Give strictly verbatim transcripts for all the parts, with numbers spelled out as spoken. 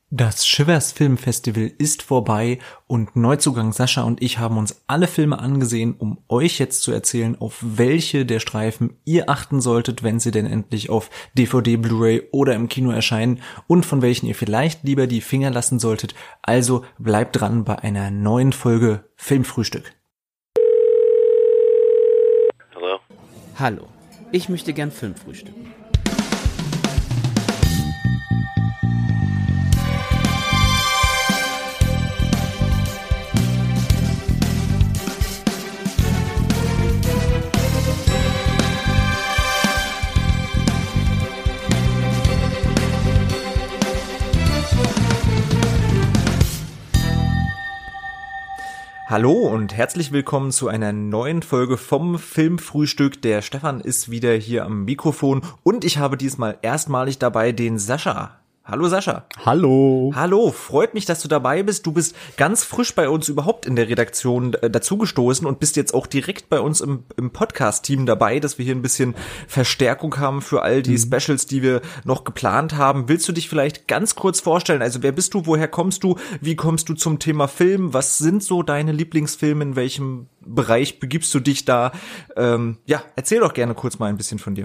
Das Shivers Filmfestival ist vorbei und Neuzugang Sascha und ich haben uns alle Filme angesehen, um euch jetzt zu erzählen, auf welche der Streifen ihr achten solltet, wenn sie denn endlich auf D V D, Blu-ray oder im Kino erscheinen und von welchen ihr vielleicht lieber die Finger lassen solltet. Also bleibt dran bei einer neuen Folge Filmfrühstück. Hallo? Hallo, ich möchte gern Film frühstücken. Hallo und herzlich willkommen zu einer neuen Folge vom Filmfrühstück. Der Stefan ist wieder hier am Mikrofon und ich habe diesmal erstmalig dabei den Sascha. Hallo Sascha. Hallo. Hallo, freut mich, dass du dabei bist. Du bist ganz frisch bei uns überhaupt in der Redaktion äh, dazugestoßen und bist jetzt auch direkt bei uns im, im Podcast-Team dabei, dass wir hier ein bisschen Verstärkung haben für all die mhm. Specials, die wir noch geplant haben. Willst du dich vielleicht ganz kurz vorstellen? Also wer bist du, woher kommst du, wie kommst du zum Thema Film? Was sind so deine Lieblingsfilme? In welchem Bereich begibst du dich da? Ähm, ja, erzähl doch gerne kurz mal ein bisschen von dir.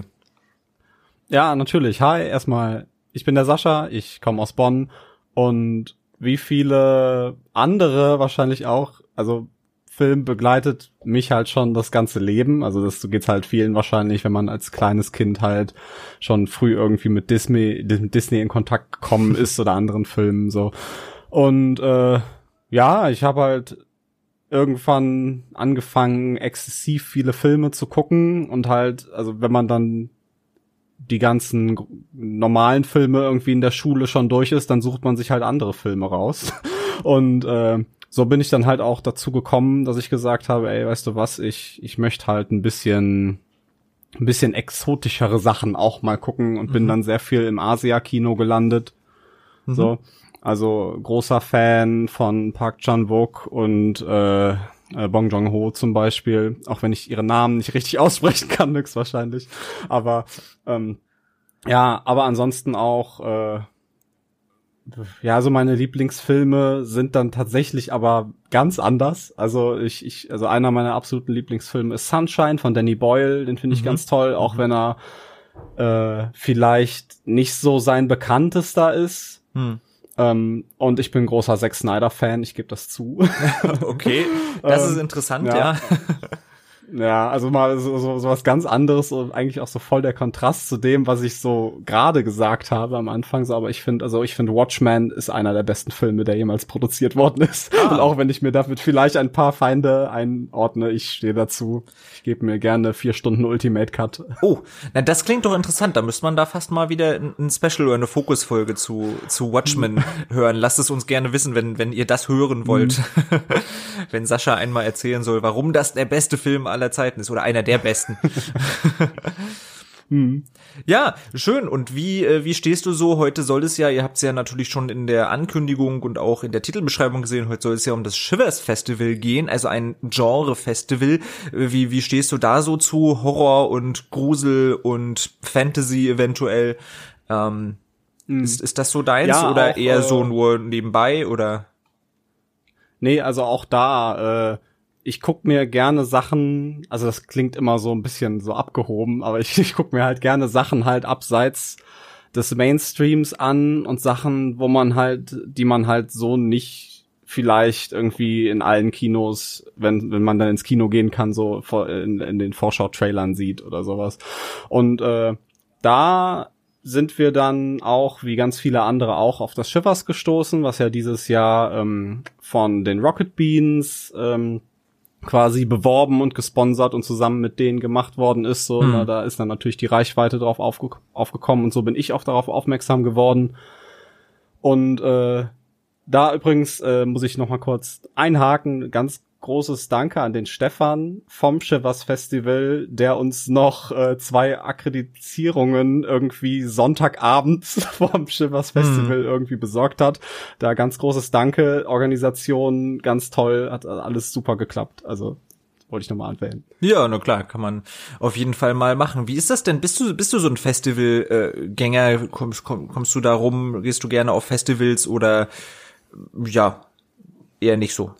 Ja, natürlich. Hi, erstmal. Ich bin der Sascha, ich komme aus Bonn und wie viele andere wahrscheinlich auch, also Film begleitet mich halt schon das ganze Leben, also das so geht's halt vielen wahrscheinlich, wenn man als kleines Kind halt schon früh irgendwie mit Disney, mit Disney in Kontakt gekommen ist oder anderen Filmen so. Und äh, ja, ich habe halt irgendwann angefangen, exzessiv viele Filme zu gucken und halt, also wenn man dann die ganzen normalen Filme irgendwie in der Schule schon durch ist, dann sucht man sich halt andere Filme raus. Und äh, so bin ich dann halt auch dazu gekommen, dass ich gesagt habe, ey, weißt du was, ich ich möchte halt ein bisschen ein bisschen exotischere Sachen auch mal gucken und mhm. bin dann sehr viel im Asia-Kino gelandet. Mhm. So, also großer Fan von Park Chan-wook und äh, Äh, Bong Joon-ho zum Beispiel, auch wenn ich ihre Namen nicht richtig aussprechen kann, höchstwahrscheinlich. Aber ähm, ja, aber ansonsten auch äh, ja, so meine Lieblingsfilme sind dann tatsächlich aber ganz anders. Also ich, ich, also einer meiner absoluten Lieblingsfilme ist Sunshine von Danny Boyle, den finde ich mhm. ganz toll, auch mhm. wenn er äh, vielleicht nicht so sein bekanntester ist. Mhm. Um, und ich bin großer Zack Snyder-Fan, ich gebe das zu. Okay, das ist interessant, ja. ja. Ja, also mal so, so, so was ganz anderes und eigentlich auch so voll der Kontrast zu dem, was ich so gerade gesagt habe am Anfang. So, aber ich finde, also ich finde Watchmen ist einer der besten Filme, der jemals produziert worden ist. Ah. Und auch wenn ich mir damit vielleicht ein paar Feinde einordne, ich stehe dazu. Ich gebe mir gerne vier Stunden Ultimate Cut. Oh, na das klingt doch interessant. Da müsste man da fast mal wieder ein Special oder eine Fokusfolge zu zu Watchmen hören. Lasst es uns gerne wissen, wenn wenn ihr das hören wollt. Mhm. Wenn Sascha einmal erzählen soll, warum das der beste Film aller Zeiten ist oder einer der besten. hm. Ja, schön. Und wie äh, wie stehst du so? Heute soll es ja, ihr habt es ja natürlich schon in der Ankündigung und auch in der Titelbeschreibung gesehen, heute soll es ja um das Shivers Festival gehen, also ein Genre-Festival. Wie wie stehst du da so zu Horror und Grusel und Fantasy eventuell? Ähm, hm. ist, ist das so deins ja, oder auch, eher äh, so nur nebenbei oder? Nee, also auch da äh ich guck mir gerne Sachen, also das klingt immer so ein bisschen so abgehoben, aber ich, ich guck mir halt gerne Sachen halt abseits des Mainstreams an und Sachen, wo man halt, die man halt so nicht vielleicht irgendwie in allen Kinos, wenn wenn man dann ins Kino gehen kann, so in, in den Vorschau-Trailern sieht oder sowas. Und äh, da sind wir dann auch, wie ganz viele andere auch, auf das Shivers gestoßen, was ja dieses Jahr ähm, von den Rocket Beans ähm, quasi beworben und gesponsert und zusammen mit denen gemacht worden ist. So, hm. na, da ist dann natürlich die Reichweite drauf aufge- aufgekommen und so bin ich auch darauf aufmerksam geworden. Und äh, da übrigens äh, muss ich noch mal kurz einhaken, ganz großes Danke an den Stefan vom Shivers Festival, der uns noch äh, zwei Akkreditierungen irgendwie Sonntagabends vom Shivers Festival hm. irgendwie besorgt hat. Da ganz großes Danke, Organisation, ganz toll, hat alles super geklappt. Also wollte ich nochmal erwähnen. Ja, na klar, kann man auf jeden Fall mal machen. Wie ist das denn? Bist du bist du so ein Festivalgänger? Äh, kommst, komm, kommst du da rum? Gehst du gerne auf Festivals oder ja, eher nicht so?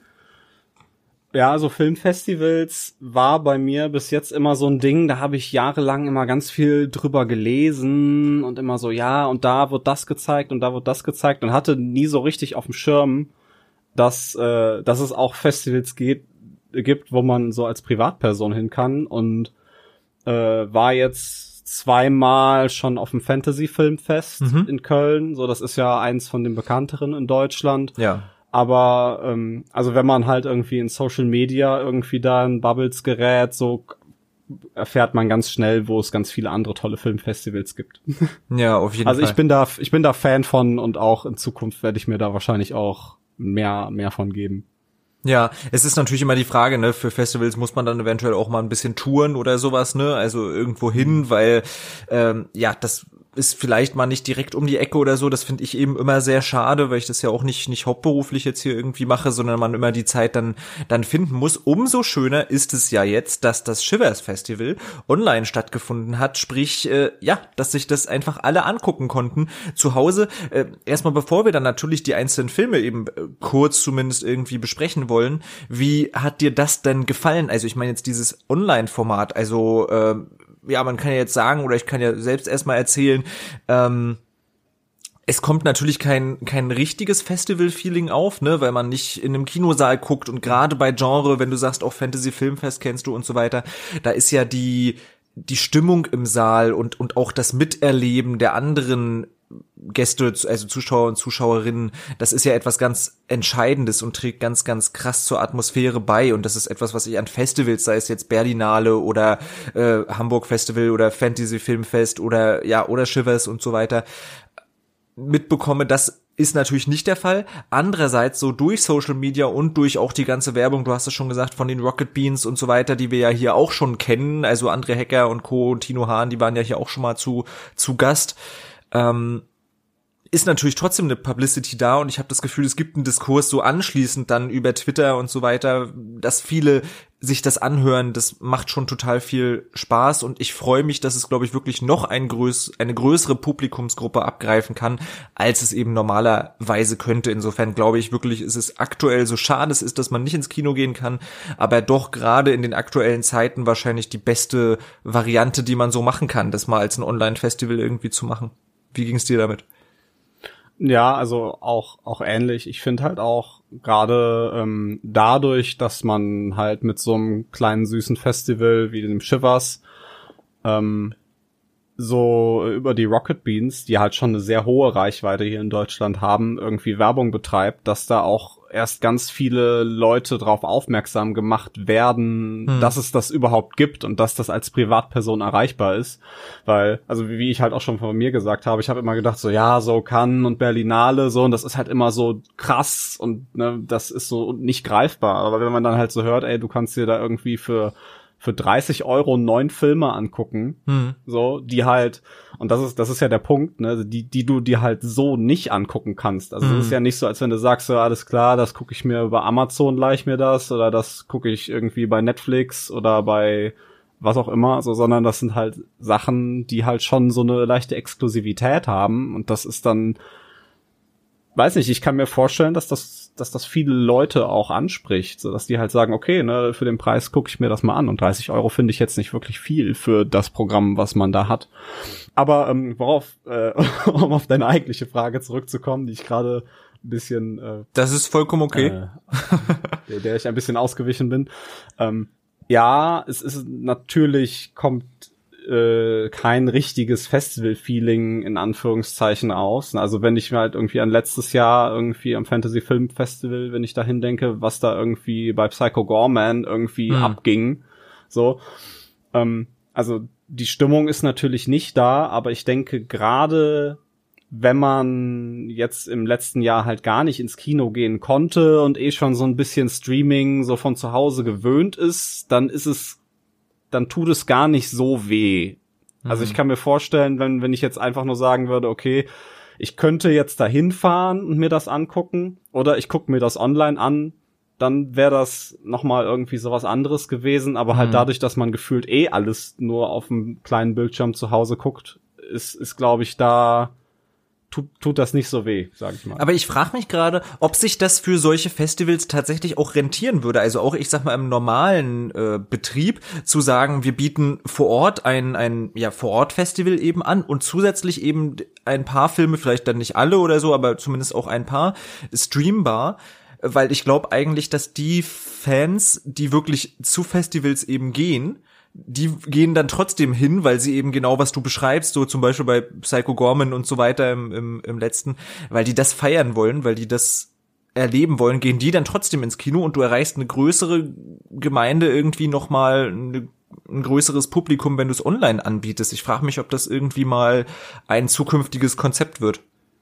Ja, also Filmfestivals war bei mir bis jetzt immer so ein Ding, da habe ich jahrelang immer ganz viel drüber gelesen und immer so, ja, und da wird das gezeigt und da wird das gezeigt und hatte nie so richtig auf dem Schirm, dass äh, dass es auch Festivals geht, gibt, wo man so als Privatperson hin kann und äh, war jetzt zweimal schon auf dem Fantasy-Filmfest mhm. in Köln, so das ist ja eins von den bekannteren in Deutschland. Ja. Aber ähm, also wenn man halt irgendwie in Social Media irgendwie da in Bubbles gerät, so erfährt man ganz schnell, wo es ganz viele andere tolle Filmfestivals gibt. Ja, auf jeden also Fall. Also ich bin da ich bin da Fan von und auch in Zukunft werde ich mir da wahrscheinlich auch mehr mehr von geben. Ja, es ist natürlich immer die Frage, ne, für Festivals muss man dann eventuell auch mal ein bisschen touren oder sowas, ne, also irgendwo hin, weil ähm, ja, das ist vielleicht mal nicht direkt um die Ecke oder so, das finde ich eben immer sehr schade, weil ich das ja auch nicht nicht hauptberuflich jetzt hier irgendwie mache, sondern man immer die Zeit dann dann finden muss. Umso schöner ist es ja jetzt, dass das Shivers Festival online stattgefunden hat, sprich, äh, ja, dass sich das einfach alle angucken konnten zu Hause. Äh, erstmal bevor wir dann natürlich die einzelnen Filme eben äh, kurz zumindest irgendwie besprechen wollen, wie hat dir das denn gefallen? Also ich meine jetzt dieses Online-Format, also äh, ja, man kann ja jetzt sagen, oder ich kann ja selbst erstmal erzählen, ähm, es kommt natürlich kein kein richtiges Festival-Feeling auf, ne, weil man nicht in einem Kinosaal guckt und gerade bei Genre, wenn du sagst, auch Fantasy-Filmfest kennst du und so weiter, da ist ja die die Stimmung im Saal und und auch das Miterleben der anderen Gäste, also Zuschauer und Zuschauerinnen, das ist ja etwas ganz Entscheidendes und trägt ganz, ganz krass zur Atmosphäre bei und das ist etwas, was ich an Festivals, sei es jetzt Berlinale oder äh, Hamburg Festival oder Fantasy Filmfest oder ja, oder Shivers und so weiter mitbekomme, das ist natürlich nicht der Fall. Andererseits so durch Social Media und durch auch die ganze Werbung, du hast es schon gesagt, von den Rocket Beans und so weiter, die wir ja hier auch schon kennen, also André Hecker und Co. und Tino Hahn, die waren ja hier auch schon mal zu zu Gast. Ähm, ist natürlich trotzdem eine Publicity da und ich habe das Gefühl, es gibt einen Diskurs so anschließend dann über Twitter und so weiter, dass viele sich das anhören, das macht schon total viel Spaß und ich freue mich, dass es, glaube ich, wirklich noch ein größ- eine größere Publikumsgruppe abgreifen kann, als es eben normalerweise könnte. Insofern glaube ich wirklich, ist es aktuell, so schade es ist, dass man nicht ins Kino gehen kann, aber doch gerade in den aktuellen Zeiten wahrscheinlich die beste Variante, die man so machen kann, das mal als ein Online-Festival irgendwie zu machen. Wie ging es dir damit? Ja, also auch auch ähnlich. Ich finde halt auch gerade ähm, dadurch, dass man halt mit so einem kleinen süßen Festival wie dem Shivers ähm, so über die Rocket Beans, die halt schon eine sehr hohe Reichweite hier in Deutschland haben, irgendwie Werbung betreibt, dass da auch erst ganz viele Leute drauf aufmerksam gemacht werden, hm. dass es das überhaupt gibt und dass das als Privatperson erreichbar ist. Weil, also wie ich halt auch schon von mir gesagt habe, ich habe immer gedacht, so ja, so Cannes und Berlinale, so, und das ist halt immer so krass und ne, das ist so nicht greifbar. Aber wenn man dann halt so hört, ey, du kannst dir da irgendwie für für dreißig Euro neun Filme angucken, hm. so, die halt, und das ist, das ist ja der Punkt, ne, die, die du dir halt so nicht angucken kannst. Also, hm. es ist ja nicht so, als wenn du sagst, so, alles klar, das gucke ich mir über Amazon, leih ich mir das, oder das gucke ich irgendwie bei Netflix oder bei was auch immer, so, sondern das sind halt Sachen, die halt schon so eine leichte Exklusivität haben, und das ist dann, weiß nicht, ich kann mir vorstellen, dass das dass das viele Leute auch anspricht, so dass die halt sagen, okay, ne, für den Preis gucke ich mir das mal an, und dreißig Euro finde ich jetzt nicht wirklich viel für das Programm, was man da hat. Aber ähm, worauf, äh, um auf deine eigentliche Frage zurückzukommen, die ich gerade ein bisschen äh, das ist vollkommen okay, äh, der, der ich ein bisschen ausgewichen bin. Ähm, ja, es ist natürlich, kommt äh, kein richtiges Festival-Feeling in Anführungszeichen aus. Also wenn ich mir halt irgendwie an letztes Jahr irgendwie am Fantasy Film Festival, wenn ich da hindenke, was da irgendwie bei Psycho Gorman irgendwie hm. abging, so, ähm, also die Stimmung ist natürlich nicht da, aber ich denke, gerade wenn man jetzt im letzten Jahr halt gar nicht ins Kino gehen konnte und eh schon so ein bisschen Streaming so von zu Hause gewöhnt ist, dann ist es dann tut es gar nicht so weh. Also ich kann mir vorstellen, wenn wenn ich jetzt einfach nur sagen würde, okay, ich könnte jetzt da hinfahren und mir das angucken, oder ich gucke mir das online an, dann wäre das nochmal irgendwie sowas anderes gewesen, aber halt Mhm. dadurch, dass man gefühlt eh alles nur auf einem kleinen Bildschirm zu Hause guckt, ist, ist glaube ich, da tut, tut das nicht so weh, sag ich mal. Aber ich frage mich gerade, ob sich das für solche Festivals tatsächlich auch rentieren würde. Also auch, ich sag mal, im normalen äh, Betrieb zu sagen, wir bieten vor Ort ein, ein ja, Vor-Ort-Festival eben an und zusätzlich eben ein paar Filme, vielleicht dann nicht alle oder so, aber zumindest auch ein paar, streambar. Weil ich glaube eigentlich, dass die Fans, die wirklich zu Festivals eben gehen, die gehen dann trotzdem hin, weil sie eben genau, was du beschreibst, so zum Beispiel bei Psycho Gorman und so weiter im, im, im letzten, weil die das feiern wollen, weil die das erleben wollen, gehen die dann trotzdem ins Kino und du erreichst eine größere Gemeinde irgendwie nochmal, eine, ein größeres Publikum, wenn du es online anbietest. Ich frage mich, ob das irgendwie mal ein zukünftiges Konzept wird.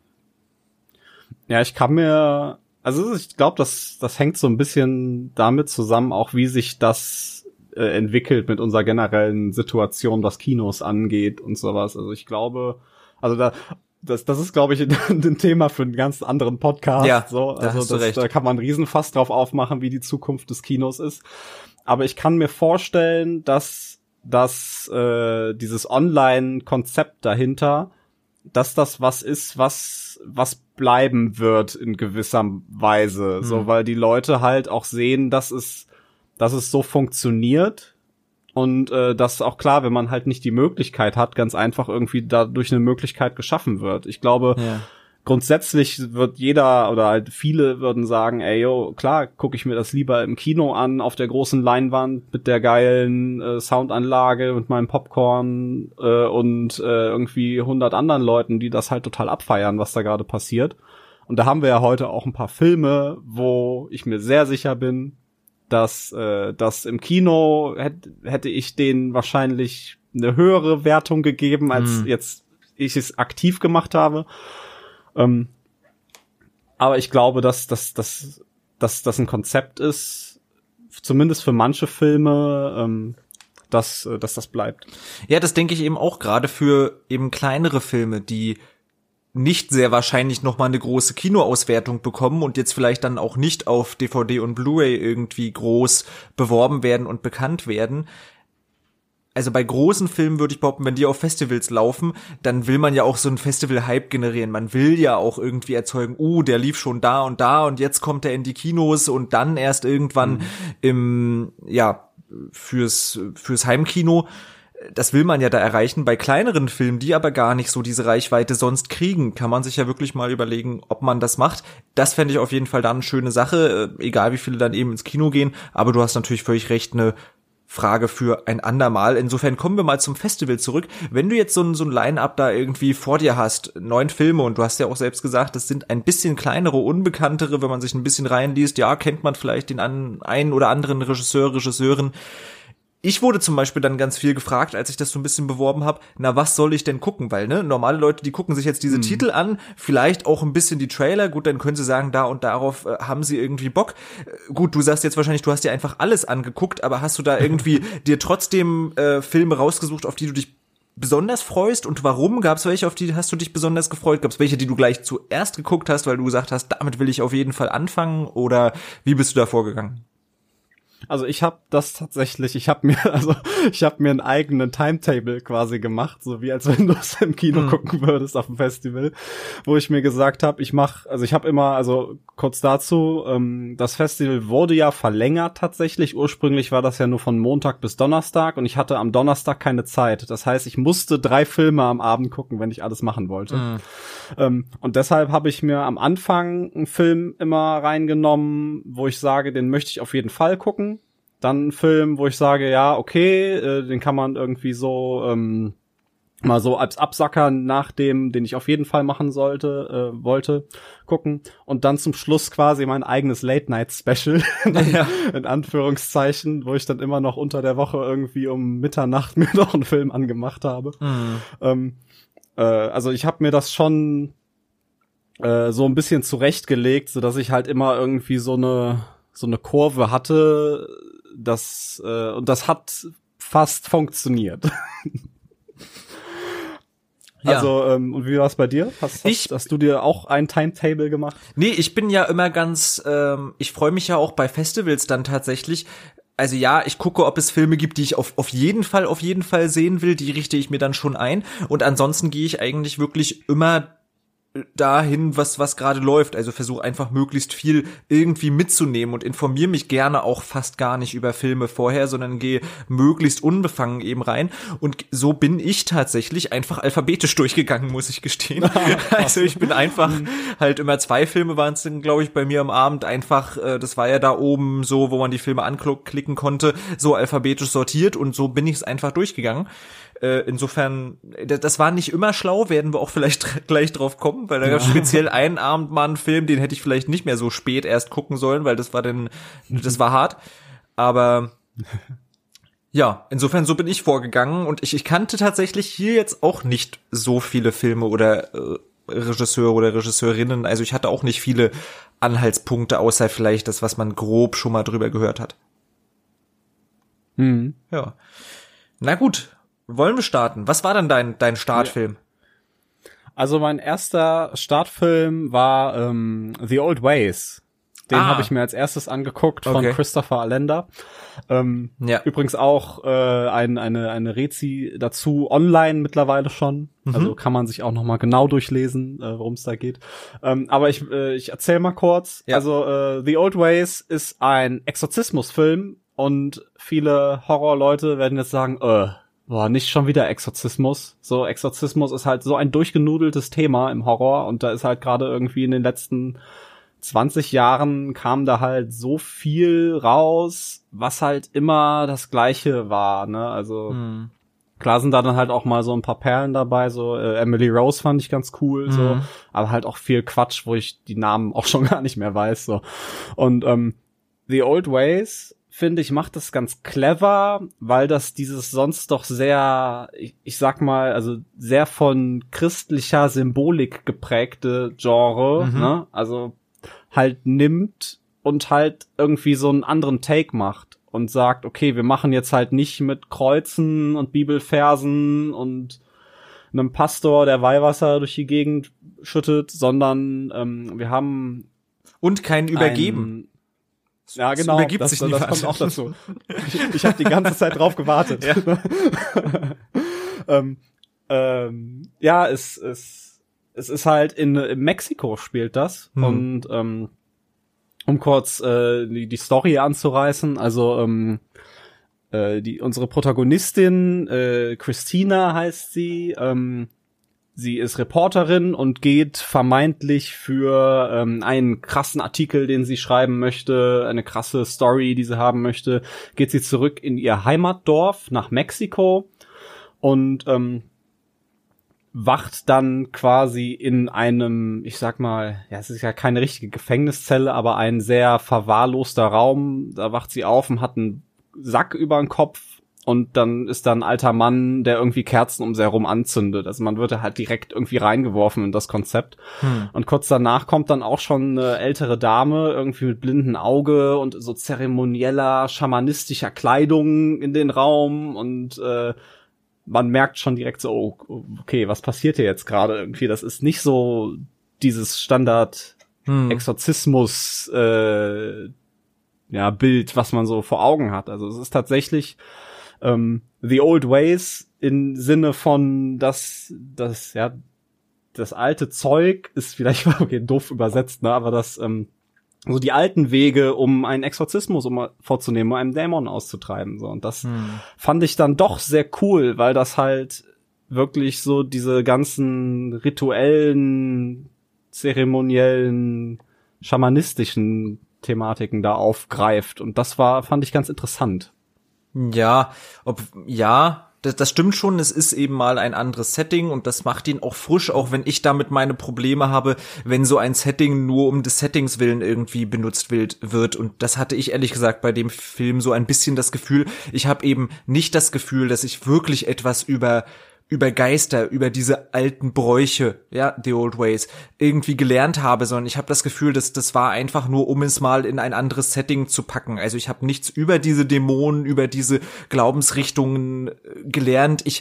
Ja, ich kann mir, also ich glaube, das, das hängt so ein bisschen damit zusammen, auch wie sich das äh, entwickelt mit unserer generellen Situation, was Kinos angeht und sowas. Also ich glaube, also da, das, das ist, glaube ich, ein Thema für einen ganz anderen Podcast. Ja, so. da Also hast du das, recht. da kann man einen Riesenfass drauf aufmachen, wie die Zukunft des Kinos ist. Aber ich kann mir vorstellen, dass, dass äh, dieses Online-Konzept dahinter, dass das was ist, was was bleiben wird in gewisser Weise, Hm. so, weil die Leute halt auch sehen, dass es dass es so funktioniert und äh, dass auch klar, wenn man halt nicht die Möglichkeit hat, ganz einfach irgendwie dadurch eine Möglichkeit geschaffen wird. Ich glaube, Ja. grundsätzlich wird jeder oder halt viele würden sagen, ey, yo, klar, gucke ich mir das lieber im Kino an, auf der großen Leinwand mit der geilen äh, Soundanlage, mit meinem Popcorn äh, und äh, irgendwie hundert anderen Leuten, die das halt total abfeiern, was da gerade passiert. Und da haben wir ja heute auch ein paar Filme, wo ich mir sehr sicher bin, dass äh, das im Kino hätt, hätte ich denen wahrscheinlich eine höhere Wertung gegeben, als Hm. jetzt ich es aktiv gemacht habe. Ähm, aber ich glaube, dass dass dass dass das ein Konzept ist, zumindest für manche Filme, ähm, dass äh, dass das bleibt. Ja, das denke ich eben auch, gerade für eben kleinere Filme, die nicht sehr wahrscheinlich noch mal eine große Kinoauswertung bekommen und jetzt vielleicht dann auch nicht auf D V D und Blu-ray irgendwie groß beworben werden und bekannt werden. Also bei großen Filmen würde ich behaupten, wenn die auf Festivals laufen, dann will man ja auch so einen Festival-Hype generieren. Man will ja auch irgendwie erzeugen, uh, der lief schon da und da und jetzt kommt er in die Kinos und dann erst irgendwann Mhm. im, ja, fürs, fürs Heimkino. Das will man ja da erreichen. Bei kleineren Filmen, die aber gar nicht so diese Reichweite sonst kriegen, kann man sich ja wirklich mal überlegen, ob man das macht. Das fände ich auf jeden Fall dann eine schöne Sache, äh, egal wie viele dann eben ins Kino gehen. Aber du hast natürlich völlig recht, eine Frage für ein andermal. Insofern kommen wir mal zum Festival zurück. Wenn du jetzt so ein, so ein Line-Up da irgendwie vor dir hast, neun Filme, und du hast ja auch selbst gesagt, das sind ein bisschen kleinere, unbekanntere, wenn man sich ein bisschen reinliest, ja, kennt man vielleicht den an, einen oder anderen Regisseur, Regisseurin. Ich wurde zum Beispiel dann ganz viel gefragt, als ich das so ein bisschen beworben habe, na, was soll ich denn gucken? Weil, ne, normale Leute, die gucken sich jetzt diese Mhm. Titel an, vielleicht auch ein bisschen die Trailer, gut, dann können sie sagen, da und darauf äh, haben sie irgendwie Bock. Äh, gut, du sagst jetzt wahrscheinlich, du hast dir einfach alles angeguckt, aber hast du da irgendwie dir trotzdem äh, Filme rausgesucht, auf die du dich besonders freust, und warum? Gab es welche, auf die hast du dich besonders gefreut? Gab es welche, die du gleich zuerst geguckt hast, weil du gesagt hast, damit will ich auf jeden Fall anfangen? Oder wie bist du da vorgegangen? Also ich habe das tatsächlich, ich habe mir also ich habe mir einen eigenen Timetable quasi gemacht, so wie als wenn du es im Kino Mhm. gucken würdest auf dem Festival, wo ich mir gesagt habe, ich mache, also ich habe immer, also kurz dazu, ähm, das Festival wurde ja verlängert tatsächlich. Ursprünglich war das ja nur von Montag bis Donnerstag und ich hatte am Donnerstag keine Zeit. Das heißt, ich musste drei Filme am Abend gucken, wenn ich alles machen wollte. Mhm. Ähm, und deshalb habe ich mir am Anfang einen Film immer reingenommen, wo ich sage, den möchte ich auf jeden Fall gucken. Dann einen Film, wo ich sage, ja, okay, äh, den kann man irgendwie so ähm, mal so als Absacker nach dem, den ich auf jeden Fall machen sollte, äh, wollte, gucken. Und dann zum Schluss quasi mein eigenes Late-Night-Special, Ja. in Anführungszeichen, wo ich dann immer noch unter der Woche irgendwie um Mitternacht mir noch einen Film angemacht habe. Mhm. Ähm, äh, also ich habe mir das schon äh, so ein bisschen zurechtgelegt, so dass ich halt immer irgendwie so eine so eine Kurve hatte, das äh, und das hat fast funktioniert. Ja. Also, ähm, und wie war es bei dir? Hast, hast, Ich- hast du dir auch ein Timetable gemacht? Nee, ich bin ja immer ganz, ähm, ich freue mich ja auch bei Festivals dann tatsächlich. Also ja, ich gucke, ob es Filme gibt, die ich auf, auf jeden Fall, auf jeden Fall sehen will, die richte ich mir dann schon ein. Und ansonsten gehe ich eigentlich wirklich immer dahin, was was gerade läuft. Also versuche einfach möglichst viel irgendwie mitzunehmen und informiere mich gerne auch fast gar nicht über Filme vorher, sondern gehe möglichst unbefangen eben rein. Und so bin ich tatsächlich einfach alphabetisch durchgegangen, muss ich gestehen. Also ich bin einfach halt immer zwei Filme waren es dann, glaube ich, bei mir am Abend einfach, äh, das war ja da oben so, wo man die Filme anklicken konnte, so alphabetisch sortiert und so bin ich es einfach durchgegangen. Äh, insofern, d- das war nicht immer schlau, werden wir auch vielleicht gleich drauf kommen, weil da gab es speziell einen Abend mal einen Film, den hätte ich vielleicht nicht mehr so spät erst gucken sollen, weil das war dann, das war hart. Aber ja, insofern so bin ich vorgegangen und ich, ich kannte tatsächlich hier jetzt auch nicht so viele Filme oder äh, Regisseure oder Regisseurinnen. Also ich hatte auch nicht viele Anhaltspunkte, außer vielleicht das, was man grob schon mal drüber gehört hat. Mhm. Ja. Na gut. Wollen wir starten? Was war denn dein, dein Startfilm? Also mein erster Startfilm war ähm, The Old Ways. Den Ah. habe ich mir als erstes angeguckt von Okay. Christopher Allender. Ähm, Ja. Übrigens auch äh, ein, eine eine Rezi dazu online mittlerweile schon. Mhm. Also kann man sich auch noch mal genau durchlesen, äh, worum es da geht. Ähm, aber ich äh, ich erzähl mal kurz. Ja. Also äh, The Old Ways ist ein Exorzismusfilm und viele Horrorleute werden jetzt sagen, äh, boah, nicht schon wieder Exorzismus. So, Exorzismus ist halt so ein durchgenudeltes Thema im Horror und da ist halt gerade irgendwie in den letzten zwanzig Jahren kam da halt so viel raus, was halt immer das Gleiche war, ne? Also Mhm. klar sind da dann halt auch mal so ein paar Perlen dabei, so äh, Emily Rose fand ich ganz cool, so, Mhm. aber halt auch viel Quatsch, wo ich die Namen auch schon gar nicht mehr weiß, so. Und ähm, The Old Ways, finde ich, macht das ganz clever, weil das dieses sonst doch sehr, ich, ich sag mal, also sehr von christlicher Symbolik geprägte Genre, Mhm. ne, also halt nimmt und halt irgendwie so einen anderen Take macht und sagt, okay, wir machen jetzt halt nicht mit Kreuzen und Bibelversen und einem Pastor, der Weihwasser durch die Gegend schüttet, sondern ähm, wir haben Und kein Übergeben. ein, ja, Es genau, übergibt das, sich das niemand. kommt auch dazu. Ich, ich habe die ganze Zeit drauf gewartet. Ja. ähm, ähm, ja, es, es, es ist halt in, in Mexiko spielt das. Hm. Und ähm, um kurz äh, die, die Story anzureißen, also ähm, äh, die unsere Protagonistin, äh, Christina heißt sie, ähm, sie ist Reporterin und geht vermeintlich für ähm, einen krassen Artikel, den sie schreiben möchte, eine krasse Story, die sie haben möchte, geht sie zurück in ihr Heimatdorf nach Mexiko und ähm, wacht dann quasi in einem, ich sag mal, ja, es ist ja keine richtige Gefängniszelle, aber ein sehr verwahrloster Raum. Da wacht sie auf und hat einen Sack über den Kopf. Und dann ist da ein alter Mann, der irgendwie Kerzen um sie herum anzündet. Also man wird da halt direkt irgendwie reingeworfen in das Konzept. Hm. Und kurz danach kommt dann auch schon eine ältere Dame, irgendwie mit blindem Auge und so zeremonieller, schamanistischer Kleidung in den Raum. Und äh, man merkt schon direkt so, oh, okay, was passiert hier jetzt gerade irgendwie? Das ist nicht so dieses Standard Hm. Exorzismus äh, ja, Bild, was man so vor Augen hat. Also es ist tatsächlich ähm, The Old Ways im Sinne von, dass das ja das alte Zeug ist vielleicht okay, doof übersetzt, ne, aber das ähm, so die alten Wege, um einen Exorzismus um vorzunehmen, um einen Dämon auszutreiben, so. Und das Hm. fand ich dann doch sehr cool, weil das halt wirklich so diese ganzen rituellen, zeremoniellen, schamanistischen Thematiken da aufgreift. Und das war, fand ich ganz interessant. Ja, ob, ja, das, das stimmt schon, es ist eben mal ein anderes Setting und das macht ihn auch frisch, auch wenn ich damit meine Probleme habe, wenn so ein Setting nur um des Settings willen irgendwie benutzt wird. Und das hatte ich ehrlich gesagt bei dem Film so ein bisschen das Gefühl, ich habe eben nicht das Gefühl, dass ich wirklich etwas über über Geister, über diese alten Bräuche, ja, The Old Ways, irgendwie gelernt habe, sondern ich habe das Gefühl, dass das war einfach nur, um es mal in ein anderes Setting zu packen. Also ich habe nichts über diese Dämonen, über diese Glaubensrichtungen gelernt. Ich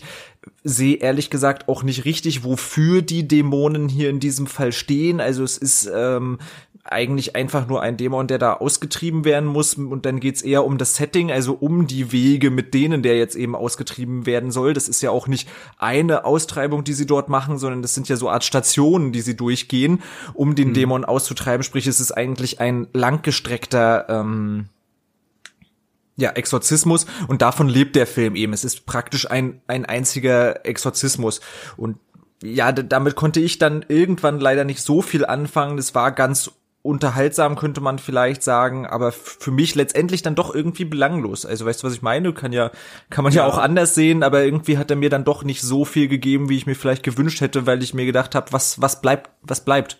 sehe ehrlich gesagt auch nicht richtig, wofür die Dämonen hier in diesem Fall stehen. Also es ist ähm, eigentlich einfach nur ein Dämon, der da ausgetrieben werden muss, und dann geht's eher um das Setting, also um die Wege, mit denen der jetzt eben ausgetrieben werden soll. Das ist ja auch nicht eine Austreibung, die sie dort machen, sondern das sind ja so Art Stationen, die sie durchgehen, um den mhm. Dämon auszutreiben. Sprich, es ist eigentlich ein langgestreckter ähm, ja, Exorzismus, und davon lebt der Film eben. Es ist praktisch ein ein einziger Exorzismus, und ja, d- damit konnte ich dann irgendwann leider nicht so viel anfangen. Das war ganz unterhaltsam, könnte man vielleicht sagen, aber f- für mich letztendlich dann doch irgendwie belanglos. Also weißt du, was ich meine? Kann ja, kann man ja, ja auch anders sehen, aber irgendwie hat er mir dann doch nicht so viel gegeben, wie ich mir vielleicht gewünscht hätte, weil ich mir gedacht habe, was, was bleibt, was bleibt?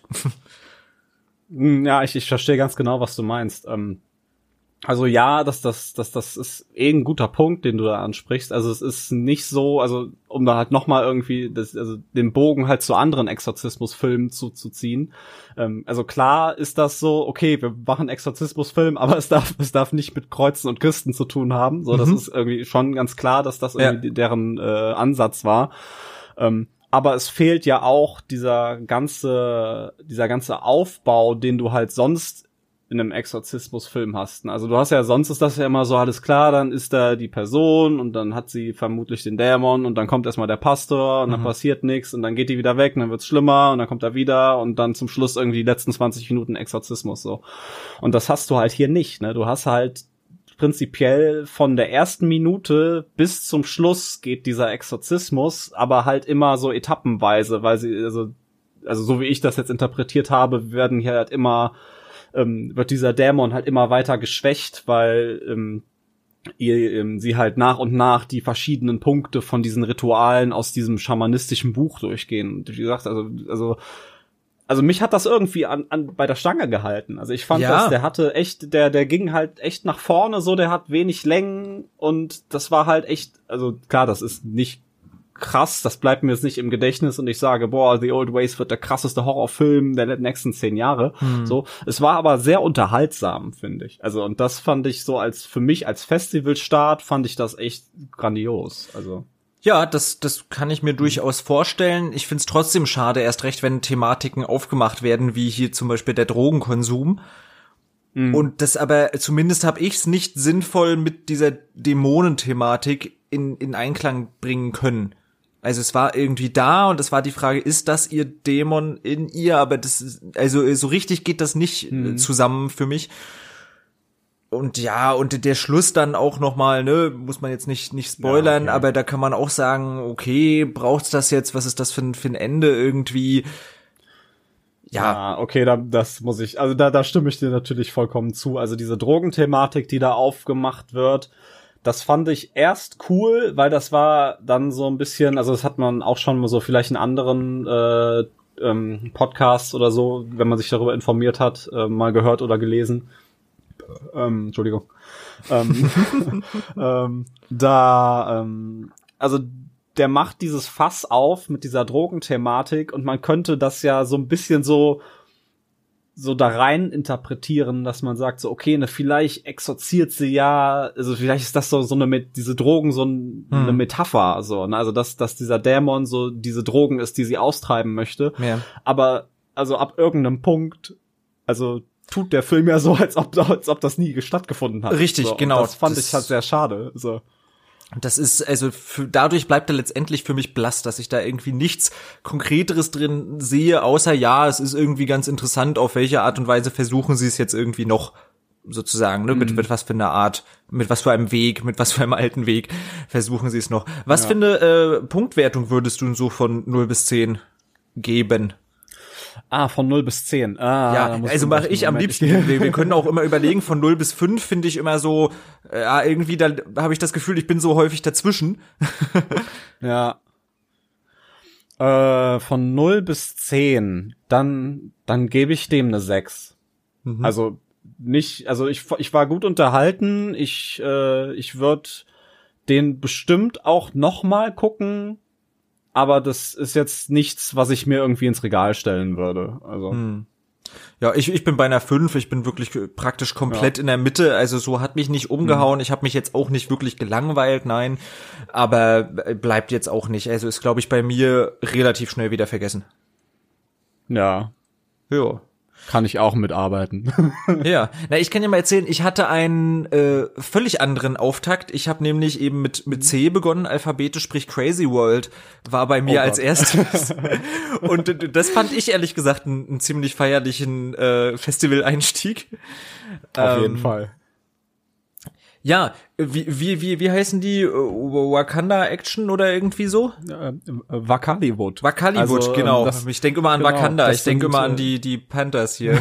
Ja, ich, ich verstehe ganz genau, was du meinst. Ähm, also ja, das, das, das, das ist eh ein guter Punkt, den du da ansprichst. Also es ist nicht so, also um da halt nochmal irgendwie das, also den Bogen halt zu anderen Exorzismusfilmen zuzuziehen. Ähm, also klar ist das so, okay, wir machen Exorzismusfilm, aber es darf, es darf nicht mit Kreuzen und Christen zu tun haben. So, das mhm. ist irgendwie schon ganz klar, dass das irgendwie ja. deren äh, Ansatz war. Ähm, Aber es fehlt ja auch dieser ganze, dieser ganze Aufbau, den du halt sonst in einem Exorzismusfilm hast. Also du hast ja, sonst ist das ja immer so, alles klar, dann ist da die Person und dann hat sie vermutlich den Dämon und dann kommt erstmal der Pastor und mhm. dann passiert nichts und dann geht die wieder weg und dann wird's schlimmer und dann kommt er wieder und dann zum Schluss irgendwie die letzten zwanzig Minuten Exorzismus, so. Und das hast du halt hier nicht, ne? Du hast halt prinzipiell von der ersten Minute bis zum Schluss geht dieser Exorzismus, aber halt immer so etappenweise, weil sie, also, also so wie ich das jetzt interpretiert habe, werden hier halt immer, ähm, wird dieser Dämon halt immer weiter geschwächt, weil ähm, ihr, ähm, sie halt nach und nach die verschiedenen Punkte von diesen Ritualen aus diesem schamanistischen Buch durchgehen. Und wie gesagt, also, also Also mich hat das irgendwie an, an bei der Stange gehalten. Also ich fand ja. das, der hatte echt, der der ging halt echt nach vorne, so, der hat wenig Längen und das war halt echt, also klar, das ist nicht krass, das bleibt mir jetzt nicht im Gedächtnis und ich sage, boah, The Old Ways wird der krasseste Horrorfilm der nächsten zehn Jahre. Hm. So, es war aber sehr unterhaltsam, finde ich. Also und das fand ich so als, für mich als Festivalstart fand ich das echt grandios. Also ja, das das kann ich mir durchaus vorstellen. Ich find's trotzdem schade, erst recht, wenn Thematiken aufgemacht werden, wie hier zum Beispiel der Drogenkonsum. Mhm. Und das aber, zumindest habe ich's nicht sinnvoll mit dieser Dämonenthematik in in Einklang bringen können. Also es war irgendwie da und es war die Frage, ist das ihr Dämon in ihr? Aber das ist, also so richtig geht das nicht mhm. zusammen für mich. Und ja, und der Schluss dann auch nochmal, ne, muss man jetzt nicht nicht spoilern, ja, okay. aber da kann man auch sagen, okay, braucht's das jetzt, was ist das für ein, für ein Ende irgendwie? Ja. ja, okay, da, das muss ich, also da, da stimme ich dir natürlich vollkommen zu. Also diese Drogenthematik, die da aufgemacht wird, das fand ich erst cool, weil das war dann so ein bisschen, also das hat man auch schon mal so vielleicht in anderen äh, ähm, Podcasts oder so, wenn man sich darüber informiert hat, äh, mal gehört oder gelesen. Ähm, Entschuldigung. ähm, ähm, da, ähm, also der macht dieses Fass auf mit dieser Drogenthematik und man könnte das ja so ein bisschen so so da rein interpretieren, dass man sagt so, okay, ne, vielleicht exorziert sie ja, also vielleicht ist das so so eine mit diese Drogen so ein, hm. eine Metapher, so, ne, also dass dass dieser Dämon so diese Drogen ist, die sie austreiben möchte, ja. aber also ab irgendeinem Punkt, also tut der Film ja so, als ob als ob das nie stattgefunden hat. Richtig, so, genau. Das fand das ich halt sehr schade, so. Das ist, also für, dadurch bleibt er letztendlich für mich blass, dass ich da irgendwie nichts Konkreteres drin sehe, außer ja, es ist irgendwie ganz interessant, auf welche Art und Weise versuchen sie es jetzt irgendwie noch sozusagen, ne, mhm. mit, mit was für einer Art, mit was für einem Weg, mit was für einem alten Weg versuchen sie es noch. Was ja. für eine äh, Punktwertung würdest du so von null bis zehn geben? Ah, von null bis zehn. Ah, ja, also mache ich am liebsten. Wir, wir können auch immer überlegen, von null bis fünf finde ich immer so, ja, irgendwie, da habe ich das Gefühl, ich bin so häufig dazwischen. ja. Äh, von null bis zehn, dann, dann gebe ich dem eine sechs. Mhm. Also nicht, also ich, ich war gut unterhalten. Ich, äh, ich würde den bestimmt auch noch mal gucken. Aber das ist jetzt nichts, was ich mir irgendwie ins Regal stellen würde. Also. Hm. Ja, ich, ich bin bei einer fünf, ich bin wirklich praktisch komplett ja. in der Mitte, also so hat mich nicht umgehauen, mhm. ich habe mich jetzt auch nicht wirklich gelangweilt, nein, aber bleibt jetzt auch nicht, also ist, glaube ich, bei mir relativ schnell wieder vergessen. Ja. Ja. Kann ich auch mitarbeiten. Ja, na, ich kann ja mal erzählen, ich hatte einen äh, völlig anderen Auftakt. Ich habe nämlich eben mit mit C begonnen, alphabetisch, sprich Crazy World war bei mir oh als erstes. Und das fand ich ehrlich gesagt einen, einen ziemlich feierlichen äh, Festival-Einstieg. Auf ähm, jeden Fall. Ja, wie wie wie wie heißen die? Wakanda Action oder irgendwie so? Äh, Wakaliwood. Wakaliwood, also, genau. Das, ich denke immer an genau, Wakanda, ich denke immer an die die Panthers hier.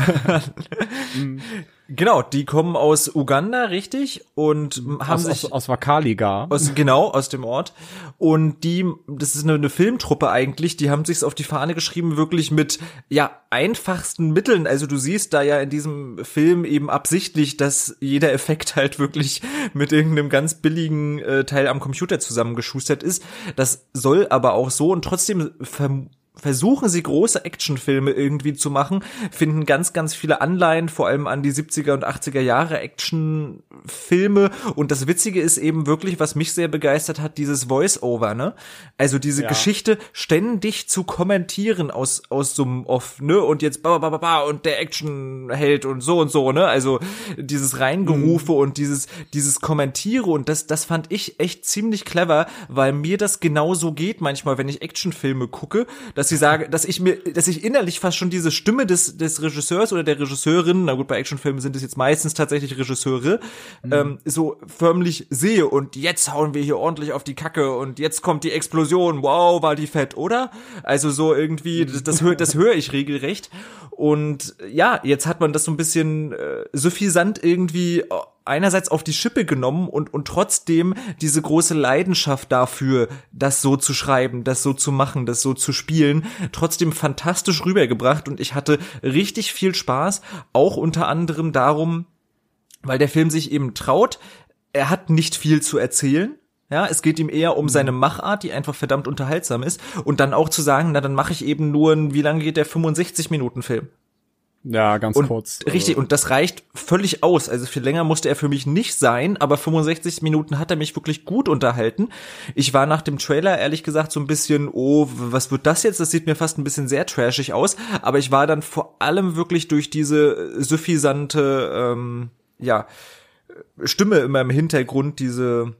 Genau, die kommen aus Uganda, richtig? Und haben aus, sich aus, aus Wakaliga. Aus, genau, aus dem Ort. Und die, das ist eine, eine Filmtruppe eigentlich, die haben sich's auf die Fahne geschrieben, wirklich mit, ja, einfachsten Mitteln. Also du siehst da ja in diesem Film eben absichtlich, dass jeder Effekt halt wirklich mit irgendeinem ganz billigen äh, Teil am Computer zusammengeschustert ist. Das soll aber auch so und trotzdem verm- versuchen sie große Actionfilme irgendwie zu machen, finden ganz, ganz viele Anleihen, vor allem an die siebziger und achtziger Jahre Actionfilme. Und das Witzige ist eben wirklich, was mich sehr begeistert hat, dieses Voice-Over, ne? Also diese ja. Geschichte ständig zu kommentieren aus aus so einem Off, ne? Und jetzt ba ba ba ba und der Actionheld und so und so, ne? Also dieses Reingerufe mhm. und dieses dieses Kommentiere und das das fand ich echt ziemlich clever, weil mir das genauso geht manchmal, wenn ich Actionfilme gucke, dass ich sage, dass ich mir, dass ich innerlich fast schon diese Stimme des des Regisseurs oder der Regisseurin, na gut, bei Actionfilmen sind es jetzt meistens tatsächlich Regisseure, mhm. ähm, so förmlich sehe und jetzt hauen wir hier ordentlich auf die Kacke und jetzt kommt die Explosion, wow, war die fett, oder? Also so irgendwie, das, das höre das höre ich regelrecht und ja, jetzt hat man das so ein bisschen äh, suffisant irgendwie einerseits auf die Schippe genommen und und trotzdem diese große Leidenschaft dafür, das so zu schreiben, das so zu machen, das so zu spielen, trotzdem fantastisch rübergebracht und ich hatte richtig viel Spaß, auch unter anderem darum, weil der Film sich eben traut, er hat nicht viel zu erzählen. Ja, es geht ihm eher um seine Machart, die einfach verdammt unterhaltsam ist und dann auch zu sagen, na dann mache ich eben nur ein, wie lange geht der fünfundsechzig Minuten Film? Ja, ganz und, kurz. Richtig, und das reicht völlig aus. Also viel länger musste er für mich nicht sein, aber fünfundsechzig Minuten hat er mich wirklich gut unterhalten. Ich war nach dem Trailer ehrlich gesagt so ein bisschen, oh, was wird das jetzt? Das sieht mir fast ein bisschen sehr trashig aus. Aber ich war dann vor allem wirklich durch diese suffisante, ähm, ja, Stimme immer im Hintergrund, diese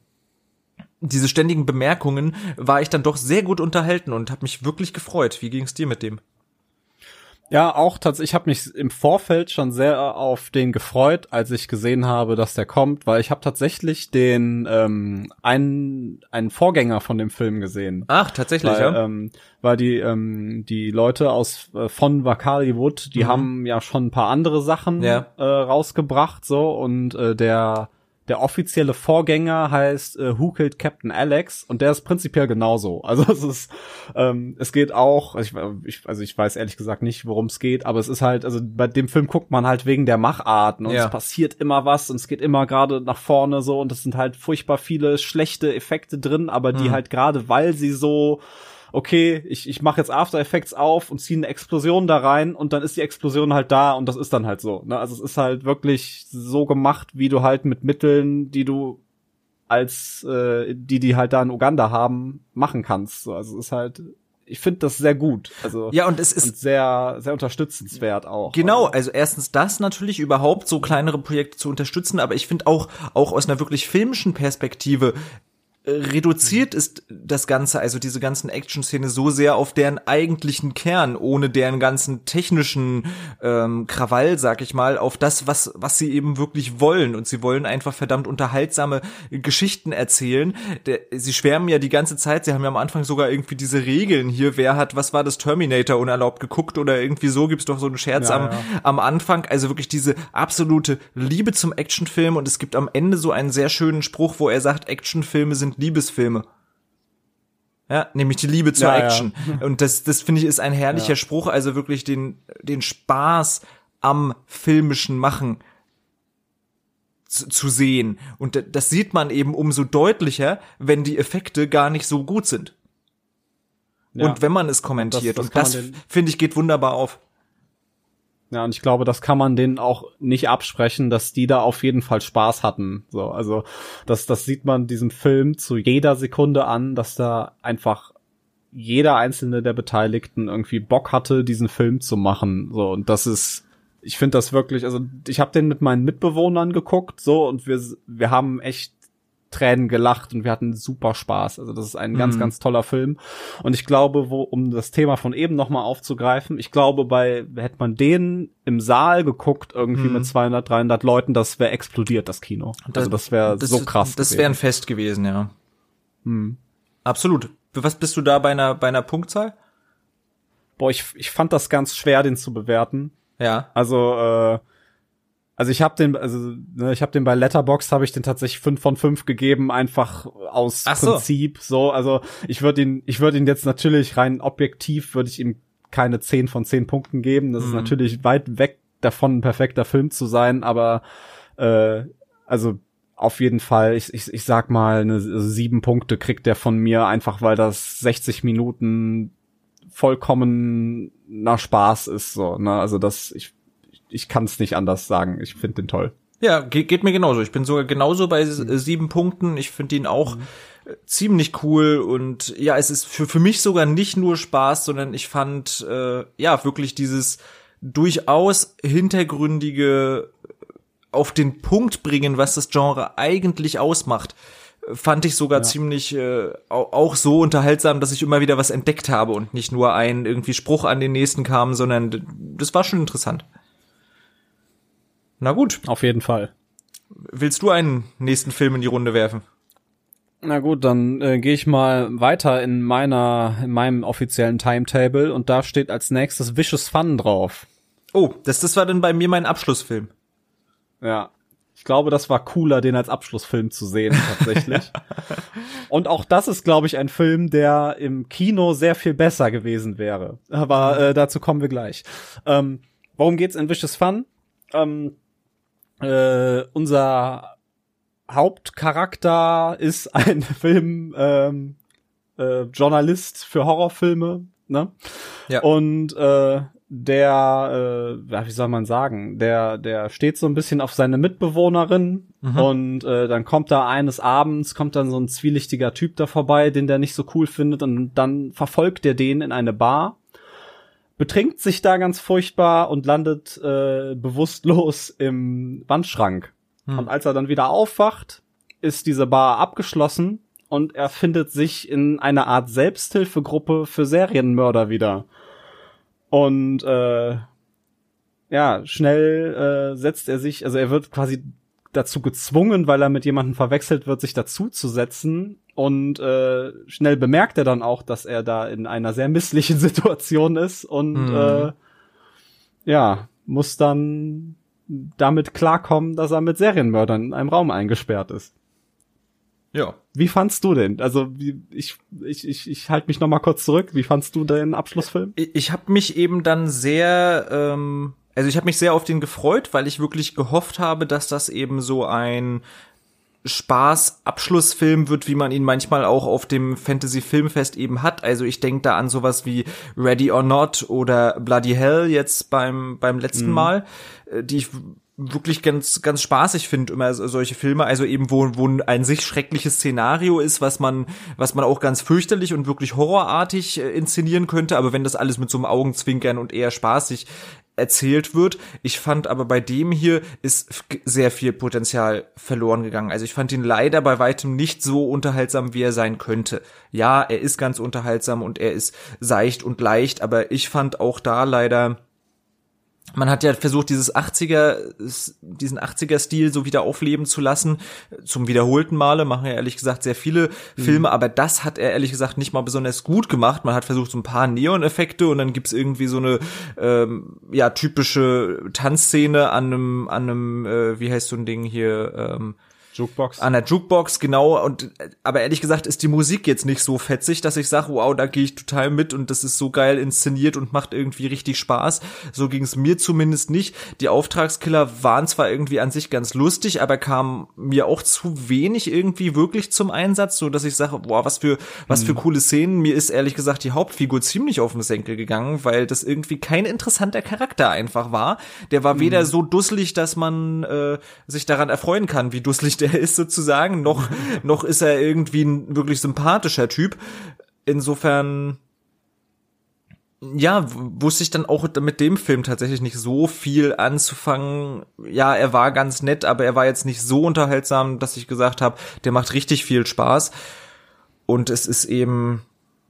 diese ständigen Bemerkungen, war ich dann doch sehr gut unterhalten und habe mich wirklich gefreut. Wie ging's dir mit dem? Ja, auch tatsächlich, ich habe mich im Vorfeld schon sehr auf den gefreut, als ich gesehen habe, dass der kommt, weil ich habe tatsächlich den ähm, einen einen Vorgänger von dem Film gesehen. Ach, tatsächlich, weil, ja. Ähm, weil die ähm, die Leute aus äh, von Wakaliwood, die mhm. haben ja schon ein paar andere Sachen ja. äh, rausgebracht, so und äh, der Der offizielle Vorgänger heißt äh, Who Killed Captain Alex und der ist prinzipiell genauso. Also es ist, ähm, es geht auch, ich, ich, also ich weiß ehrlich gesagt nicht, worum es geht, aber es ist halt, also bei dem Film guckt man halt wegen der Macharten und ja. es passiert immer was und es geht immer gerade nach vorne so und es sind halt furchtbar viele schlechte Effekte drin, aber die mhm. halt gerade, weil sie so okay, ich ich mache jetzt After Effects auf und ziehe eine Explosion da rein und dann ist die Explosion halt da und das ist dann halt so. Ne? Also es ist halt wirklich so gemacht, wie du halt mit Mitteln, die du als äh, die die halt da in Uganda haben, machen kannst. So, also es ist halt, ich finde das sehr gut. Also ja, und es ist und sehr sehr unterstützenswert auch. Genau, also erstens das natürlich überhaupt so kleinere Projekte zu unterstützen, aber ich finde auch auch aus einer wirklich filmischen Perspektive reduziert ist das Ganze, also diese ganzen Action-Szene so sehr auf deren eigentlichen Kern, ohne deren ganzen technischen ähm, Krawall, sag ich mal, auf das, was was sie eben wirklich wollen. Und sie wollen einfach verdammt unterhaltsame Geschichten erzählen. Der, sie schwärmen ja die ganze Zeit, sie haben ja am Anfang sogar irgendwie diese Regeln hier, wer hat, was war das, Terminator unerlaubt geguckt oder irgendwie so, gibt's doch so einen Scherz ja, am, ja. am Anfang. Also wirklich diese absolute Liebe zum Actionfilm und es gibt am Ende so einen sehr schönen Spruch, wo er sagt, Actionfilme sind Liebesfilme. Ja, nämlich die Liebe zur ja, Action. Ja. Und das, das finde ich ist ein herrlicher ja. Spruch, also wirklich den, den Spaß am filmischen Machen zu, zu sehen. Und das sieht man eben umso deutlicher, wenn die Effekte gar nicht so gut sind. Ja. Und wenn man es kommentiert. Und das, das, das finde ich, geht wunderbar auf. Ja, und ich glaube, das kann man denen auch nicht absprechen, dass die da auf jeden Fall Spaß hatten. So, also das, das sieht man diesem Film zu jeder Sekunde an, dass da einfach jeder einzelne der Beteiligten irgendwie Bock hatte, diesen Film zu machen. So, und das ist, ich finde das wirklich, also ich habe den mit meinen Mitbewohnern geguckt, so, und wir wir haben echt Tränen gelacht und wir hatten super Spaß. Also das ist ein mhm. ganz, ganz toller Film. Und ich glaube, wo, um das Thema von eben nochmal aufzugreifen, ich glaube, bei, hätte man den im Saal geguckt, irgendwie mhm. mit zweihundert, dreihundert Leuten, das wäre explodiert, das Kino. Das, also das wäre so krass Das wäre ein Fest gewesen, ja. Mhm. Absolut. Für was bist du da bei einer, bei einer Punktzahl? Boah, ich, ich fand das ganz schwer, den zu bewerten. Ja. Also, äh, Also ich habe den, also ne, ich habe den bei Letterboxd habe ich den tatsächlich fünf von fünf gegeben, einfach aus Ach so. Prinzip. So, also ich würde ihn, ich würde ihn jetzt natürlich rein objektiv würde ich ihm keine zehn von zehn Punkten geben. Das mhm. ist natürlich weit weg davon, ein perfekter Film zu sein, aber äh, also auf jeden Fall, ich, ich, ich sag mal, eine sieben Punkte kriegt der von mir, einfach weil das sechzig Minuten vollkommen nach Spaß ist. So, ne, also das ich Ich kann es nicht anders sagen. Ich finde den toll. Ja, geht, geht mir genauso. Ich bin sogar genauso bei mhm. sieben Punkten. Ich finde ihn auch mhm. ziemlich cool. Und ja, es ist für, für mich sogar nicht nur Spaß, sondern ich fand äh, ja wirklich dieses durchaus hintergründige auf den Punkt bringen, was das Genre eigentlich ausmacht, fand ich sogar ja. ziemlich äh, auch so unterhaltsam, dass ich immer wieder was entdeckt habe und nicht nur ein irgendwie Spruch an den nächsten kam, sondern das war schon interessant. Na gut. Auf jeden Fall. Willst du einen nächsten Film in die Runde werfen? Na gut, dann äh, gehe ich mal weiter in meiner, in meinem offiziellen Timetable und da steht als nächstes Vicious Fun drauf. Oh, das, das war dann bei mir mein Abschlussfilm. Ja. Ich glaube, das war cooler, den als Abschlussfilm zu sehen, tatsächlich. Und auch das ist, glaube ich, ein Film, der im Kino sehr viel besser gewesen wäre. Aber äh, dazu kommen wir gleich. Ähm, worum geht's in Vicious Fun? Ähm, Äh, unser Hauptcharakter ist ein Film ähm, äh, Journalist für Horrorfilme, ne? Ja. Und äh, der, äh, ja, wie soll man sagen, der der steht so ein bisschen auf seine Mitbewohnerin mhm. und äh, dann kommt da eines Abends kommt dann so ein zwielichtiger Typ da vorbei, den der nicht so cool findet, und dann verfolgt er den in eine Bar, betrinkt sich da ganz furchtbar und landet äh, bewusstlos im Wandschrank. Hm. Und als er dann wieder aufwacht, ist diese Bar abgeschlossen und er findet sich in einer Art Selbsthilfegruppe für Serienmörder wieder. Und äh, ja, schnell äh, setzt er sich, also er wird quasi dazu gezwungen, weil er mit jemandem verwechselt wird, sich dazu zu setzen. Und äh, schnell bemerkt er dann auch, dass er da in einer sehr misslichen Situation ist und mhm. äh, ja, muss dann damit klarkommen, dass er mit Serienmördern in einem Raum eingesperrt ist. Ja. Wie fandst du den? Also wie, ich ich ich ich halte mich noch mal kurz zurück. Wie fandst du den Abschlussfilm? Ich, ich habe mich eben dann sehr ähm Also ich habe mich sehr auf den gefreut, weil ich wirklich gehofft habe, dass das eben so ein Spaß-Abschlussfilm wird, wie man ihn manchmal auch auf dem Fantasy-Filmfest eben hat. Also ich denke da an sowas wie Ready or Not oder Bloody Hell jetzt beim beim letzten mhm. Mal, die ich wirklich ganz ganz spaßig finde, immer solche Filme, also eben wo wo ein sich schreckliches Szenario ist, was man was man auch ganz fürchterlich und wirklich horrorartig äh, inszenieren könnte, aber wenn das alles mit so einem Augenzwinkern und eher spaßig erzählt wird. Ich fand aber bei dem hier ist sehr viel Potenzial verloren gegangen. Also ich fand ihn leider bei weitem nicht so unterhaltsam, wie er sein könnte. Ja, er ist ganz unterhaltsam und er ist seicht und leicht, aber ich fand auch da leider, man hat ja versucht, dieses achtziger, diesen achtziger-Stil so wieder aufleben zu lassen. Zum wiederholten Male machen ja ehrlich gesagt sehr viele mhm. Filme, aber das hat er ehrlich gesagt nicht mal besonders gut gemacht. Man hat versucht, so ein paar Neon-Effekte und dann gibt's irgendwie so eine ähm, ja typische Tanzszene an einem, an einem, äh, wie heißt so ein Ding hier, ähm, Jukebox. An der Jukebox, genau. Und aber ehrlich gesagt ist die Musik jetzt nicht so fetzig, dass ich sage, wow, da gehe ich total mit und das ist so geil inszeniert und macht irgendwie richtig Spaß. So ging es mir zumindest nicht. Die Auftragskiller waren zwar irgendwie an sich ganz lustig, aber kamen mir auch zu wenig irgendwie wirklich zum Einsatz, so dass ich sage, boah, was für was für coole Szenen. Mir ist ehrlich gesagt die Hauptfigur ziemlich auf den Senkel gegangen, weil das irgendwie kein interessanter Charakter einfach war. Der war weder so dusselig, dass man äh, sich daran erfreuen kann, wie dusselig der ist sozusagen, noch noch ist er irgendwie ein wirklich sympathischer Typ. Insofern ja, wusste ich dann auch mit dem Film tatsächlich nicht so viel anzufangen. Ja, er war ganz nett, aber er war jetzt nicht so unterhaltsam, dass ich gesagt habe, der macht richtig viel Spaß. Und es ist eben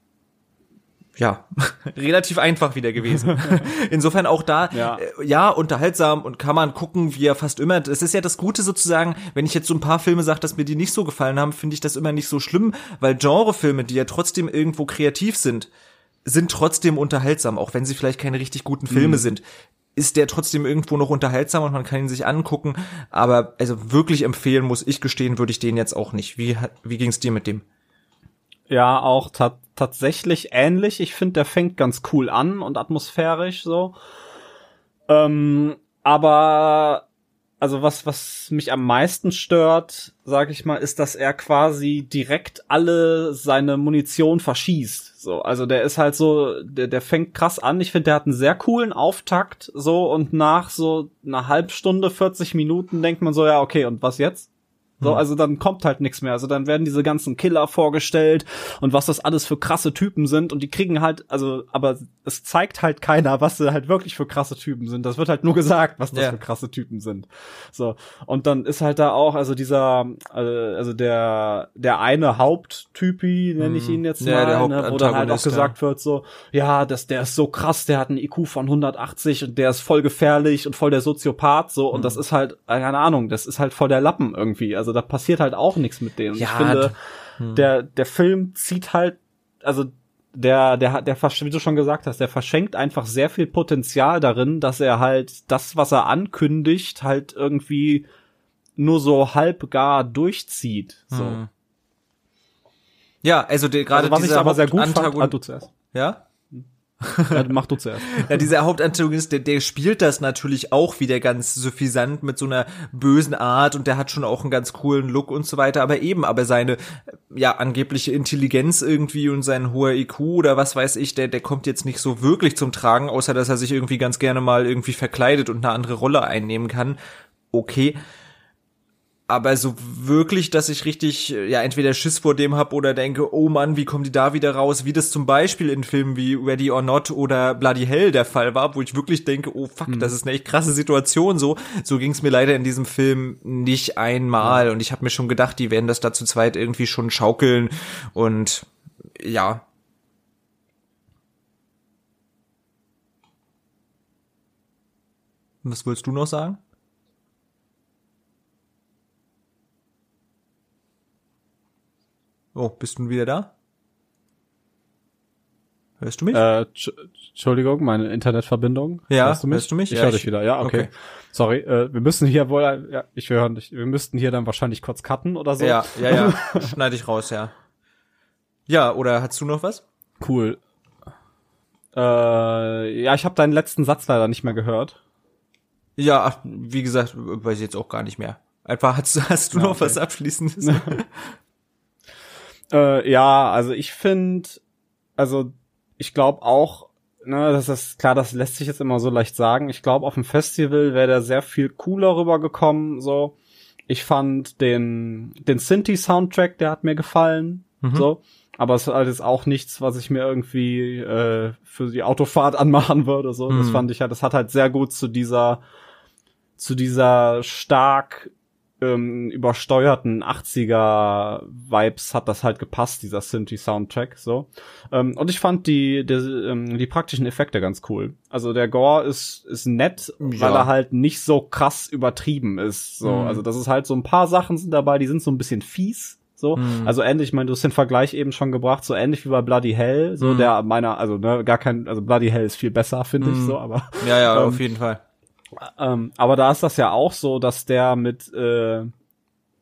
ja, relativ einfach wieder gewesen. Insofern auch da, ja. Äh, ja, unterhaltsam und kann man gucken, wie er fast immer, es ist ja das Gute sozusagen, wenn ich jetzt so ein paar Filme sage, dass mir die nicht so gefallen haben, finde ich das immer nicht so schlimm, weil Genrefilme, die ja trotzdem irgendwo kreativ sind, sind trotzdem unterhaltsam, auch wenn sie vielleicht keine richtig guten Filme mhm. sind. Ist der trotzdem irgendwo noch unterhaltsam und man kann ihn sich angucken, aber also wirklich empfehlen, muss ich gestehen, würde ich den jetzt auch nicht. Wie, wie ging's dir mit dem? Ja, auch ta- tatsächlich ähnlich. Ich finde, der fängt ganz cool an und atmosphärisch so. Ähm, aber also was was mich am meisten stört, sag ich mal, ist, dass er quasi direkt alle seine Munition verschießt. So, also der ist halt so, der der fängt krass an. Ich finde, der hat einen sehr coolen Auftakt so und nach so einer halben Stunde, vierzig Minuten denkt man so, ja, okay, und was jetzt? So, also dann kommt halt nichts mehr. Also dann werden diese ganzen Killer vorgestellt und was das alles für krasse Typen sind und die kriegen halt, also, aber es zeigt halt keiner, was sie halt wirklich für krasse Typen sind. Das wird halt nur gesagt, was das ja. für krasse Typen sind. So. Und dann ist halt da auch, also dieser, also der, der eine Haupttypi, nenne ich ihn jetzt ja, mal, ne, wo dann halt auch gesagt ja. wird so, ja, das, der ist so krass, der hat einen I Q von hundertachtzig und der ist voll gefährlich und voll der Soziopath, so, und mhm. das ist halt, keine Ahnung, das ist halt voll der Lappen irgendwie. Also da passiert halt auch nichts mit denen. Ja, ich finde, hm. der der Film zieht halt, also der der der wie du schon gesagt hast, der verschenkt einfach sehr viel Potenzial darin, dass er halt das, was er ankündigt, halt irgendwie nur so halb gar durchzieht. So. Hm. Ja, also gerade also, was dieser ich aber sehr gut Antagon- fand, ah, du zuerst. Ja? Ja, mach du zuerst. Ja, dieser Hauptantagonist, der, der spielt das natürlich auch wieder ganz suffisant mit so einer bösen Art und der hat schon auch einen ganz coolen Look und so weiter, aber eben, aber seine, ja, angebliche Intelligenz irgendwie und sein hoher I Q oder was weiß ich, der, der kommt jetzt nicht so wirklich zum Tragen, außer dass er sich irgendwie ganz gerne mal irgendwie verkleidet und eine andere Rolle einnehmen kann. Okay. Aber so wirklich, dass ich richtig, ja, entweder Schiss vor dem hab oder denke, oh Mann, wie kommen die da wieder raus? Wie das zum Beispiel in Filmen wie Ready or Not oder Bloody Hell der Fall war, wo ich wirklich denke, oh fuck, mhm. das ist eine echt krasse Situation. So so ging's mir leider in diesem Film nicht einmal. Und ich habe mir schon gedacht, die werden das da zu zweit irgendwie schon schaukeln. Und ja. Was willst du noch sagen? Oh, bist du wieder da? Hörst du mich? Äh, Entschuldigung, meine Internetverbindung. Ja, hörst du mich? Hörst du mich? Ich ja, höre dich wieder. Ja, okay. okay. Sorry, äh, wir müssen hier wohl, ja, ich höre dich. Wir müssten hier dann wahrscheinlich kurz cutten oder so. Ja, ja, ja. Schneide ich raus, ja. Ja, oder hast du noch was? Cool. Äh, ja, ich habe deinen letzten Satz leider nicht mehr gehört. Ja, ach, wie gesagt, weiß ich jetzt auch gar nicht mehr. Einfach, hast, hast du ja, noch okay. was Abschließendes? Äh, ja, also ich finde, also ich glaube auch, ne, das ist klar, das lässt sich jetzt immer so leicht sagen. Ich glaube, auf dem Festival wäre der sehr viel cooler rübergekommen. So, ich fand den den Sinti-Soundtrack, der hat mir gefallen. Mhm. So, aber es ist halt jetzt auch nichts, was ich mir irgendwie äh, für die Autofahrt anmachen würde. So, mhm. das fand ich halt, das hat halt sehr gut zu dieser zu dieser stark ähm, übersteuerten achtziger-Vibes hat das halt gepasst, dieser Synthi-Soundtrack, so. Ähm, und ich fand die, die, ähm, die praktischen Effekte ganz cool. Also der Gore ist, ist nett, ja. weil er halt nicht so krass übertrieben ist, so. Mhm. Also das ist halt so ein paar Sachen sind dabei, die sind so ein bisschen fies, so. Mhm. Also ähnlich, ich meine, du hast den Vergleich eben schon gebracht, so ähnlich wie bei Bloody Hell, so, mhm. der meiner, also, ne, gar kein, also Bloody Hell ist viel besser, finde mhm. ich, so, aber. Ja, ja, ähm, auf jeden Fall. Ähm, aber da ist das ja auch so, dass der mit äh,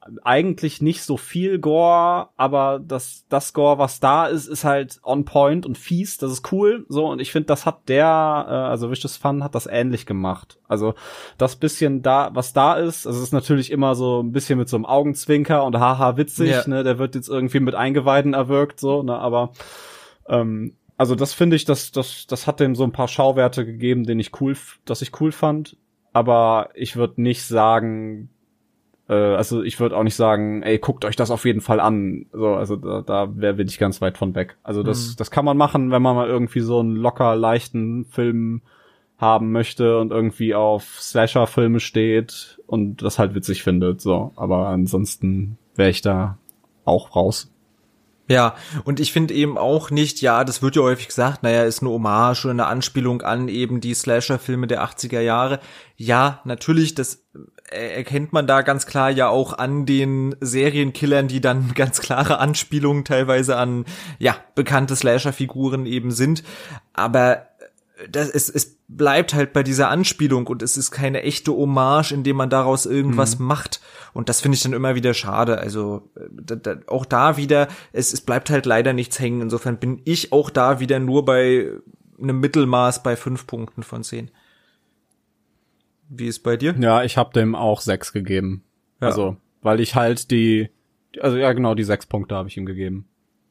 eigentlich nicht so viel Gore, aber das das Gore, was da ist, ist halt on point und fies, das ist cool, so, und ich finde, das hat der, äh, also Vicious Fun hat das ähnlich gemacht. Also das bisschen da, was da ist, also es ist natürlich immer so ein bisschen mit so einem Augenzwinker und haha witzig, ja. ne, der wird jetzt irgendwie mit Eingeweiden erwürgt, so, ne, aber ähm, also das finde ich, das das das hat dem so ein paar Schauwerte gegeben, den ich cool, dass ich cool fand, aber ich würde nicht sagen, also ich würde auch nicht sagen, ey, guckt euch das auf jeden Fall an. So, also da, da wäre bin ich ganz weit von weg. Also das, mhm. das kann man machen, wenn man mal irgendwie so einen locker leichten Film haben möchte und irgendwie auf Slasher-Filme steht und das halt witzig findet. So, aber ansonsten wäre ich da auch raus. Ja, und ich finde eben auch nicht, ja, das wird ja häufig gesagt, naja, ist eine Hommage oder eine Anspielung an eben die Slasher-Filme der achtziger Jahre. Ja, natürlich, das erkennt man da ganz klar ja auch an den Serienkillern, die dann ganz klare Anspielungen teilweise an, ja, bekannte Slasher-Figuren eben sind. Aber das, es, es bleibt halt bei dieser Anspielung und es ist keine echte Hommage, indem man daraus irgendwas mhm. macht. Und das finde ich dann immer wieder schade. Also da, da, auch da wieder, es, es bleibt halt leider nichts hängen. Insofern bin ich auch da wieder nur bei einem Mittelmaß bei fünf Punkten von zehn. Wie ist bei dir? Ja, ich habe dem auch sechs gegeben. Ja. Also, weil ich halt die, also ja genau, die sechs Punkte habe ich ihm gegeben.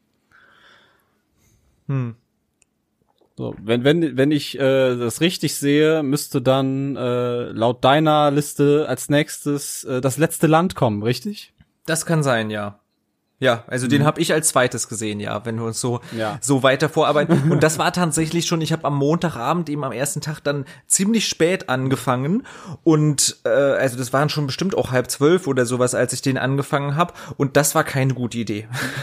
Hm. So, wenn wenn wenn ich äh, das richtig sehe, müsste dann äh, laut deiner Liste als nächstes äh, das letzte Land kommen, richtig? Das kann sein, ja. Ja, also mhm. den habe ich als zweites gesehen, ja, wenn wir uns so ja. so weiter vorarbeiten. Und das war tatsächlich schon, ich habe am Montagabend eben am ersten Tag dann ziemlich spät angefangen und äh, also das waren schon bestimmt auch halb zwölf oder sowas, als ich den angefangen habe und das war keine gute Idee.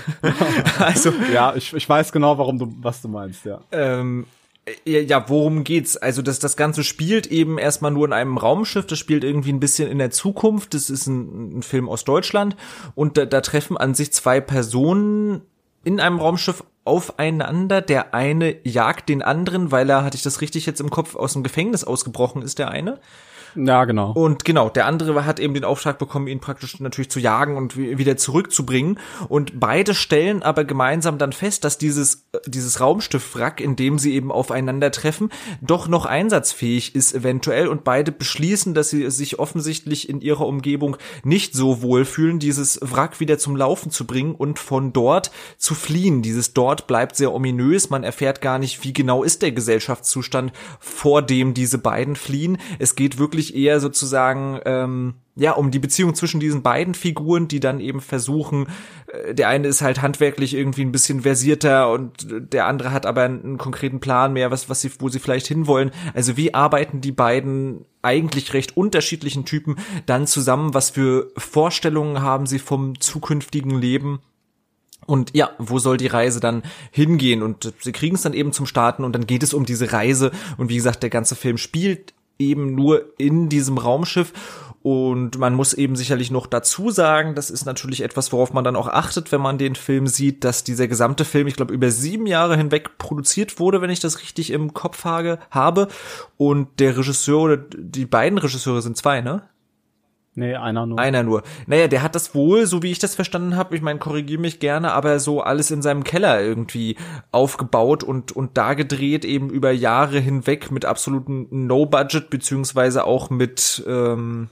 Also ja, ich ich weiß genau, warum du was du meinst, ja. Ähm, Ja, worum geht's? Also das das Ganze spielt eben erstmal nur in einem Raumschiff, das spielt irgendwie ein bisschen in der Zukunft, das ist ein, ein Film aus Deutschland und da, da treffen an sich zwei Personen in einem Raumschiff aufeinander, der eine jagt den anderen, weil er, hatte ich das richtig jetzt im Kopf, aus dem Gefängnis ausgebrochen ist, der eine. Ja, genau. Und genau, der andere hat eben den Auftrag bekommen, ihn praktisch natürlich zu jagen und wieder zurückzubringen. Und beide stellen aber gemeinsam dann fest, dass dieses dieses Raumschiff-Wrack, in dem sie eben aufeinandertreffen, doch noch einsatzfähig ist eventuell. Und beide beschließen, dass sie sich offensichtlich in ihrer Umgebung nicht so wohlfühlen, dieses Wrack wieder zum Laufen zu bringen und von dort zu fliehen. Dieses dort bleibt sehr ominös. Man erfährt gar nicht, wie genau ist der Gesellschaftszustand, vor dem diese beiden fliehen. Es geht wirklich eher sozusagen ähm, ja um die Beziehung zwischen diesen beiden Figuren, die dann eben versuchen, äh, der eine ist halt handwerklich irgendwie ein bisschen versierter und der andere hat aber einen, einen konkreten Plan mehr, was was sie wo sie vielleicht hinwollen. Also wie arbeiten die beiden eigentlich recht unterschiedlichen Typen dann zusammen? Was für Vorstellungen haben sie vom zukünftigen Leben? Und ja, wo soll die Reise dann hingehen? Und sie kriegen es dann eben zum Starten und dann geht es um diese Reise. Und wie gesagt, der ganze Film spielt eben nur in diesem Raumschiff und man muss eben sicherlich noch dazu sagen, das ist natürlich etwas, worauf man dann auch achtet, wenn man den Film sieht, dass dieser gesamte Film, ich glaube, über sieben Jahre hinweg produziert wurde, wenn ich das richtig im Kopf habe und der Regisseur oder die beiden Regisseure sind zwei, ne? Nee, einer nur. Einer nur. Naja, der hat das wohl, so wie ich das verstanden habe, ich meine, korrigiere mich gerne, aber so alles in seinem Keller irgendwie aufgebaut und und da gedreht, eben über Jahre hinweg mit absolutem No-Budget, beziehungsweise auch mit ähm,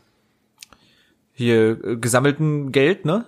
hier äh, gesammeltem Geld, ne?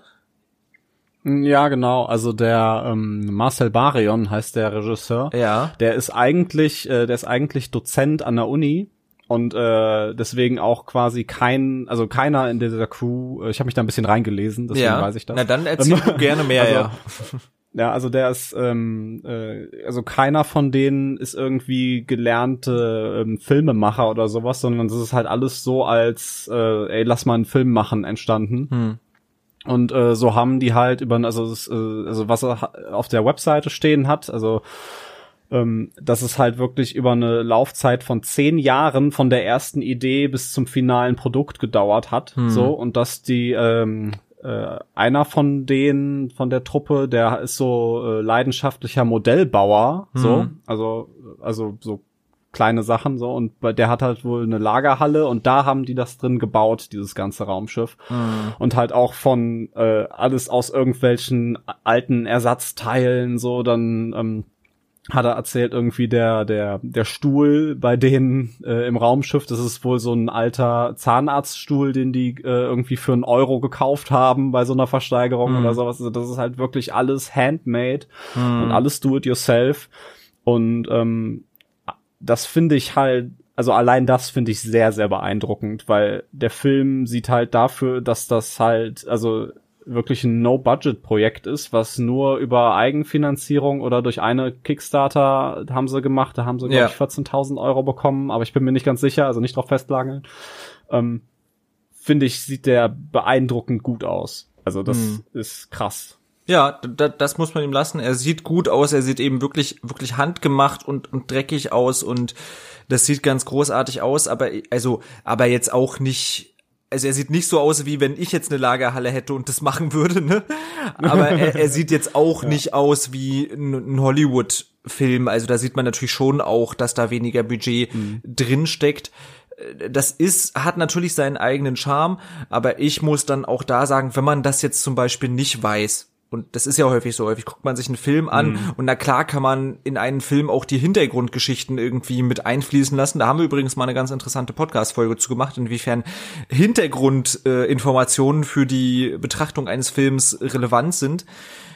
Ja, genau. Also der ähm, Marcel Barion heißt der Regisseur. Ja. Der ist eigentlich, äh, der ist eigentlich Dozent an der Uni. Und äh, deswegen auch quasi kein, also keiner in dieser Crew, äh, ich habe mich da ein bisschen reingelesen, deswegen ja. weiß ich das. Na dann erzähl du gerne mehr, also, ja. Ja, also der ist, ähm, äh, also keiner von denen ist irgendwie gelernte ähm, Filmemacher oder sowas, sondern das ist halt alles so als, äh, ey, lass mal einen Film machen entstanden. Hm. Und äh, so haben die halt über, also, das, äh, also was er auf der Webseite stehen hat, also Ähm, dass es halt wirklich über eine Laufzeit von zehn Jahren von der ersten Idee bis zum finalen Produkt gedauert hat, hm. so, und dass die ähm, äh, einer von denen von der Truppe, der ist so äh, leidenschaftlicher Modellbauer, hm. so, also also so kleine Sachen so und bei der hat halt wohl eine Lagerhalle und da haben die das drin gebaut, dieses ganze Raumschiff. Mhm. Und halt auch von äh, alles aus irgendwelchen alten Ersatzteilen so, dann ähm, hat er erzählt, irgendwie der der der Stuhl bei denen äh, im Raumschiff, das ist wohl so ein alter Zahnarztstuhl, den die äh, irgendwie für einen Euro gekauft haben bei so einer Versteigerung mhm. oder sowas. Also das ist halt wirklich alles handmade mhm. und alles do it yourself. Und ähm, das finde ich halt, also allein das finde ich sehr, sehr beeindruckend, weil der Film sieht halt dafür, dass das halt, also wirklich ein No-Budget-Projekt ist, was nur über Eigenfinanzierung oder durch eine Kickstarter haben sie gemacht. Da haben sie, glaube ja. ich, vierzehntausend Euro bekommen, aber ich bin mir nicht ganz sicher, also nicht drauf festlageln. Ähm, finde ich, sieht der beeindruckend gut aus. Also das hm. ist krass. Ja, d- das muss man ihm lassen. Er sieht gut aus, er sieht eben wirklich wirklich handgemacht und und dreckig aus und das sieht ganz großartig aus, aber also aber jetzt auch nicht. Also er sieht nicht so aus, wie wenn ich jetzt eine Lagerhalle hätte und das machen würde, ne? Aber er, er sieht jetzt auch ja. nicht aus wie ein, ein Hollywood-Film. Also da sieht man natürlich schon auch, dass da weniger Budget mhm. drin steckt. Das ist, hat natürlich seinen eigenen Charme, aber ich muss dann auch da sagen, wenn man das jetzt zum Beispiel nicht weiß, und das ist ja häufig so, häufig guckt man sich einen Film an mhm. und na klar kann man in einen Film auch die Hintergrundgeschichten irgendwie mit einfließen lassen. Da haben wir übrigens mal eine ganz interessante Podcast-Folge zu gemacht, inwiefern Hintergrundinformationen äh, für die Betrachtung eines Films relevant sind.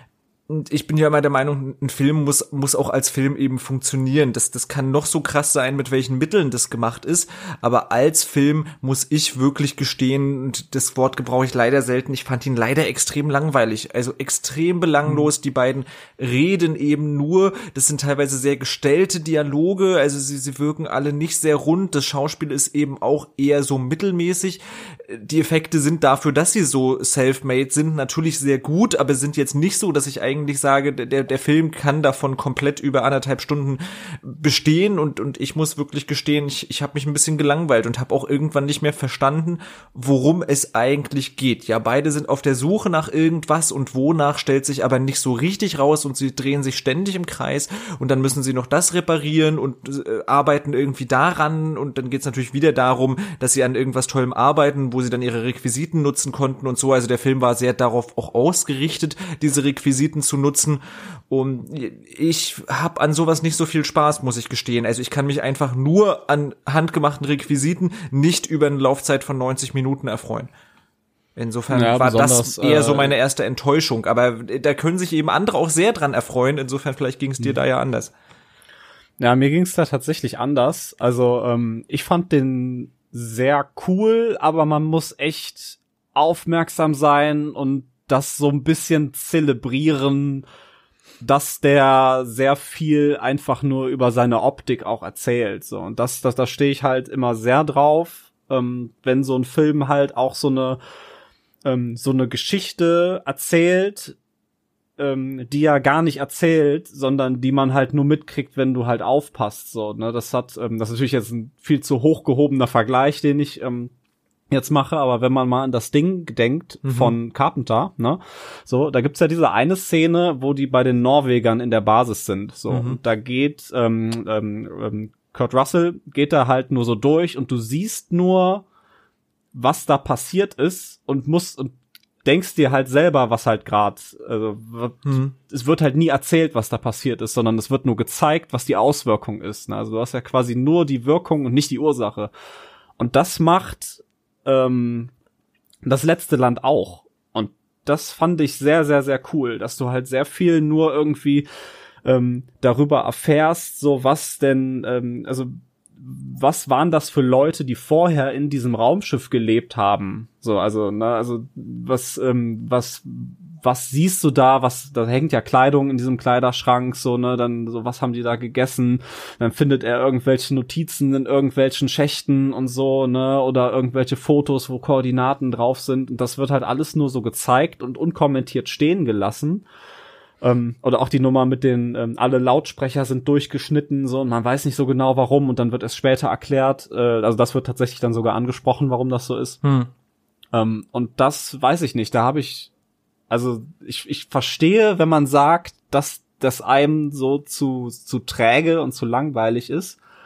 Und ich bin ja immer der Meinung, ein Film muss muss auch als Film eben funktionieren. Das das kann noch so krass sein, mit welchen Mitteln das gemacht ist, aber als Film muss ich wirklich gestehen, und das Wort gebrauche ich leider selten, ich fand ihn leider extrem langweilig, also extrem belanglos. Mhm. Die beiden reden eben nur, das sind teilweise sehr gestellte Dialoge, also sie sie wirken alle nicht sehr rund, das Schauspiel ist eben auch eher so mittelmäßig. Die Effekte sind dafür, dass sie so self-made sind, natürlich sehr gut, aber sind jetzt nicht so, dass ich eigentlich eigentlich sage, der der Film kann davon komplett über anderthalb Stunden bestehen und und ich muss wirklich gestehen, ich ich habe mich ein bisschen gelangweilt und habe auch irgendwann nicht mehr verstanden, worum es eigentlich geht. Ja, beide sind auf der Suche nach irgendwas und wonach stellt sich aber nicht so richtig raus und sie drehen sich ständig im Kreis und dann müssen sie noch das reparieren und äh, arbeiten irgendwie daran und dann geht's natürlich wieder darum, dass sie an irgendwas Tollem arbeiten, wo sie dann ihre Requisiten nutzen konnten und so. Also der Film war sehr darauf auch ausgerichtet, diese Requisiten zu nutzen und ich habe an sowas nicht so viel Spaß, muss ich gestehen. Also ich kann mich einfach nur an handgemachten Requisiten nicht über eine Laufzeit von neunzig Minuten erfreuen. Insofern ja, war das eher äh, so meine erste Enttäuschung, aber da können sich eben andere auch sehr dran erfreuen, insofern vielleicht ging es dir da ja anders. Ja, mir ging es da tatsächlich anders. Also ähm, ich fand den sehr cool, aber man muss echt aufmerksam sein und das so ein bisschen zelebrieren, dass der sehr viel einfach nur über seine Optik auch erzählt. So, und das, das, da stehe ich halt immer sehr drauf, ähm, wenn so ein Film halt auch so eine ähm, so eine Geschichte erzählt, ähm, die er gar nicht erzählt, sondern die man halt nur mitkriegt, wenn du halt aufpasst. So, ne, das hat, ähm, das ist natürlich jetzt ein viel zu hochgehobener Vergleich, den ich ähm, jetzt mache, aber wenn man mal an das Ding denkt mhm. von Carpenter, ne, so, da gibt's ja diese eine Szene, wo die bei den Norwegern in der Basis sind, so, mhm. und da geht ähm, ähm, Kurt Russell geht da halt nur so durch und du siehst nur, was da passiert ist und musst und denkst dir halt selber, was halt gerade, also mhm. es wird halt nie erzählt, was da passiert ist, sondern es wird nur gezeigt, was die Auswirkung ist, ne? Also du hast ja quasi nur die Wirkung und nicht die Ursache. Und das macht ähm, das letzte Land auch. Und das fand ich sehr, sehr, sehr cool, dass du halt sehr viel nur irgendwie ähm, darüber erfährst, so was denn, ähm, also was waren das für Leute, die vorher in diesem Raumschiff gelebt haben? So, also, ne, also was, ähm, was, was siehst du da? Was, da hängt ja Kleidung in diesem Kleiderschrank, so, ne, dann so, was haben die da gegessen? Dann findet er irgendwelche Notizen in irgendwelchen Schächten und so, ne, oder irgendwelche Fotos, wo Koordinaten drauf sind. Und das wird halt alles nur so gezeigt und unkommentiert stehen gelassen. Ähm, oder auch die Nummer mit den, ähm, alle Lautsprecher sind durchgeschnitten, so, und man weiß nicht so genau warum, und dann wird es später erklärt, äh, also das wird tatsächlich dann sogar angesprochen, warum das so ist. Hm. Ähm, und das weiß ich nicht, da habe ich, also ich, ich verstehe, wenn man sagt, dass das einem so zu, zu träge und zu langweilig ist,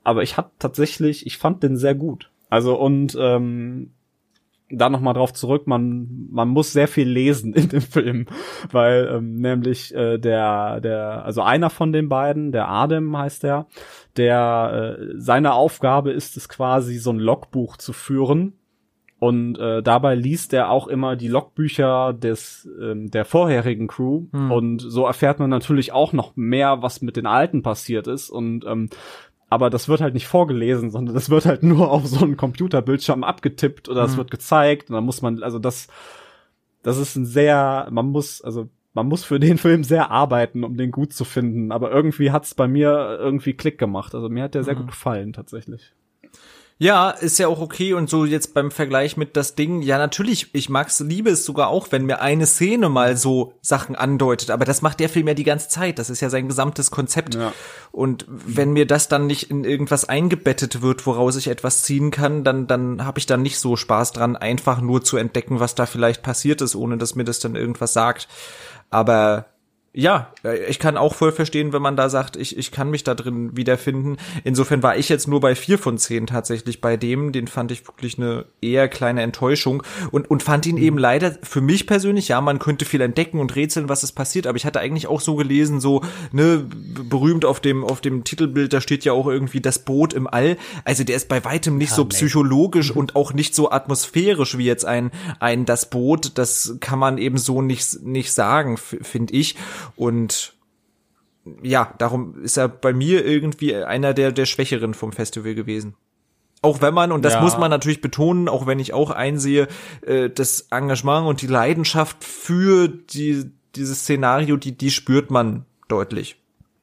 aber ich hatte tatsächlich, ich fand den sehr gut. Also und ähm, da nochmal drauf zurück, man man muss sehr viel lesen in dem Film, weil ähm, nämlich äh, der der also einer von den beiden, der Adem heißt der, der äh, seine Aufgabe ist es quasi so ein Logbuch zu führen und äh, dabei liest er auch immer die Logbücher des ähm, der vorherigen Crew hm. und so erfährt man natürlich auch noch mehr, was mit den Alten passiert ist und ähm, aber das wird halt nicht vorgelesen, sondern das wird halt nur auf so einen Computerbildschirm abgetippt oder es mhm. wird gezeigt und dann muss man, also das, das ist ein sehr, man muss, also man muss für den Film sehr arbeiten, um den gut zu finden, aber irgendwie hat's bei mir irgendwie Klick gemacht, also mir hat der sehr mhm. gut gefallen, tatsächlich. Ja, ist ja auch okay und so jetzt beim Vergleich mit das Ding, ja natürlich, ich mag's, liebe es sogar auch, wenn mir eine Szene mal so Sachen andeutet, aber das macht der Film ja die ganze Zeit, das ist ja sein gesamtes Konzept ja. und wenn mir das dann nicht in irgendwas eingebettet wird, woraus ich etwas ziehen kann, dann dann habe ich dann nicht so Spaß dran, einfach nur zu entdecken, was da vielleicht passiert ist, ohne dass mir das dann irgendwas sagt, aber ja, ich kann auch voll verstehen, wenn man da sagt, ich ich kann mich da drin wiederfinden. Insofern war ich jetzt nur bei vier von zehn tatsächlich bei dem. Den fand ich wirklich eine eher kleine Enttäuschung und und fand ihn eben leider für mich persönlich, ja, man könnte viel entdecken und rätseln, was ist passiert, aber ich hatte eigentlich auch so gelesen, so, ne, berühmt auf dem auf dem Titelbild, da steht ja auch irgendwie das Boot im All. Also der ist bei weitem nicht ja, so nee. psychologisch und auch nicht so atmosphärisch wie jetzt ein ein das Boot. Das kann man eben so nicht nicht sagen, finde ich. Und ja, darum ist er bei mir irgendwie einer der der Schwächeren vom Festival gewesen. Auch wenn man, und das ja. muss man natürlich betonen, auch wenn ich auch einsehe, äh, das Engagement und die Leidenschaft für die dieses Szenario, die die spürt man deutlich.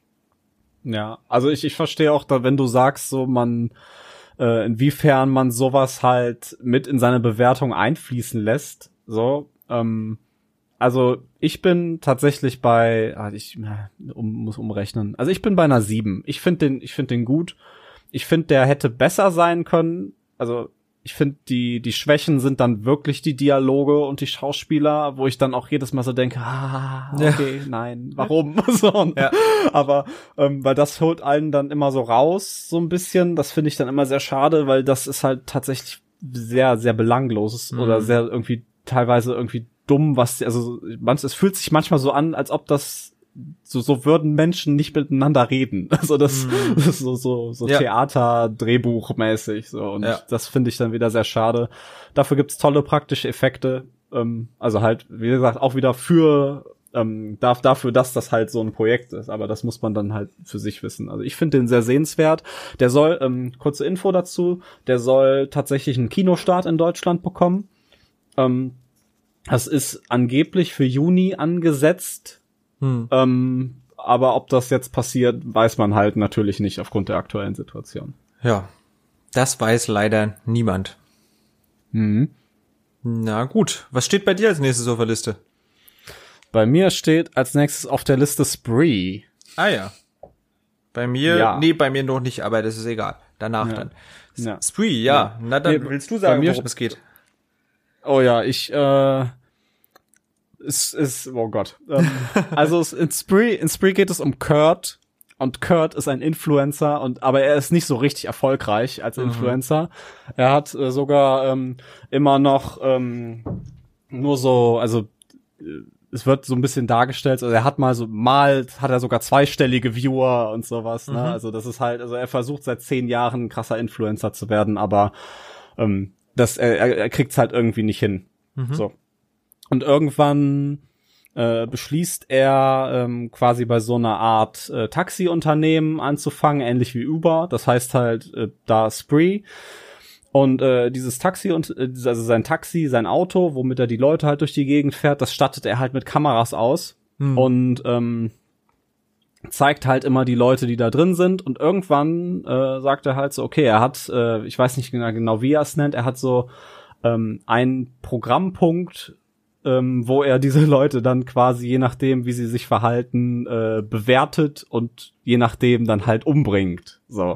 Ja, also ich ich verstehe auch, da wenn du sagst, so man äh, inwiefern man sowas halt mit in seine Bewertung einfließen lässt, so ähm also ich bin tatsächlich bei, ah, ich um, muss umrechnen. Also ich bin bei einer sieben. Ich finde den, ich finde den gut. Ich finde, der hätte besser sein können. Also ich finde, die die Schwächen sind dann wirklich die Dialoge und die Schauspieler, wo ich dann auch jedes Mal so denke, ah, okay, ja. nein, warum? so, ja. Aber ähm, weil das holt allen dann immer so raus, so ein bisschen. Das finde ich dann immer sehr schade, weil das ist halt tatsächlich sehr, sehr belanglos mhm. oder sehr irgendwie teilweise irgendwie dumm, was, also manch, es fühlt sich manchmal so an, als ob das so so würden Menschen nicht miteinander reden. Also das, mm. das ist so so so ja. Theater-Drehbuch-mäßig so und ja. das finde ich dann wieder sehr schade. Dafür gibt's tolle praktische Effekte, ähm, also halt wie gesagt auch wieder für ähm, darf dafür, dass das halt so ein Projekt ist, aber das muss man dann halt für sich wissen. Also ich finde den sehr sehenswert. Der soll ähm, kurze Info dazu, der soll tatsächlich einen Kinostart in Deutschland bekommen. Ähm, Das ist angeblich für Juni angesetzt, hm. ähm, aber ob das jetzt passiert, weiß man halt natürlich nicht aufgrund der aktuellen Situation. Ja, das weiß leider niemand. Mhm. Na gut, was steht bei dir als nächstes auf der Liste? Bei mir steht als nächstes auf der Liste Spree. Ah ja. Bei mir, ja. nee, bei mir noch nicht, aber das ist egal. Danach ja. dann. Ja. Spree, ja. ja. Na dann nee, willst du sagen, worum es geht? Oh ja, ich, äh, es ist, oh Gott. Ähm, also in Spree, in Spree geht es um Kurt und Kurt ist ein Influencer und, aber er ist nicht so richtig erfolgreich als Influencer. Mhm. Er hat äh, sogar ähm, immer noch ähm, nur so, also äh, es wird so ein bisschen dargestellt, also er hat mal so, mal hat er sogar zweistellige Viewer und sowas, ne? Mhm. Also das ist halt, also er versucht seit zehn Jahren ein krasser Influencer zu werden, aber ähm, das, er, er kriegt's halt irgendwie nicht hin. Mhm. So. Und irgendwann äh, beschließt er ähm, quasi bei so einer Art äh, Taxiunternehmen anzufangen, ähnlich wie Uber. Das heißt halt äh, da Spree. Und äh, dieses Taxi und äh, also sein Taxi, sein Auto, womit er die Leute halt durch die Gegend fährt, das stattet er halt mit Kameras aus mhm. und ähm, zeigt halt immer die Leute, die da drin sind. Und irgendwann äh, sagt er halt so, okay, er hat, äh, ich weiß nicht genau, genau wie er es nennt, er hat so ähm, einen Programmpunkt, ähm, wo er diese Leute dann quasi, je nachdem, wie sie sich verhalten, äh, bewertet und je nachdem dann halt umbringt. So.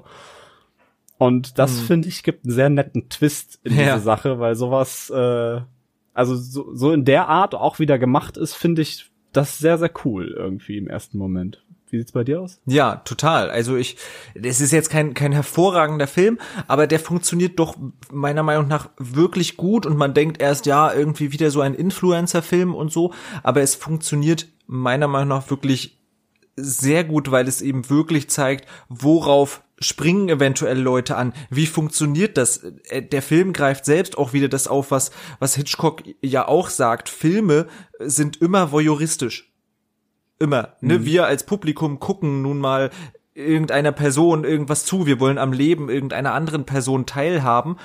Und das, hm. finde ich, gibt einen sehr netten Twist in ja. diese Sache, weil sowas, äh, also so, so in der Art auch wieder gemacht ist, finde ich das sehr, sehr cool irgendwie im ersten Moment. Wie sieht's bei dir aus? Ja, total. Also ich, es ist jetzt kein kein hervorragender Film, aber der funktioniert doch meiner Meinung nach wirklich gut und man denkt erst, ja, irgendwie wieder so ein Influencer-Film und so, aber es funktioniert meiner Meinung nach wirklich sehr gut, weil es eben wirklich zeigt, worauf springen eventuell Leute an, wie funktioniert das? Der Film greift selbst auch wieder das auf, was was Hitchcock ja auch sagt, Filme sind immer voyeuristisch. Immer, ne? Mhm. Wir als Publikum gucken nun mal irgendeiner Person irgendwas zu. Wir wollen am Leben irgendeiner anderen Person teilhaben.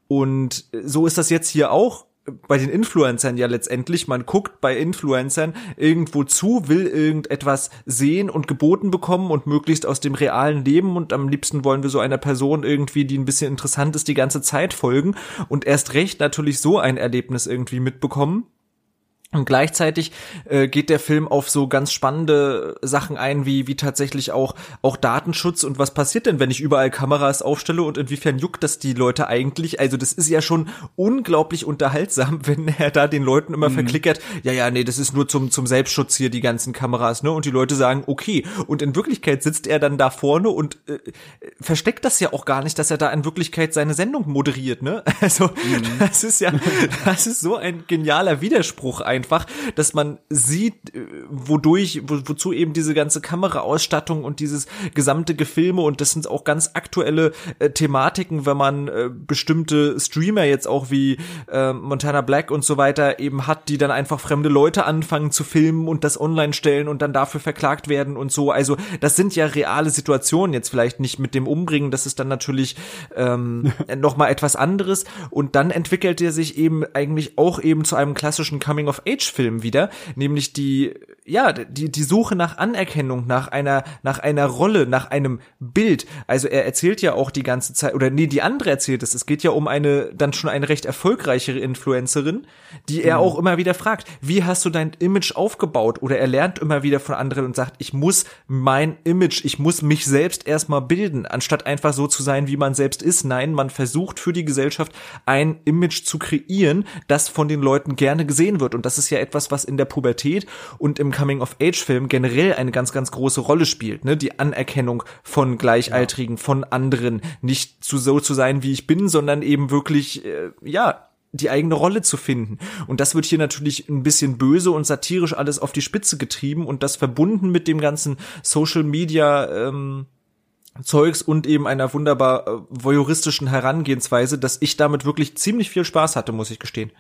Und so ist das jetzt hier auch bei den Influencern ja letztendlich. Man guckt bei Influencern irgendwo zu, will irgendetwas sehen und geboten bekommen und möglichst aus dem realen Leben. Und am liebsten wollen wir so einer Person irgendwie, die ein bisschen interessant ist, die ganze Zeit folgen. Und erst recht natürlich so ein Erlebnis irgendwie mitbekommen. Und gleichzeitig äh, geht der Film auf so ganz spannende Sachen ein, wie wie tatsächlich auch auch Datenschutz und was passiert denn, wenn ich überall Kameras aufstelle und inwiefern juckt das die Leute eigentlich? Also das ist ja schon unglaublich unterhaltsam, wenn er da den Leuten immer mhm. verklickert, ja, ja, nee, das ist nur zum zum Selbstschutz hier, die ganzen Kameras, ne? Und die Leute sagen, okay. Und in Wirklichkeit sitzt er dann da vorne und äh, versteckt das ja auch gar nicht, dass er da in Wirklichkeit seine Sendung moderiert, ne? Also mhm. das ist ja, das ist so ein genialer Widerspruch ein. Einfach, dass man sieht, wodurch, wo, wozu eben diese ganze Kameraausstattung und dieses gesamte Gefilme und das sind auch ganz aktuelle äh, Thematiken, wenn man äh, bestimmte Streamer jetzt auch wie äh, Montana Black und so weiter eben hat, die dann einfach fremde Leute anfangen zu filmen und das online stellen und dann dafür verklagt werden und so. Also das sind ja reale Situationen, jetzt vielleicht nicht mit dem Umbringen, das ist dann natürlich ähm, nochmal etwas anderes und dann entwickelt er sich eben eigentlich auch eben zu einem klassischen Coming-of-Age Film wieder, nämlich die, ja, die, die Suche nach Anerkennung, nach einer, nach einer Rolle, nach einem Bild. Also er erzählt ja auch die ganze Zeit, oder nee, die andere erzählt es. Es geht ja um eine, dann schon eine recht erfolgreichere Influencerin, die er mhm. auch immer wieder fragt, wie hast du dein Image aufgebaut? Oder er lernt immer wieder von anderen und sagt, ich muss mein Image, ich muss mich selbst erstmal bilden, anstatt einfach so zu sein, wie man selbst ist. Nein, man versucht für die Gesellschaft ein Image zu kreieren, das von den Leuten gerne gesehen wird. Und das ist ja etwas, was in der Pubertät und im Coming-of-Age-Film generell eine ganz, ganz große Rolle spielt, ne? Die Anerkennung von Gleichaltrigen, ja. von anderen, nicht zu so zu sein, wie ich bin, sondern eben wirklich, äh, ja, die eigene Rolle zu finden. Und das wird hier natürlich ein bisschen böse und satirisch alles auf die Spitze getrieben und das verbunden mit dem ganzen Social-Media, ähm, Zeugs und eben einer wunderbar äh, voyeuristischen Herangehensweise, dass ich damit wirklich ziemlich viel Spaß hatte, muss ich gestehen.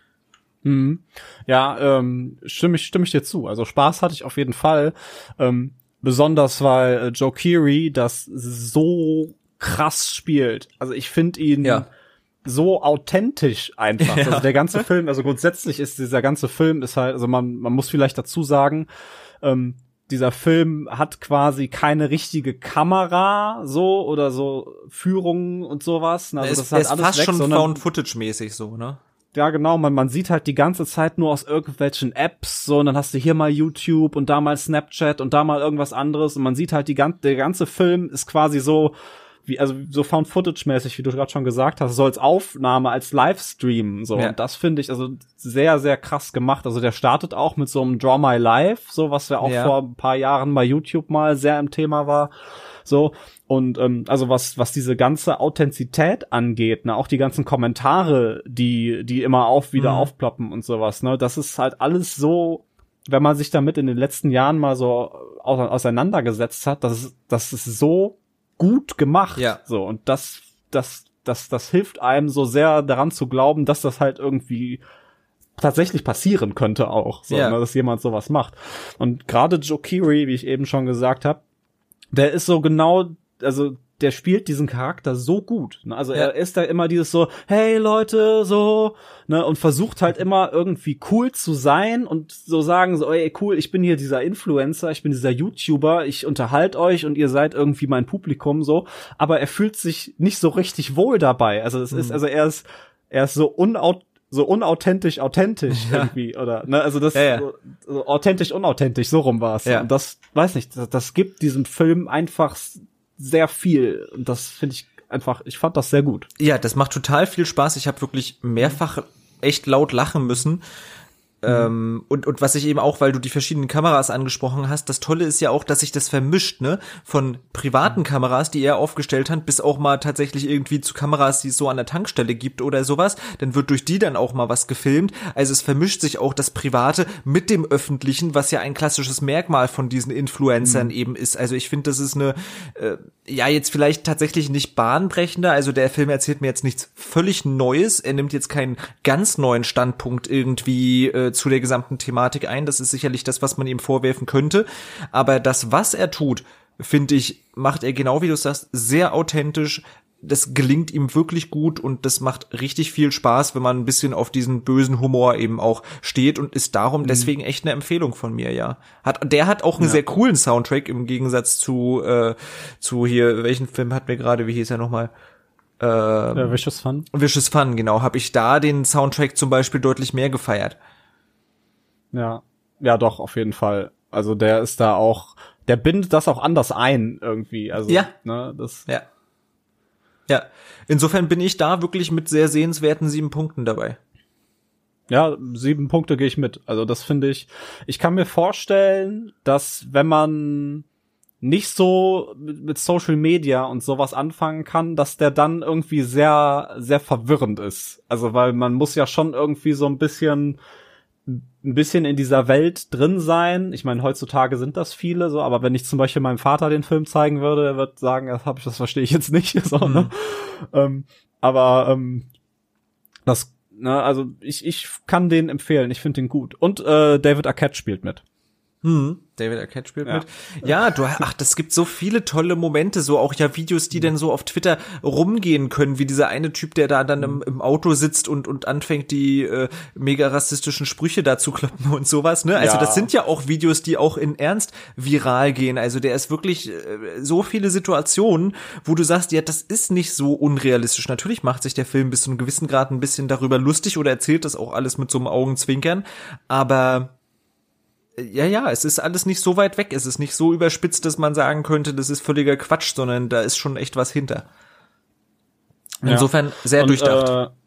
Mhm. Ja, ähm, stimme ich, stimme ich dir zu. Also Spaß hatte ich auf jeden Fall. Ähm, besonders, weil äh, Joe Keery das so krass spielt. Also ich finde ihn ja. so authentisch einfach. Ja. Also der ganze Film, also grundsätzlich ist dieser ganze Film ist halt, also man, man muss vielleicht dazu sagen, ähm, dieser Film hat quasi keine richtige Kamera so oder so Führungen und sowas. Also es, das ist halt es alles fast weg, schon sondern Found-Footage-mäßig so, ne? Ja, genau, man, man sieht halt die ganze Zeit nur aus irgendwelchen Apps, so, und dann hast du hier mal YouTube und da mal Snapchat und da mal irgendwas anderes und man sieht halt die ganze, der ganze Film ist quasi so, wie, also so Found-Footage-mäßig, wie du gerade schon gesagt hast, so als Aufnahme, als Livestream, so, ja. Und das finde ich also sehr, sehr krass gemacht, also der startet auch mit so einem Draw My Life, so, was ja auch ja. vor ein paar Jahren bei YouTube mal sehr im Thema war, so, und ähm, also was was diese ganze Authentizität angeht, ne, auch die ganzen Kommentare, die die immer auf wieder mhm. aufploppen und sowas, ne, das ist halt alles so, wenn man sich damit in den letzten Jahren mal so auseinandergesetzt hat, das ist das ist so gut gemacht, ja. so, und das das das das hilft einem so sehr daran zu glauben, dass das halt irgendwie tatsächlich passieren könnte auch, so, ja. ne, dass jemand sowas macht. Und gerade Joe Keery, wie ich eben schon gesagt habe, der ist so genau, also der spielt diesen Charakter so gut, ne? Also ja. er ist da immer dieses so, hey Leute, so, ne, und versucht halt immer irgendwie cool zu sein und so sagen so, ey cool, ich bin hier dieser Influencer, ich bin dieser YouTuber, ich unterhalte euch und ihr seid irgendwie mein Publikum, so, aber er fühlt sich nicht so richtig wohl dabei. Also es mhm. ist, also er ist, er ist so unaut so unauthentisch, authentisch ja. irgendwie, oder, ne, also das, ja, ja. So, so authentisch, unauthentisch, so rum war's. Ja. Und das, weiß nicht, das, das gibt diesem Film einfach sehr viel. Und das finde ich einfach, ich fand das sehr gut. Ja, das macht total viel Spaß. Ich habe wirklich mehrfach echt laut lachen müssen. Ähm, und, und was ich eben auch, weil du die verschiedenen Kameras angesprochen hast, das Tolle ist ja auch, dass sich das vermischt, ne? Von privaten Kameras, die er aufgestellt hat, bis auch mal tatsächlich irgendwie zu Kameras, die es so an der Tankstelle gibt oder sowas. Dann wird durch die dann auch mal was gefilmt. Also es vermischt sich auch das Private mit dem Öffentlichen, was ja ein klassisches Merkmal von diesen Influencern mhm. eben ist. Also ich finde, das ist eine, äh, ja jetzt vielleicht tatsächlich nicht bahnbrechender. Also der Film erzählt mir jetzt nichts völlig Neues. Er nimmt jetzt keinen ganz neuen Standpunkt irgendwie äh, zu der gesamten Thematik ein. Das ist sicherlich das, was man ihm vorwerfen könnte. Aber das, was er tut, finde ich, macht er genau wie du sagst, sehr authentisch. Das gelingt ihm wirklich gut und das macht richtig viel Spaß, wenn man ein bisschen auf diesen bösen Humor eben auch steht und ist darum mhm. deswegen echt eine Empfehlung von mir, ja. Hat, der hat auch einen ja. sehr coolen Soundtrack im Gegensatz zu, äh, zu hier, welchen Film hat mir gerade, wie hieß er nochmal? Ähm, ja, Vicious Fun. Vicious Fun, genau. Habe ich da den Soundtrack zum Beispiel deutlich mehr gefeiert. Ja, ja doch, auf jeden Fall. Also der ist da auch, der bindet das auch anders ein irgendwie. Also, ja. Ne, das ja. Ja, insofern bin ich da wirklich mit sehr sehenswerten sieben Punkten dabei. Ja, sieben Punkte gehe ich mit. Also das finde ich, ich kann mir vorstellen, dass wenn man nicht so mit Social Media und sowas anfangen kann, dass der dann irgendwie sehr, sehr verwirrend ist. Also weil man muss ja schon irgendwie so ein bisschen ein bisschen in dieser Welt drin sein. Ich meine, heutzutage sind das viele so, aber wenn ich zum Beispiel meinem Vater den Film zeigen würde, er wird sagen, das hab ich, das verstehe ich jetzt nicht. So, mhm. ne? ähm, aber ähm, das, ne, also ich ich kann den empfehlen. Ich finde den gut. Und äh, David Arquette spielt mit. Hm, David Arquette spielt ja. mit. Ja, du, ach, das gibt so viele tolle Momente, so auch ja Videos, die mhm. dann so auf Twitter rumgehen können, wie dieser eine Typ, der da dann mhm. im, im Auto sitzt und und anfängt, die äh, mega rassistischen Sprüche da zu kloppen und sowas, ne? Also ja. das sind ja auch Videos, die auch in Ernst viral gehen. Also der ist wirklich äh, so viele Situationen, wo du sagst, ja, das ist nicht so unrealistisch. Natürlich macht sich der Film bis zu einem gewissen Grad ein bisschen darüber lustig oder erzählt das auch alles mit so einem Augenzwinkern, aber ja, ja, es ist alles nicht so weit weg. Es ist nicht so überspitzt, dass man sagen könnte, das ist völliger Quatsch, sondern da ist schon echt was hinter. Insofern ja. sehr Und, durchdacht.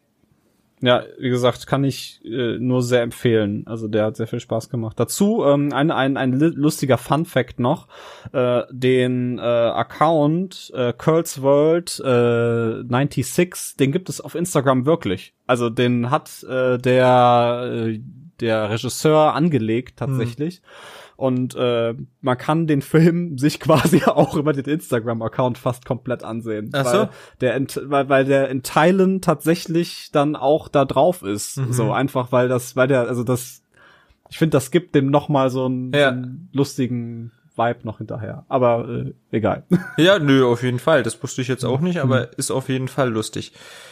Äh, ja, wie gesagt, kann ich äh, nur sehr empfehlen. Also der hat sehr viel Spaß gemacht. Dazu ähm, ein, ein, ein lustiger Fun-Fact noch. Äh, den äh, Account äh, Curls World äh, sechsundneunzig, den gibt es auf Instagram wirklich. Also den hat äh, der äh, der Regisseur angelegt tatsächlich. Hm. Und äh, man kann den Film sich quasi auch über den Instagram-Account fast komplett ansehen. Ach so? Weil der, in, weil, weil der in Teilen tatsächlich dann auch da drauf ist. Mhm. So einfach, weil das, weil der, also das, ich finde, das gibt dem nochmal so einen, ja. so einen lustigen Vibe noch hinterher. Aber äh, egal. Ja, nö, auf jeden Fall. Das wusste ich jetzt auch nicht, aber mhm. ist auf jeden Fall lustig.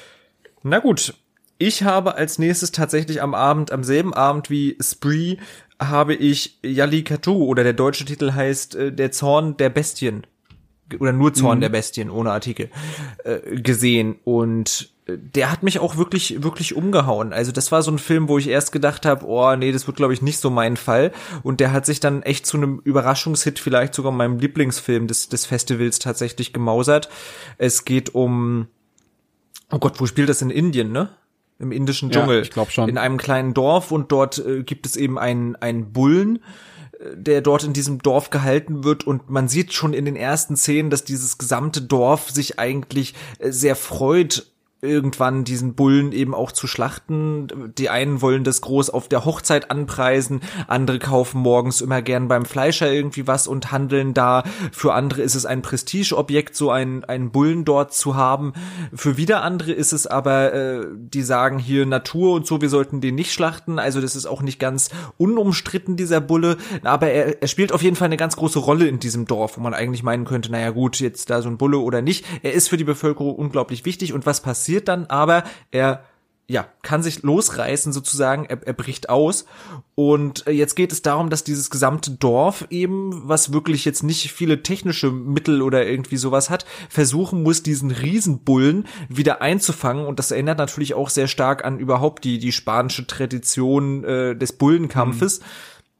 Na gut. Ich habe als nächstes tatsächlich am Abend, am selben Abend wie Spree, habe ich Jallikattu, oder der deutsche Titel heißt äh, Der Zorn der Bestien, oder nur Zorn mhm. der Bestien, ohne Artikel, äh, gesehen. Und äh, der hat mich auch wirklich, wirklich umgehauen. Also das war so ein Film, wo ich erst gedacht habe, oh nee, das wird glaube ich nicht so mein Fall. Und der hat sich dann echt zu einem Überraschungshit, vielleicht sogar meinem Lieblingsfilm des, des Festivals tatsächlich gemausert. Es geht um, oh Gott, wo spielt das? In Indien, ne? Im indischen Dschungel. Ja, ich glaube schon. In einem kleinen Dorf, und dort äh, gibt es eben einen, einen Bullen, äh, der dort in diesem Dorf gehalten wird, und man sieht schon in den ersten Szenen, dass dieses gesamte Dorf sich eigentlich äh, sehr freut, irgendwann diesen Bullen eben auch zu schlachten. Die einen wollen das groß auf der Hochzeit anpreisen, andere kaufen morgens immer gern beim Fleischer irgendwie was und handeln da. Für andere ist es ein Prestigeobjekt, so einen, einen Bullen dort zu haben. Für wieder andere ist es aber, äh, die sagen hier Natur und so, wir sollten den nicht schlachten. Also das ist auch nicht ganz unumstritten, dieser Bulle. Aber er, er spielt auf jeden Fall eine ganz große Rolle in diesem Dorf, wo man eigentlich meinen könnte, naja gut, jetzt da so ein Bulle oder nicht. Er ist für die Bevölkerung unglaublich wichtig, und was passiert dann aber, er ja kann sich losreißen sozusagen, er, er bricht aus, und jetzt geht es darum, dass dieses gesamte Dorf eben, was wirklich jetzt nicht viele technische Mittel oder irgendwie sowas hat, versuchen muss, diesen Riesenbullen wieder einzufangen, und das erinnert natürlich auch sehr stark an überhaupt die die spanische Tradition äh, des Bullenkampfes. Mhm.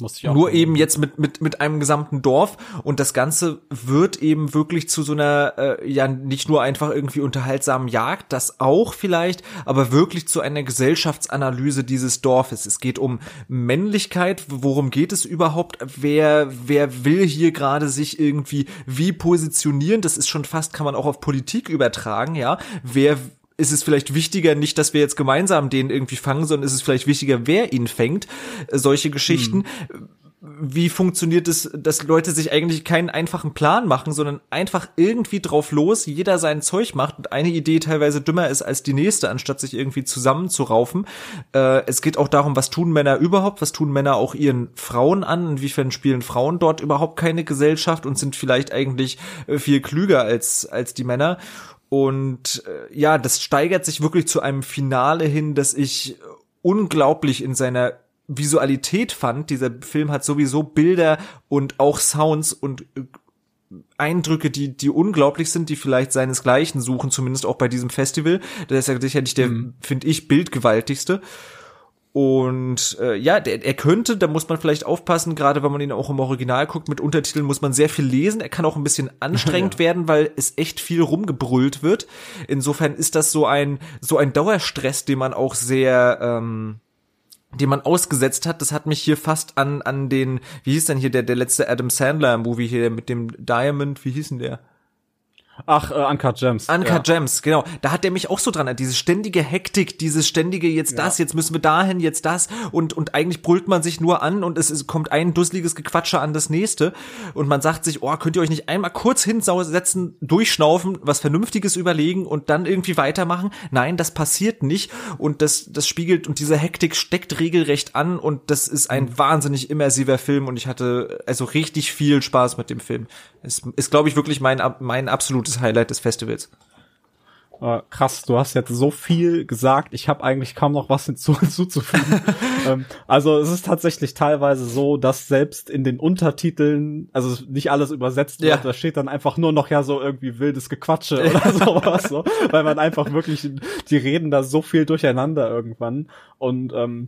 Musste ich auch Nur denken. eben jetzt mit mit mit einem gesamten Dorf, und das Ganze wird eben wirklich zu so einer äh, ja nicht nur einfach irgendwie unterhaltsamen Jagd, das auch vielleicht, aber wirklich zu einer Gesellschaftsanalyse dieses Dorfes. Es geht um Männlichkeit, worum geht es überhaupt? Wer wer will hier gerade sich irgendwie wie positionieren? Das ist schon fast, kann man auch auf Politik übertragen, ja. Wer ist es vielleicht wichtiger, nicht, dass wir jetzt gemeinsam den irgendwie fangen, sondern ist es vielleicht wichtiger, wer ihn fängt, solche Geschichten. Hm. Wie funktioniert es, dass Leute sich eigentlich keinen einfachen Plan machen, sondern einfach irgendwie drauf los, jeder sein Zeug macht und eine Idee teilweise dümmer ist als die nächste, anstatt sich irgendwie zusammenzuraufen. Äh, es geht auch darum, was tun Männer überhaupt, was tun Männer auch ihren Frauen an, inwiefern spielen Frauen dort überhaupt keine Gesellschaft und sind vielleicht eigentlich viel klüger als als die Männer. Und äh, ja, das steigert sich wirklich zu einem Finale hin, das ich unglaublich in seiner Visualität fand. Dieser Film hat sowieso Bilder und auch Sounds und äh, Eindrücke, die die unglaublich sind, die vielleicht seinesgleichen suchen, zumindest auch bei diesem Festival. Das ist ja sicherlich der, mhm. finde ich, bildgewaltigste. Und äh, ja, der, er könnte, da muss man vielleicht aufpassen, gerade wenn man ihn auch im Original guckt, mit Untertiteln muss man sehr viel lesen. Er kann auch ein bisschen anstrengend ja. werden, weil es echt viel rumgebrüllt wird. Insofern ist das so ein so ein Dauerstress, den man auch sehr ähm, den man ausgesetzt hat. Das hat mich hier fast an an den, wie hieß denn hier der der letzte Adam Sandler Movie hier mit dem Diamond, wie hieß denn der? Ach, äh, Uncut Gems. Uncut ja. Gems, genau. Da hat der mich auch so dran, diese ständige Hektik, dieses ständige jetzt das, ja. jetzt müssen wir dahin, jetzt das und und eigentlich brüllt man sich nur an und es, es kommt ein dusseliges Gequatsche an das nächste und man sagt sich, oh, könnt ihr euch nicht einmal kurz hinsetzen, durchschnaufen, was Vernünftiges überlegen und dann irgendwie weitermachen? Nein, das passiert nicht und das das spiegelt und diese Hektik steckt regelrecht an und das ist ein mhm. wahnsinnig immersiver Film und ich hatte also richtig viel Spaß mit dem Film. Es ist, glaube ich, wirklich mein mein absolutes Highlight des Festivals. Äh, krass, du hast jetzt so viel gesagt, ich habe eigentlich kaum noch was hinzu, hinzuzufügen. ähm, also es ist tatsächlich teilweise so, dass selbst in den Untertiteln, also nicht alles übersetzt wird, ja. da steht dann einfach nur noch ja so irgendwie wildes Gequatsche oder sowas, so, weil man einfach wirklich, die reden da so viel durcheinander irgendwann und ähm,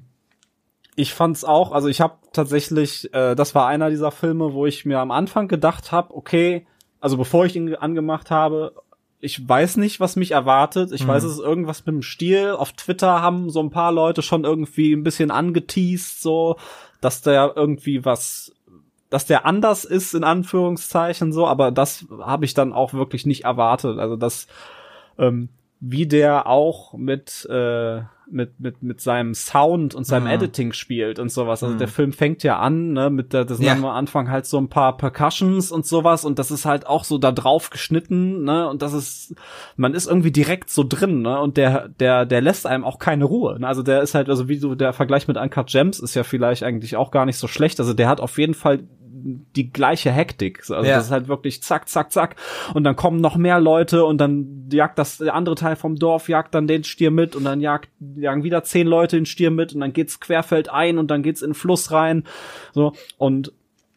ich fand's auch, also ich habe tatsächlich, äh, das war einer dieser Filme, wo ich mir am Anfang gedacht habe, okay, also bevor ich ihn angemacht habe, ich weiß nicht, was mich erwartet. Ich mhm. weiß, es ist irgendwas mit dem Stil. Auf Twitter haben so ein paar Leute schon irgendwie ein bisschen angeteased, so, dass der irgendwie was, dass der anders ist, in Anführungszeichen, so. Aber das habe ich dann auch wirklich nicht erwartet. Also das, ähm, wie der auch mit äh, mit mit mit seinem Sound und seinem mhm. Editing spielt und sowas. Also mhm. der Film fängt ja an, ne, mit der, das sind ja. am Anfang halt so ein paar Percussions und sowas und das ist halt auch so da drauf geschnitten, ne, und das ist, man ist irgendwie direkt so drin, ne, und der der der lässt einem auch keine Ruhe, ne? Also der ist halt, also wie so der Vergleich mit Uncut Gems ist ja vielleicht eigentlich auch gar nicht so schlecht. Also der hat auf jeden Fall die gleiche Hektik. Also ja. das ist halt wirklich zack, zack, zack. Und dann kommen noch mehr Leute und dann jagt das, der andere Teil vom Dorf jagt dann den Stier mit und dann jagt, jagen wieder zehn Leute den Stier mit und dann geht's querfeldein und dann geht's in den Fluss rein. So. Und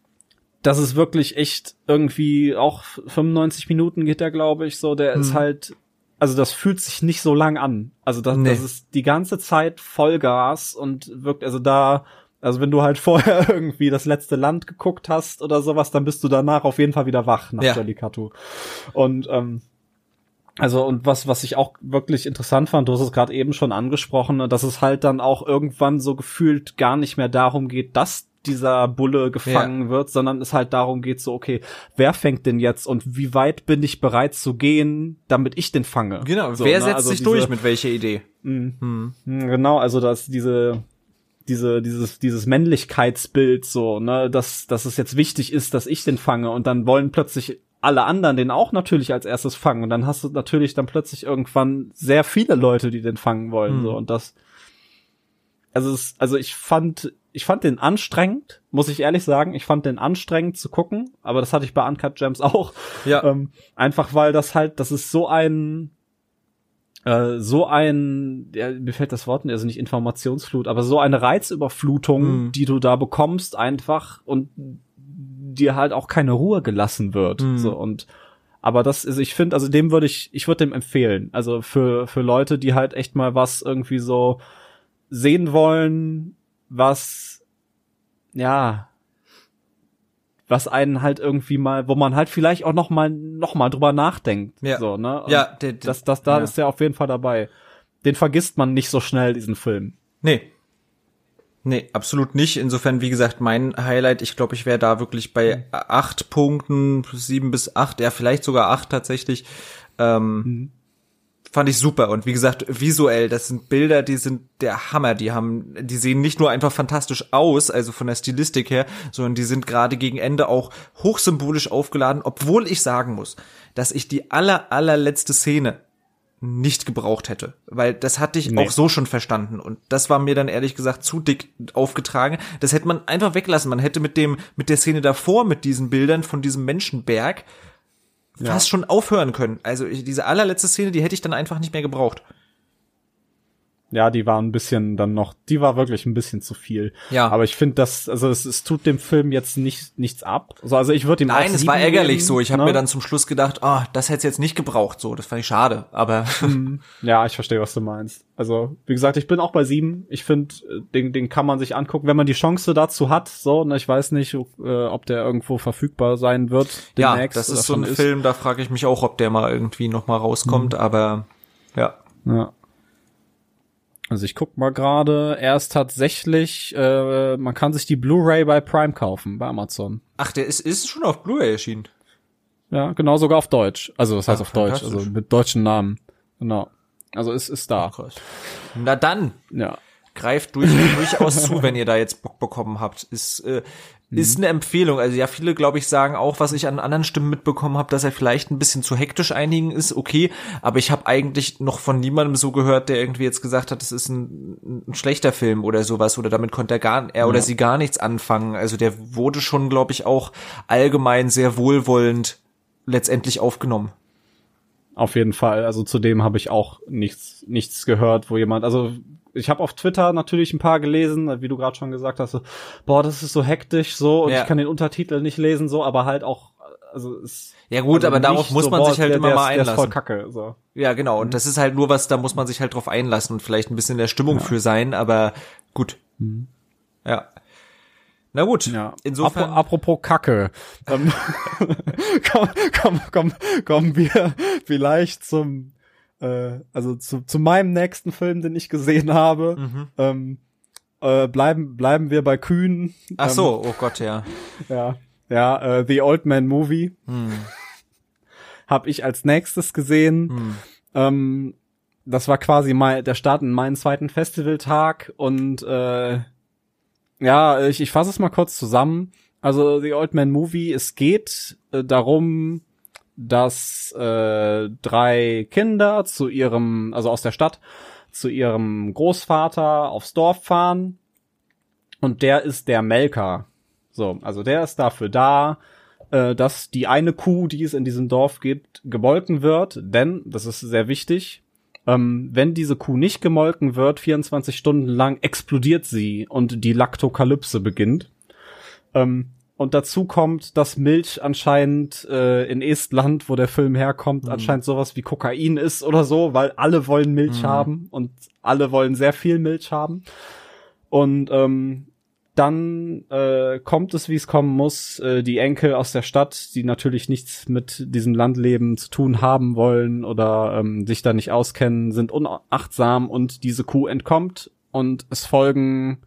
das ist wirklich echt irgendwie auch fünfundneunzig Minuten geht der, glaube ich, so. Der hm. ist halt, also das fühlt sich nicht so lang an. Also das, nee. das ist die ganze Zeit Vollgas und wirkt, also da, also wenn du halt vorher irgendwie das letzte Land geguckt hast oder sowas, dann bist du danach auf jeden Fall wieder wach nach ja. Jellicatu. Und ähm, also und was was ich auch wirklich interessant fand, du hast es gerade eben schon angesprochen, dass es halt dann auch irgendwann so gefühlt gar nicht mehr darum geht, dass dieser Bulle gefangen ja. wird, sondern es halt darum geht so, okay, wer fängt denn jetzt und wie weit bin ich bereit zu gehen, damit ich den fange? Genau, so, wer ne? setzt also sich diese, durch mit welcher Idee? Mh, hm. Genau, also dass diese diese dieses dieses Männlichkeitsbild so, ne, dass dass es jetzt wichtig ist, dass ich den fange und dann wollen plötzlich alle anderen den auch natürlich als erstes fangen und dann hast du natürlich dann plötzlich irgendwann sehr viele Leute, die den fangen wollen, mhm. so, und das, also es, also ich fand ich fand den anstrengend, muss ich ehrlich sagen, ich fand den anstrengend zu gucken, aber das hatte ich bei Uncut Gems auch, ja. ähm, einfach weil das halt, das ist so ein so ein, ja, mir fällt das Wort nicht, also nicht Informationsflut, aber so eine Reizüberflutung, mm. die du da bekommst einfach und dir halt auch keine Ruhe gelassen wird, mm. so, und aber das, also ich finde, also dem würde ich, ich würde dem empfehlen, also für für Leute, die halt echt mal was irgendwie so sehen wollen, was ja, was einen halt irgendwie mal, wo man halt vielleicht auch noch mal, noch mal drüber nachdenkt. Ja. So, ne? Und ja, der, der, das, das, da ja. ist der auf jeden Fall dabei. Den vergisst man nicht so schnell, diesen Film. Nee. Nee, absolut nicht. Insofern, wie gesagt, mein Highlight, ich glaube, ich wäre da wirklich bei acht Punkten, sieben bis acht, ja, vielleicht sogar acht tatsächlich. Ähm, mhm. Fand ich super. Und wie gesagt, visuell, das sind Bilder, die sind der Hammer. Die haben, die sehen nicht nur einfach fantastisch aus, also von der Stilistik her, sondern die sind gerade gegen Ende auch hochsymbolisch aufgeladen, obwohl ich sagen muss, dass ich die aller, allerletzte Szene nicht gebraucht hätte, weil das hatte ich nee. auch so schon verstanden und das war mir dann ehrlich gesagt zu dick aufgetragen. Das hätte man einfach weglassen. Man hätte mit dem, mit der Szene davor, mit diesen Bildern von diesem Menschenberg ja. fast schon aufhören können. Also ich, diese allerletzte Szene, die hätte ich dann einfach nicht mehr gebraucht. Ja, die war ein bisschen dann noch, die war wirklich ein bisschen zu viel. Ja. Aber ich finde, das, also es, es tut dem Film jetzt nicht nichts ab. Also, also ich würde ihm Nein, auch es war ärgerlich geben, so. Ich habe ne? mir dann zum Schluss gedacht, ah, oh, das hätte es jetzt nicht gebraucht. So, das fand ich schade. Aber ja, ich verstehe, was du meinst. Also wie gesagt, ich bin auch bei sieben. Ich finde, den, den kann man sich angucken, wenn man die Chance dazu hat. So, ne, ich weiß nicht, ob, äh, ob der irgendwo verfügbar sein wird. Ja, das ist so ein ist. Film. Da frage ich mich auch, ob der mal irgendwie noch mal rauskommt. Mhm. Aber ja. Ja. Also ich guck mal gerade, er ist tatsächlich, äh, man kann sich die Blu-ray bei Prime kaufen, bei Amazon. Ach, der ist, ist schon auf Blu-ray erschienen? Ja, genau, sogar auf Deutsch. Also das heißt Ach, auf Deutsch, also mit deutschen Namen. Genau. Also es ist da. Ach, na dann. Ja. Greift durch, durchaus zu, wenn ihr da jetzt Bock bekommen habt. Ist äh, mhm. ist eine Empfehlung. Also ja, viele, glaube ich, sagen auch, was ich an anderen Stimmen mitbekommen habe, dass er vielleicht ein bisschen zu hektisch einigen ist. Okay, aber ich habe eigentlich noch von niemandem so gehört, der irgendwie jetzt gesagt hat, das ist ein, ein schlechter Film oder sowas oder damit konnte er gar er ja. oder sie gar nichts anfangen. Also der wurde schon, glaube ich, auch allgemein sehr wohlwollend letztendlich aufgenommen. Auf jeden Fall. Also zudem habe ich auch nichts nichts gehört, wo jemand, also ich habe auf Twitter natürlich ein paar gelesen, wie du gerade schon gesagt hast, so, boah, das ist so hektisch so und ja. ich kann den Untertitel nicht lesen so, aber halt auch, also es ja gut, also aber darauf muss so, man boah, sich halt der, immer der mal ist, einlassen. Der ist voll kacke, so. Ja, genau, und mhm. das ist halt nur was, da muss man sich halt drauf einlassen und vielleicht ein bisschen in der Stimmung ja. für sein, aber gut. Mhm. Ja. Na gut, ja. insofern. Ap- apropos Kacke. ähm, komm, komm, komm, kommen wir vielleicht zum Äh, also zu, zu meinem nächsten Film, den ich gesehen habe, mhm. ähm, äh, bleiben bleiben wir bei Kühen. Ach so, ähm, oh Gott, ja. Ja, ja, äh, The Old Man Movie. Hm. Hab ich als nächstes gesehen. Hm. Ähm, das war quasi mein, der Start in meinen zweiten Festivaltag und äh, ja, ich, ich fasse es mal kurz zusammen. Also The Old Man Movie, es geht äh, darum, dass äh, drei Kinder zu ihrem, also aus der Stadt, zu ihrem Großvater aufs Dorf fahren und der ist der Melker. So, also der ist dafür da, äh, dass die eine Kuh, die es in diesem Dorf gibt, gemolken wird, denn, das ist sehr wichtig, ähm, wenn diese Kuh nicht gemolken wird, vierundzwanzig Stunden lang explodiert sie und die Laktokalypse beginnt. Ähm, Und dazu kommt, dass Milch anscheinend äh, in Estland, wo der Film herkommt, mhm. anscheinend sowas wie Kokain ist oder so, weil alle wollen Milch mhm. haben und alle wollen sehr viel Milch haben. Und ähm, dann äh, kommt es, wie es kommen muss. Äh, die Enkel aus der Stadt, die natürlich nichts mit diesem Landleben zu tun haben wollen oder ähm, sich da nicht auskennen, sind unachtsam und diese Kuh entkommt und es folgen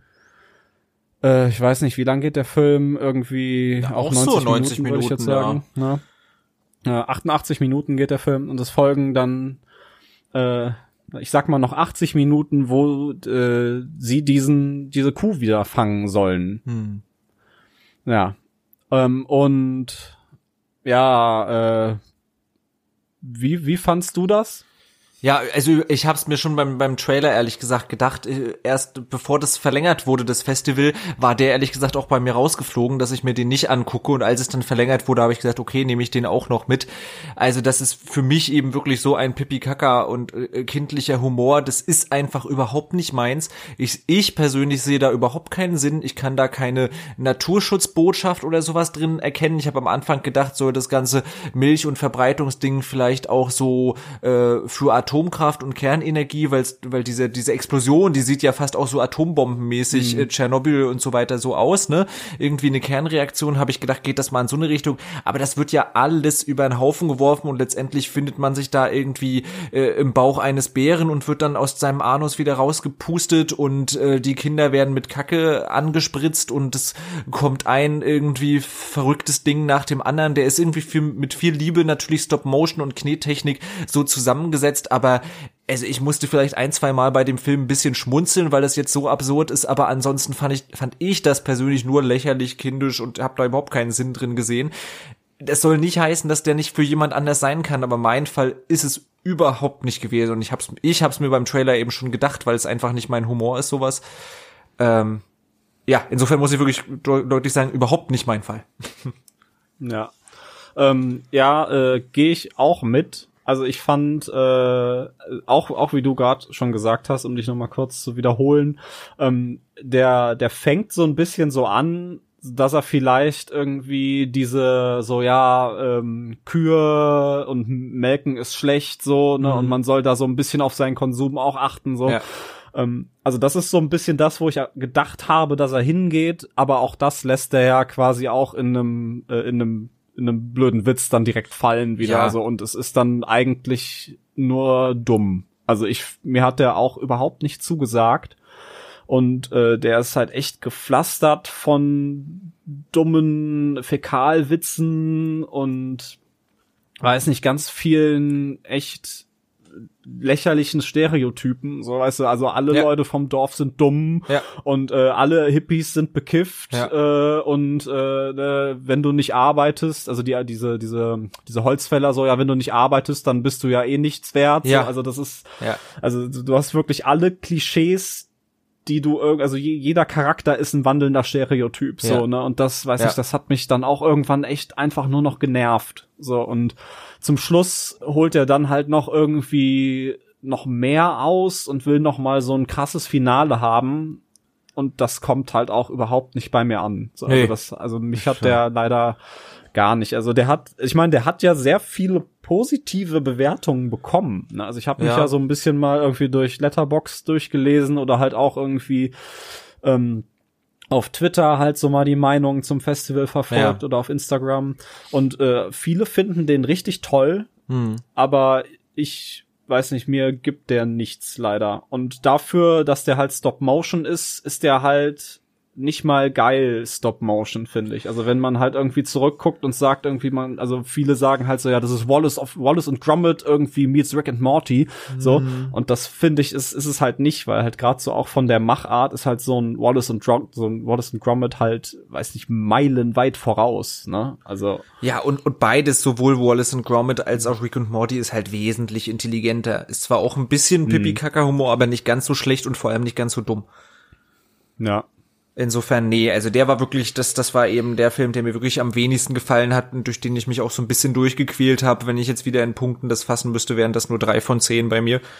Äh, ich weiß nicht, wie lang geht der Film? Irgendwie ja, auch, auch neunzig, so neunzig Minuten, würde ich jetzt sagen. Ja. Ja, achtundachtzig Minuten geht der Film und es folgen dann, äh, ich sag mal noch achtzig Minuten, wo äh, sie diesen diese Kuh wieder fangen sollen. Hm. Ja. Ähm, und ja, äh, wie wie fandst du das? Ja, also ich hab's mir schon beim beim Trailer ehrlich gesagt gedacht, erst bevor das verlängert wurde, das Festival, war der ehrlich gesagt auch bei mir rausgeflogen, dass ich mir den nicht angucke und als es dann verlängert wurde, habe ich gesagt, okay, nehme ich den auch noch mit. Also das ist für mich eben wirklich so ein Pipi-Kaka und äh, kindlicher Humor, das ist einfach überhaupt nicht meins. Ich ich persönlich sehe da überhaupt keinen Sinn, ich kann da keine Naturschutzbotschaft oder sowas drin erkennen. Ich habe am Anfang gedacht, so das ganze Milch- und Verbreitungsding vielleicht auch so äh, für Atomkraft und Kernenergie, weil's, weil diese diese Explosion, die sieht ja fast auch so atombombenmäßig, mhm. äh, Tschernobyl und so weiter so aus, ne? Irgendwie eine Kernreaktion, habe ich gedacht, geht das mal in so eine Richtung. Aber das wird ja alles über den Haufen geworfen und letztendlich findet man sich da irgendwie äh, im Bauch eines Bären und wird dann aus seinem Anus wieder rausgepustet und äh, die Kinder werden mit Kacke angespritzt und es kommt ein irgendwie verrücktes Ding nach dem anderen. Der ist irgendwie viel, mit viel Liebe natürlich Stop-Motion und Knettechnik so zusammengesetzt, aber also ich musste vielleicht ein, zwei Mal bei dem Film ein bisschen schmunzeln, weil das jetzt so absurd ist, aber ansonsten fand ich, fand ich das persönlich nur lächerlich, kindisch und habe da überhaupt keinen Sinn drin gesehen. Das soll nicht heißen, dass der nicht für jemand anders sein kann, aber mein Fall ist es überhaupt nicht gewesen und ich hab's, ich hab's mir beim Trailer eben schon gedacht, weil es einfach nicht mein Humor ist, sowas. Ähm, ja, insofern muss ich wirklich de- deutlich sagen, überhaupt nicht mein Fall. Ja, ähm, ja, äh, gehe ich auch mit. Also ich fand, äh, auch auch wie du gerade schon gesagt hast, um dich nochmal kurz zu wiederholen, ähm, der der fängt so ein bisschen so an, dass er vielleicht irgendwie diese so ja ähm, Kühe und Melken ist schlecht so, ne, mhm. und man soll da so ein bisschen auf seinen Konsum auch achten so. Ja. Ähm, also das ist so ein bisschen das, wo ich gedacht habe, dass er hingeht, aber auch das lässt er ja quasi auch in einem äh, in einem in einem blöden Witz dann direkt fallen wieder, ja. Also und es ist dann eigentlich nur dumm. Also ich mir hat der auch überhaupt nicht zugesagt und äh, der ist halt echt gepflastert von dummen Fäkalwitzen und weiß nicht, ganz vielen echt lächerlichen Stereotypen, so weißt du, also alle ja. Leute vom Dorf sind dumm ja. und äh, alle Hippies sind bekifft ja. äh, und äh, äh, wenn du nicht arbeitest, also die diese diese diese Holzfäller so, ja, wenn du nicht arbeitest, dann bist du ja eh nichts wert, ja. so, also das ist ja. also du hast wirklich alle Klischees, die du irg- also je, jeder Charakter ist ein wandelnder Stereotyp, so, ja. ne, und das, weiß ja. ich, das hat mich dann auch irgendwann echt einfach nur noch genervt, so, und zum Schluss holt er dann halt noch irgendwie noch mehr aus und will noch mal so ein krasses Finale haben und das kommt halt auch überhaupt nicht bei mir an, so, nee. also das, also mich hat der leider gar nicht, also der hat, ich meine, der hat ja sehr viele positive Bewertungen bekommen. Ne? Also ich habe mich ja. ja so ein bisschen mal irgendwie durch Letterboxd durchgelesen oder halt auch irgendwie ähm, auf Twitter halt so mal die Meinungen zum Festival verfolgt ja. oder auf Instagram. Und äh, viele finden den richtig toll, hm. aber ich weiß nicht, mir gibt der nichts leider. Und dafür, dass der halt Stop-Motion ist, ist der halt nicht mal geil Stop-Motion, finde ich. Also wenn man halt irgendwie zurückguckt und sagt irgendwie man, also viele sagen halt so, ja, das ist Wallace of Wallace und Gromit irgendwie meets Rick and Morty, mhm. so. Und das finde ich, ist, ist es halt nicht, weil halt gerade so auch von der Machart ist halt so ein Wallace und Grom- so ein Wallace und Gromit halt, weiß nicht, meilenweit voraus, ne? Also. Ja, und, und beides, sowohl Wallace und Gromit als auch Rick und Morty ist halt wesentlich intelligenter. Ist zwar auch ein bisschen mhm. Pipi-Kaka-Humor, aber nicht ganz so schlecht und vor allem nicht ganz so dumm. Ja. Insofern, nee, also der war wirklich, das das war eben der Film, der mir wirklich am wenigsten gefallen hat und durch den ich mich auch so ein bisschen durchgequält habe. Wenn ich jetzt wieder in Punkten das fassen müsste, wären das nur drei von zehn bei mir.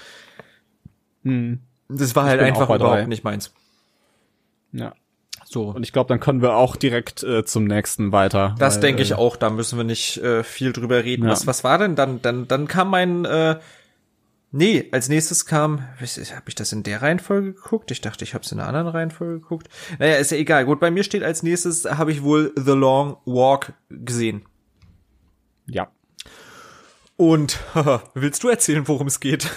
Hm. Das war halt einfach überhaupt drei. Nicht meins. Ja. So. Und ich glaube, dann können wir auch direkt äh, zum nächsten weiter. Das denke ich äh, auch, da müssen wir nicht äh, viel drüber reden. Ja. Was was war denn dann? Dann dann kam mein äh, Nee, als nächstes kam, habe ich das in der Reihenfolge geguckt? Ich dachte, ich habe es in einer anderen Reihenfolge geguckt. Naja, ist ja egal. Gut, bei mir steht als nächstes, habe ich wohl The Long Walk gesehen. Ja. Und willst du erzählen, worum es geht?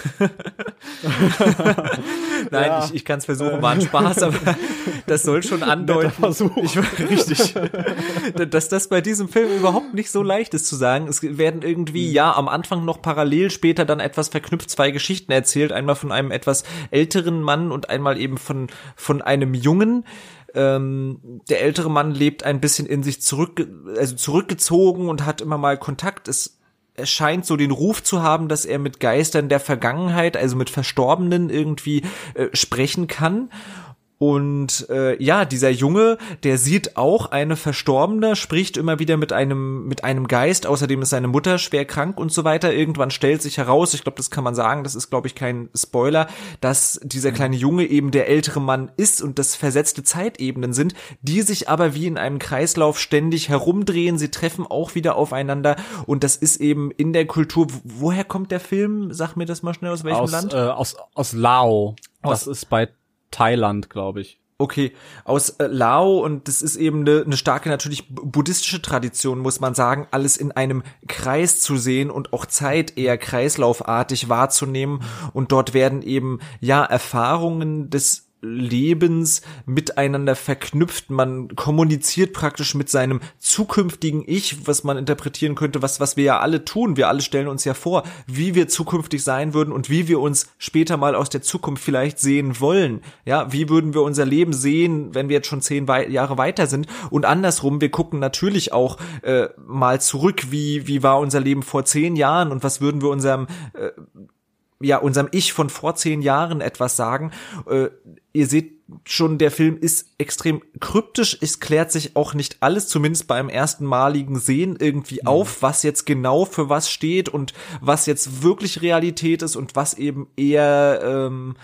Nein, ja. ich, ich kann es versuchen, war ein Spaß, aber das soll schon andeuten, ich, richtig, dass das bei diesem Film überhaupt nicht so leicht ist zu sagen. Es werden irgendwie, ja, am Anfang noch parallel, später dann etwas verknüpft zwei Geschichten erzählt. Einmal von einem etwas älteren Mann und einmal eben von von einem Jungen. Ähm, der ältere Mann lebt ein bisschen in sich zurück, also zurückgezogen und hat immer mal Kontakt. Es Er scheint so den Ruf zu haben, dass er mit Geistern der Vergangenheit, also mit Verstorbenen irgendwie äh, sprechen kann. Und äh, ja, dieser Junge, der sieht auch eine Verstorbene, spricht immer wieder mit einem mit einem Geist. Außerdem ist seine Mutter schwer krank und so weiter. Irgendwann stellt sich heraus, ich glaube, das kann man sagen, das ist, glaube ich, kein Spoiler, dass dieser kleine Junge eben der ältere Mann ist und das versetzte Zeitebenen sind, die sich aber wie in einem Kreislauf ständig herumdrehen. Sie treffen auch wieder aufeinander und das ist eben in der Kultur. Woher kommt der Film? Sag mir das mal schnell, aus welchem aus, Land? Äh, aus aus Lao. Aus das ist bei Thailand, glaube ich. Okay, aus äh, Lao, und das ist eben eine, eine starke, natürlich buddhistische Tradition, muss man sagen, alles in einem Kreis zu sehen und auch Zeit eher kreislaufartig wahrzunehmen, und dort werden eben, ja, Erfahrungen des Lebens miteinander verknüpft. Man kommuniziert praktisch mit seinem zukünftigen Ich, was man interpretieren könnte, was was wir ja alle tun. Wir alle stellen uns ja vor, wie wir zukünftig sein würden und wie wir uns später mal aus der Zukunft vielleicht sehen wollen. Ja, wie würden wir unser Leben sehen, wenn wir jetzt schon zehn Wei- Jahre weiter sind? Und andersrum, wir gucken natürlich auch äh, mal zurück, wie wie war unser Leben vor zehn Jahren und was würden wir unserem äh, ja, unserem Ich von vor zehn Jahren etwas sagen. Äh, ihr seht schon, der Film ist extrem kryptisch. Es klärt sich auch nicht alles, zumindest beim ersten maligen Sehen, irgendwie mhm. auf, was jetzt genau für was steht und was jetzt wirklich Realität ist und was eben eher ähm,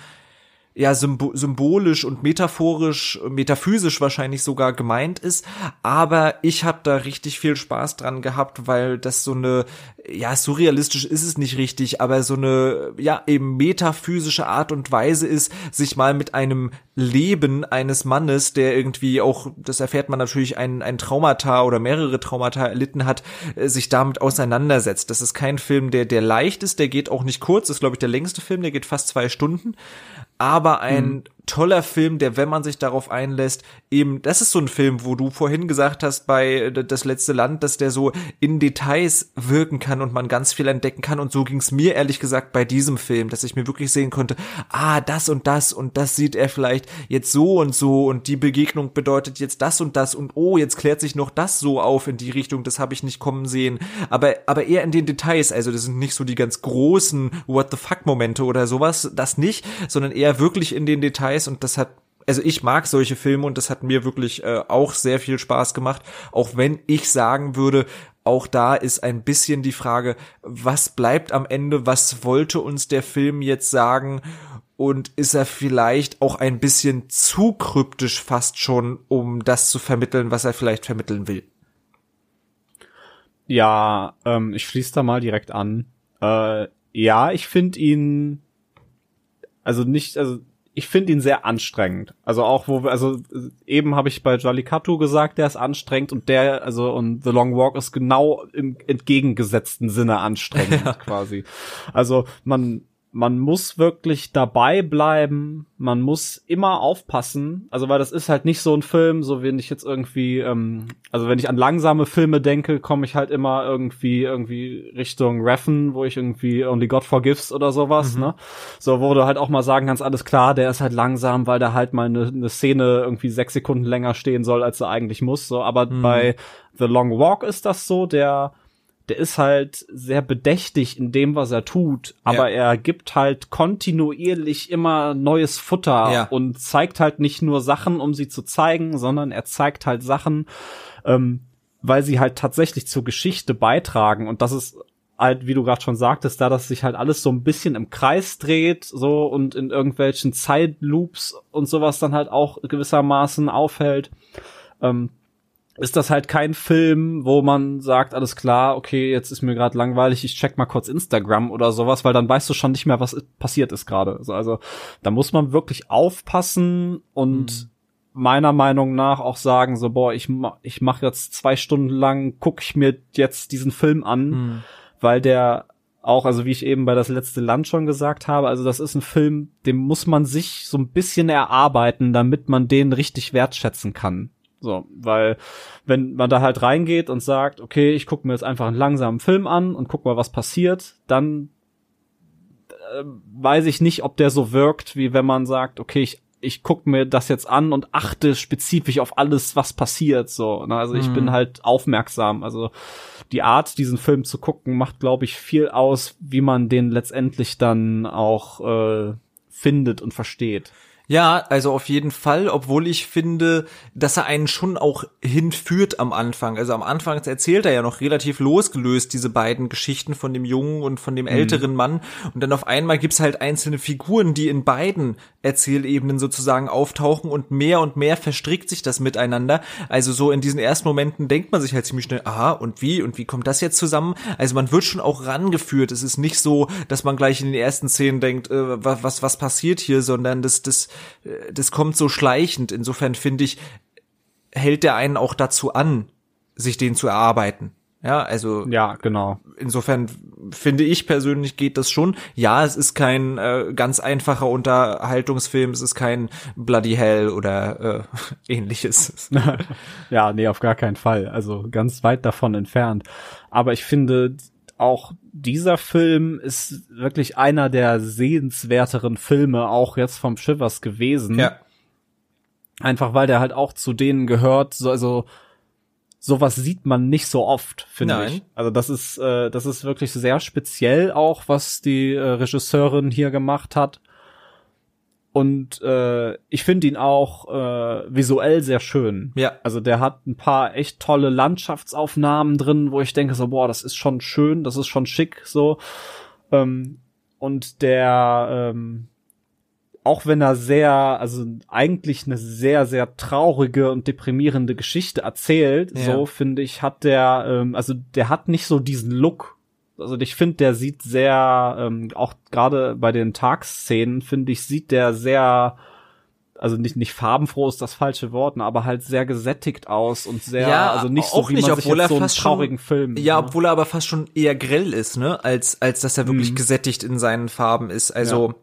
ja symbo- symbolisch und metaphorisch, metaphysisch wahrscheinlich sogar gemeint ist. Aber ich habe da richtig viel Spaß dran gehabt, weil das so eine, ja, surrealistisch ist es nicht richtig, aber so eine, ja, eben metaphysische Art und Weise ist, sich mal mit einem Leben eines Mannes, der irgendwie auch, das erfährt man natürlich, ein, ein Traumata oder mehrere Traumata erlitten hat, sich damit auseinandersetzt. Das ist kein Film, der, der leicht ist, der geht auch nicht kurz, das ist, glaube ich, der längste Film, der geht fast zwei Stunden. Aber ein mhm. toller Film, der, wenn man sich darauf einlässt, eben, das ist so ein Film, wo du vorhin gesagt hast bei Das letzte Land, dass der so in Details wirken kann und man ganz viel entdecken kann, und so ging's mir ehrlich gesagt bei diesem Film, dass ich mir wirklich sehen konnte, ah, das und das und das sieht er vielleicht jetzt so und so und die Begegnung bedeutet jetzt das und das und oh, jetzt klärt sich noch das so auf in die Richtung, das habe ich nicht kommen sehen, aber aber eher in den Details, also das sind nicht so die ganz großen What the fuck Momente oder sowas, das nicht, sondern eher wirklich in den Details, und das hat, also ich mag solche Filme und das hat mir wirklich äh, auch sehr viel Spaß gemacht, auch wenn ich sagen würde, auch da ist ein bisschen die Frage, was bleibt am Ende, was wollte uns der Film jetzt sagen, und ist er vielleicht auch ein bisschen zu kryptisch fast schon, um das zu vermitteln, was er vielleicht vermitteln will? Ja, ähm, ich schließe da mal direkt an. Äh, ja, ich finde ihn, also nicht, also ich finde ihn sehr anstrengend. Also auch wo, also eben habe ich bei Jallikattu gesagt, der ist anstrengend, und der, also und The Long Walk ist genau im entgegengesetzten Sinne anstrengend ja. quasi. Also man man muss wirklich dabei bleiben, man muss immer aufpassen, also weil das ist halt nicht so ein Film, so wenn ich jetzt irgendwie, ähm, also wenn ich an langsame Filme denke, komme ich halt immer irgendwie irgendwie Richtung Refn, wo ich irgendwie Only God Forgives oder sowas, mhm. ne, so wo du halt auch mal sagen kannst, alles klar, der ist halt langsam, weil da halt mal eine, eine Szene irgendwie sechs Sekunden länger stehen soll, als er eigentlich muss, so, aber mhm. bei The Long Walk ist das so, der der ist halt sehr bedächtig in dem, was er tut, aber ja. er gibt halt kontinuierlich immer neues Futter ja. und zeigt halt nicht nur Sachen, um sie zu zeigen, sondern er zeigt halt Sachen, ähm, weil sie halt tatsächlich zur Geschichte beitragen, und das ist halt, wie du gerade schon sagtest, da das sich halt alles so ein bisschen im Kreis dreht, so, und in irgendwelchen Zeitloops und sowas dann halt auch gewissermaßen aufhält, ähm, ist das halt kein Film, wo man sagt, alles klar, okay, jetzt ist mir gerade langweilig, ich check mal kurz Instagram oder sowas, weil dann weißt du schon nicht mehr, was passiert ist gerade. Also, also da muss man wirklich aufpassen und mhm. meiner Meinung nach auch sagen, so, boah, ich, ma- ich mache jetzt zwei Stunden lang, gucke ich mir jetzt diesen Film an, mhm. weil der auch, also wie ich eben bei Das letzte Land schon gesagt habe, also das ist ein Film, den muss man sich so ein bisschen erarbeiten, damit man den richtig wertschätzen kann. So, weil wenn man da halt reingeht und sagt, okay, ich gucke mir jetzt einfach einen langsamen Film an und guck mal, was passiert, dann äh, weiß ich nicht, ob der so wirkt, wie wenn man sagt, okay, ich ich guck mir das jetzt an und achte spezifisch auf alles, was passiert, so, ne? Also ich mhm. bin halt aufmerksam, also die Art, diesen Film zu gucken, macht, glaube ich, viel aus, wie man den letztendlich dann auch äh, findet und versteht. Ja, also auf jeden Fall, obwohl ich finde, dass er einen schon auch hinführt am Anfang. Also am Anfang erzählt er ja noch relativ losgelöst diese beiden Geschichten von dem jungen und von dem älteren mhm. Mann. Und dann auf einmal gibt's halt einzelne Figuren, die in beiden Erzählebenen sozusagen auftauchen und mehr und mehr verstrickt sich das miteinander. Also so in diesen ersten Momenten denkt man sich halt ziemlich schnell, aha, und wie? Und wie kommt das jetzt zusammen? Also man wird schon auch rangeführt. Es ist nicht so, dass man gleich in den ersten Szenen denkt, äh, was, was, was passiert hier, sondern das, das das kommt so schleichend. Insofern finde ich, hält der einen auch dazu an, sich den zu erarbeiten. Ja, also. Ja, genau. Insofern finde ich persönlich geht das schon. Ja, es ist kein äh, ganz einfacher Unterhaltungsfilm. Es ist kein Bloody Hell oder äh, ähnliches. Ja, nee, auf gar keinen Fall. Also ganz weit davon entfernt. Aber ich finde, auch dieser Film ist wirklich einer der sehenswerteren Filme, auch jetzt vom Shivers gewesen. Ja. Einfach weil der halt auch zu denen gehört, so, also sowas sieht man nicht so oft, finde ich. Also das ist, äh, das ist wirklich sehr speziell auch, was die äh, Regisseurin hier gemacht hat. Und äh, ich finde ihn auch äh, visuell sehr schön. Ja. Also der hat ein paar echt tolle Landschaftsaufnahmen drin, wo ich denke so, boah, das ist schon schön, das ist schon schick so. Ähm, und der, ähm, auch wenn er sehr, also eigentlich eine sehr, sehr traurige und deprimierende Geschichte erzählt, ja. so finde ich, hat der, ähm, also der hat nicht so diesen Look. Also ich finde, der sieht sehr, ähm, auch gerade bei den Tagsszenen, finde ich, sieht der sehr, also nicht nicht farbenfroh ist das falsche Wort, aber halt sehr gesättigt aus und sehr, ja, also nicht so, wie nicht, man sich jetzt so einen traurigen schon, Film. Ja, ne? Obwohl er aber fast schon eher grell ist, ne, als als dass er wirklich mhm. gesättigt in seinen Farben ist. Also ja.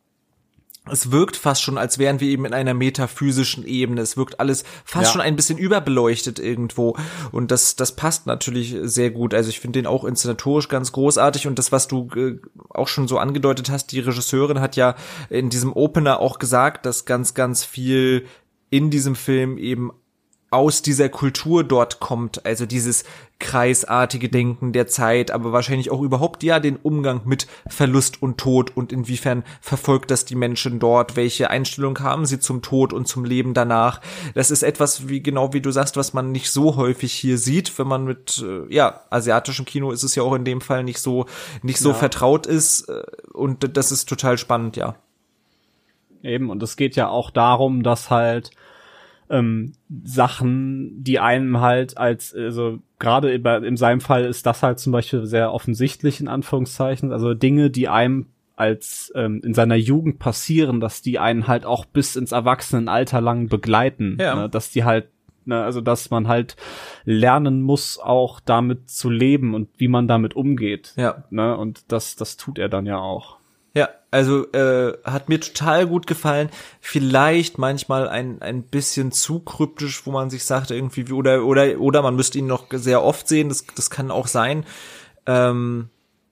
Es wirkt fast schon, als wären wir eben in einer metaphysischen Ebene. Es wirkt alles fast ja. schon ein bisschen überbeleuchtet irgendwo. Und das das passt natürlich sehr gut. Also ich finde den auch inszenatorisch ganz großartig. Und das, was du äh, auch schon so angedeutet hast, die Regisseurin hat ja in diesem Opener auch gesagt, dass ganz, ganz viel in diesem Film eben aus dieser Kultur dort kommt, also dieses kreisartige Denken der Zeit, aber wahrscheinlich auch überhaupt ja den Umgang mit Verlust und Tod und inwiefern verfolgt das die Menschen dort, welche Einstellung haben sie zum Tod und zum Leben danach. Das ist etwas, wie genau wie du sagst, was man nicht so häufig hier sieht, wenn man mit äh, ja asiatischem Kino ist es ja auch in dem Fall nicht so nicht so ja. vertraut ist und das ist total spannend, ja. Eben, und es geht ja auch darum, dass halt ähm, Sachen, die einem halt als, also gerade in seinem Fall ist das halt zum Beispiel sehr offensichtlich in Anführungszeichen, also Dinge, die einem als ähm, in seiner Jugend passieren, dass die einen halt auch bis ins Erwachsenenalter lang begleiten, ja. ne? Dass die halt, ne, also dass man halt lernen muss, auch damit zu leben und wie man damit umgeht, ja. ne? Und das, das tut er dann ja auch. Ja, also äh, hat mir total gut gefallen. Vielleicht manchmal ein ein bisschen zu kryptisch, wo man sich sagt irgendwie oder oder oder man müsste ihn noch sehr oft sehen. Das das kann auch sein. Ähm,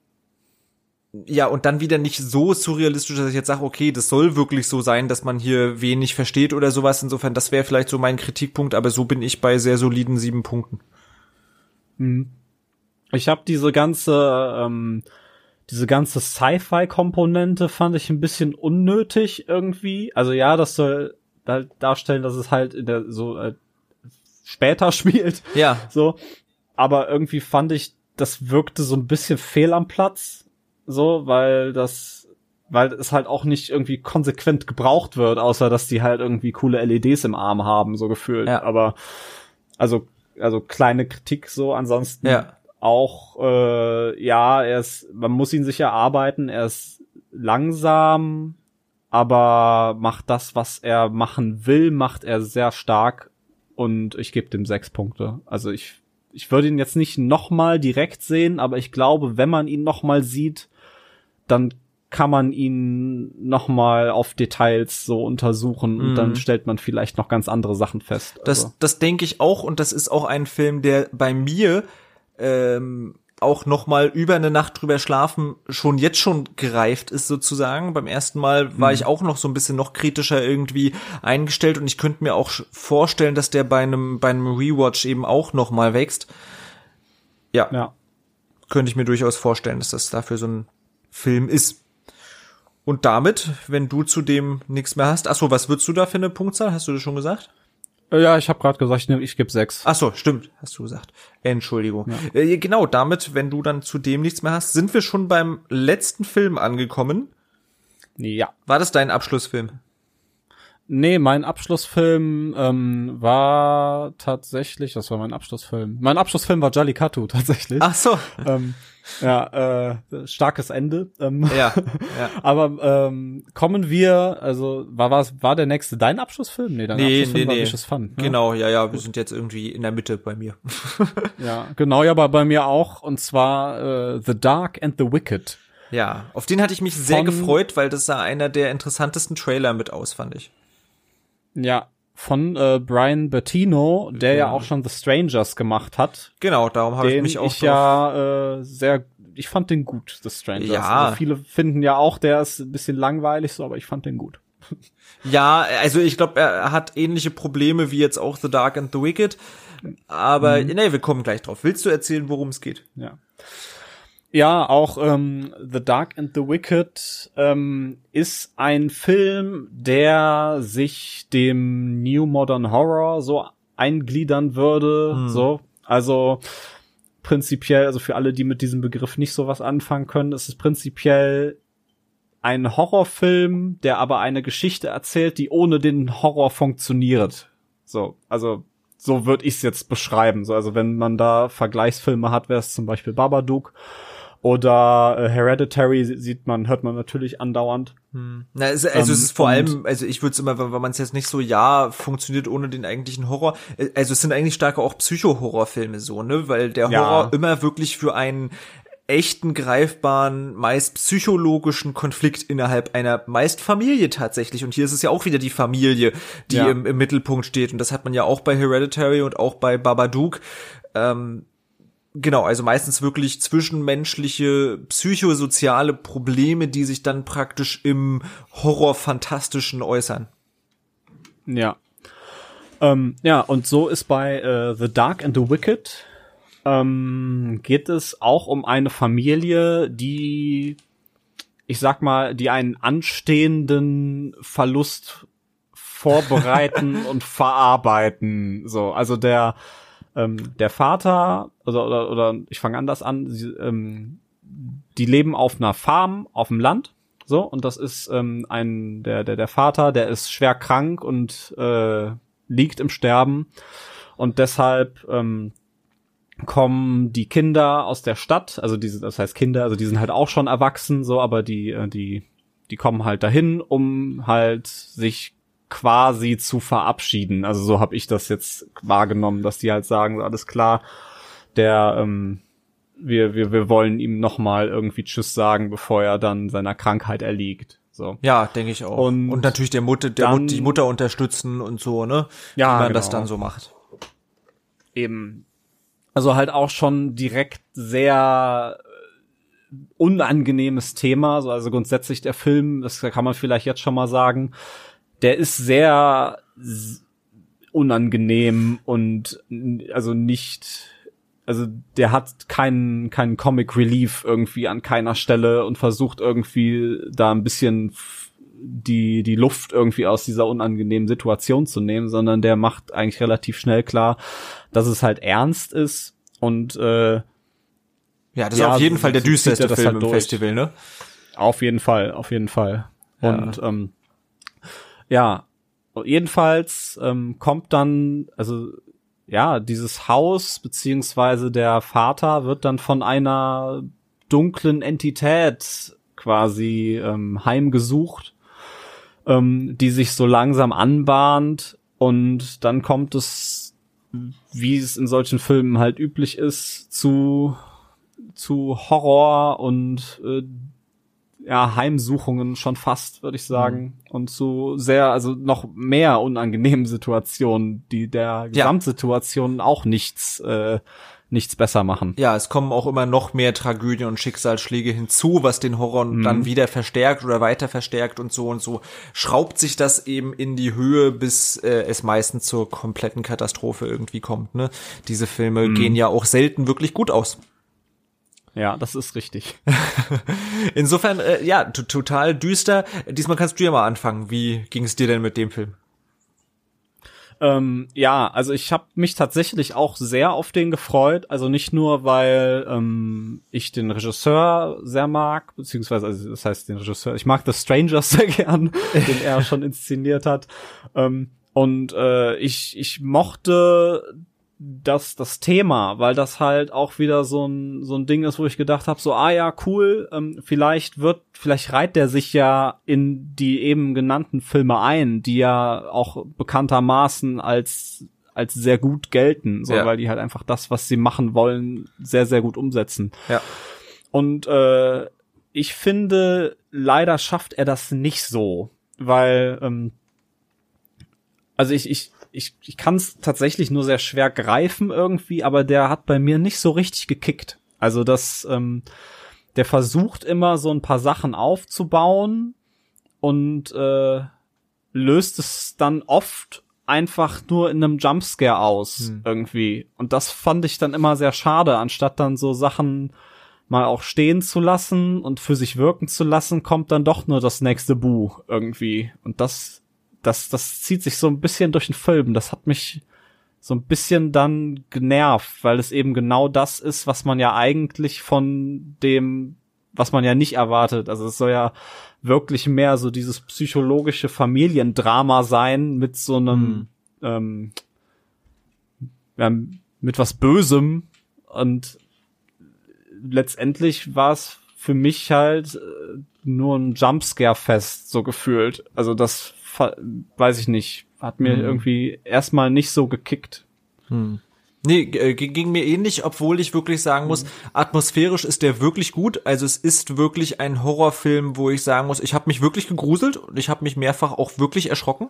ja, und dann wieder nicht so surrealistisch, dass ich jetzt sage, okay, das soll wirklich so sein, dass man hier wenig versteht oder sowas. Insofern, das wäre vielleicht so mein Kritikpunkt, aber so bin ich bei sehr soliden sieben Punkten. Ich habe diese ganze ähm Diese ganze Sci-Fi-Komponente fand ich ein bisschen unnötig irgendwie. Also ja, das soll halt darstellen, dass es halt in der so äh, später spielt. Ja. So. Aber irgendwie fand ich, das wirkte so ein bisschen fehl am Platz. So, weil das, weil es halt auch nicht irgendwie konsequent gebraucht wird, außer dass die halt irgendwie coole L E Ds im Arm haben, so gefühlt. Ja. Aber, also, also kleine Kritik so, ansonsten. Ja. Auch, äh, ja, er ist, man muss ihn sich erarbeiten, er ist langsam, aber macht das, was er machen will, macht er sehr stark und ich gebe dem sechs Punkte. Also ich, ich würde ihn jetzt nicht nochmal direkt sehen, aber ich glaube, wenn man ihn nochmal sieht, dann kann man ihn nochmal auf Details so untersuchen und mm. dann stellt man vielleicht noch ganz andere Sachen fest. Also. Das, das denke ich auch und das ist auch ein Film, der bei mir ähm, auch noch mal über eine Nacht drüber schlafen schon jetzt schon gereift ist sozusagen. Beim ersten Mal war mhm. ich auch noch so ein bisschen noch kritischer irgendwie eingestellt und ich könnte mir auch vorstellen, dass der bei einem bei einem Rewatch eben auch noch mal wächst. Ja, ja. Könnte ich mir durchaus vorstellen, dass das dafür so ein Film ist. Und damit, wenn du zu dem nichts mehr hast, ach so, was würdest du da für eine Punktzahl? Hast du das schon gesagt? Ja, ich habe gerade gesagt, ich, nehm, ich gebe sechs. Ach so, stimmt, hast du gesagt. Entschuldigung. Ja. Äh, genau, damit, wenn du dann zu dem nichts mehr hast, sind wir schon beim letzten Film angekommen. Ja. War das dein Abschlussfilm? Nee, mein Abschlussfilm ähm, war tatsächlich, das war mein Abschlussfilm. Mein Abschlussfilm war Jallikattu tatsächlich. Ach so. ähm, ja, äh, starkes Ende. Ähm, ja, ja. Aber ähm, kommen wir, also war war's, war der nächste dein Abschlussfilm? Nee, dein nee, Abschlussfilm nee, war nee. Vicious Fun. Ne? Genau, ja, ja, wir sind jetzt irgendwie in der Mitte bei mir. Ja, genau, ja, aber bei mir auch, und zwar äh, The Dark and the Wicked. Ja, auf den hatte ich mich sehr Von, gefreut, weil das sah einer der interessantesten Trailer mit aus, fand ich. Ja, von äh, Brian Bertino, der ja. ja auch schon The Strangers gemacht hat. Genau, darum habe ich mich auch ich ja äh, sehr, ich fand den gut, The Strangers. Ja. Also viele finden ja auch, der ist ein bisschen langweilig so, aber ich fand den gut. Ja, also ich glaube, er hat ähnliche Probleme wie jetzt auch The Dark and the Wicked, aber mhm. nee, wir kommen gleich drauf. Willst du erzählen, worum es geht? Ja. Ja, auch ähm, The Dark and the Wicked ähm, ist ein Film, der sich dem New Modern Horror so eingliedern würde. Hm. So, also prinzipiell, also für alle, die mit diesem Begriff nicht so was anfangen können, ist es prinzipiell ein Horrorfilm, der aber eine Geschichte erzählt, die ohne den Horror funktioniert. So, also so würde ich es jetzt beschreiben. So, also wenn man da Vergleichsfilme hat, wäre es zum Beispiel Babadook. Oder äh, Hereditary sieht man, hört man natürlich andauernd. Hm. Na, also, also ähm, es ist vor allem, also ich würde es immer, wenn, wenn man es jetzt nicht so, ja, funktioniert ohne den eigentlichen Horror. Also es sind eigentlich stark auch Psycho-Horrorfilme so, ne, weil der ja. Horror immer wirklich für einen echten, greifbaren, meist psychologischen Konflikt innerhalb einer meist Familie tatsächlich. Und hier ist es ja auch wieder die Familie, die ja. im, im Mittelpunkt steht. Und das hat man ja auch bei Hereditary und auch bei Babadook. Ähm, Genau, also meistens wirklich zwischenmenschliche, psychosoziale Probleme, die sich dann praktisch im Horror-Fantastischen äußern. Ja. Ähm, ja, und so ist bei äh, The Dark and the Wicked ähm, geht es auch um eine Familie, die, ich sag mal, die einen anstehenden Verlust vorbereiten und verarbeiten. So, also der Ähm, der Vater, oder, oder, oder ich fange anders an, sie, ähm, die leben auf einer Farm, auf dem Land, so, und das ist ähm, ein, der, der, der Vater, der ist schwer krank und äh, liegt im Sterben, und deshalb ähm, kommen die Kinder aus der Stadt, also diese, das heißt Kinder, also die sind halt auch schon erwachsen, so, aber die, äh, die, die kommen halt dahin, um halt sich quasi zu verabschieden. Also so habe ich das jetzt wahrgenommen, dass die halt sagen, so, alles klar, der ähm, wir wir wir wollen ihm noch mal irgendwie Tschüss sagen, bevor er dann seiner Krankheit erliegt. So. Ja, denke ich auch. Und, und natürlich der Mutter, der dann, Mut, die Mutter unterstützen und so, ne? Ja, wie man genau. das dann so macht. Eben. Also halt auch schon direkt sehr unangenehmes Thema. So, also grundsätzlich der Film, das kann man vielleicht jetzt schon mal sagen, der ist sehr unangenehm und also nicht, also der hat keinen keinen Comic Relief irgendwie an keiner Stelle und versucht irgendwie da ein bisschen die die Luft irgendwie aus dieser unangenehmen Situation zu nehmen, sondern der macht eigentlich relativ schnell klar, dass es halt ernst ist und äh, ja, das ja, ist auf jeden Fall der düsterste Film halt im durch. Festival, ne? Auf jeden Fall, auf jeden Fall. Ja. Und ähm, ja, jedenfalls ähm, kommt dann, also ja, dieses Haus beziehungsweise der Vater wird dann von einer dunklen Entität quasi ähm, heimgesucht, ähm, die sich so langsam anbahnt, und dann kommt es, wie es in solchen Filmen halt üblich ist, zu zu Horror und äh, ja, Heimsuchungen schon fast, würde ich sagen. Mhm. Und zu sehr, also noch mehr unangenehmen Situationen, die der Gesamtsituation ja. auch nichts, äh, nichts besser machen. Ja, es kommen auch immer noch mehr Tragödien und Schicksalsschläge hinzu, was den Horror mhm. dann wieder verstärkt oder weiter verstärkt, und so und so schraubt sich das eben in die Höhe, bis äh, es meistens zur kompletten Katastrophe irgendwie kommt, ne? Diese Filme mhm. gehen ja auch selten wirklich gut aus. Ja, das ist richtig. Insofern, äh, ja, t- total düster. Diesmal kannst du ja mal anfangen. Wie ging es dir denn mit dem Film? Ähm, ja, also ich habe mich tatsächlich auch sehr auf den gefreut. Also nicht nur, weil ähm, ich den Regisseur sehr mag, beziehungsweise, also das heißt den Regisseur, ich mag The Strangers sehr gern, den er schon inszeniert hat. Ähm, und äh, ich ich mochte das das Thema, weil das halt auch wieder so ein so ein Ding ist, wo ich gedacht habe, so ah ja, cool, ähm, vielleicht wird vielleicht reiht der sich ja in die eben genannten Filme ein, die ja auch bekanntermaßen als als sehr gut gelten, so, ja. weil die halt einfach das, was sie machen wollen, sehr sehr gut umsetzen. Ja. Und äh, ich finde, leider schafft er das nicht so, weil ähm, also ich ich Ich, ich kann es tatsächlich nur sehr schwer greifen irgendwie, aber der hat bei mir nicht so richtig gekickt. Also das, ähm, der versucht immer so ein paar Sachen aufzubauen und äh, löst es dann oft einfach nur in einem Jumpscare aus hm. irgendwie. Und das fand ich dann immer sehr schade, anstatt dann so Sachen mal auch stehen zu lassen und für sich wirken zu lassen, kommt dann doch nur das nächste Buh irgendwie. Und das Das, das zieht sich so ein bisschen durch den Film. Das hat mich so ein bisschen dann genervt, weil es eben genau das ist, was man ja eigentlich von dem, was man ja nicht erwartet. Also es soll ja wirklich mehr so dieses psychologische Familiendrama sein mit so einem, hm. ähm, ja, mit was Bösem. Und letztendlich war es für mich halt nur ein Jumpscare-Fest, so gefühlt. Also das weiß ich nicht, hat mir hm. irgendwie erstmal nicht so gekickt. Hm. Nee, g- ging mir ähnlich, obwohl ich wirklich sagen muss, hm. atmosphärisch ist der wirklich gut. Also es ist wirklich ein Horrorfilm, wo ich sagen muss, ich habe mich wirklich gegruselt und ich habe mich mehrfach auch wirklich erschrocken.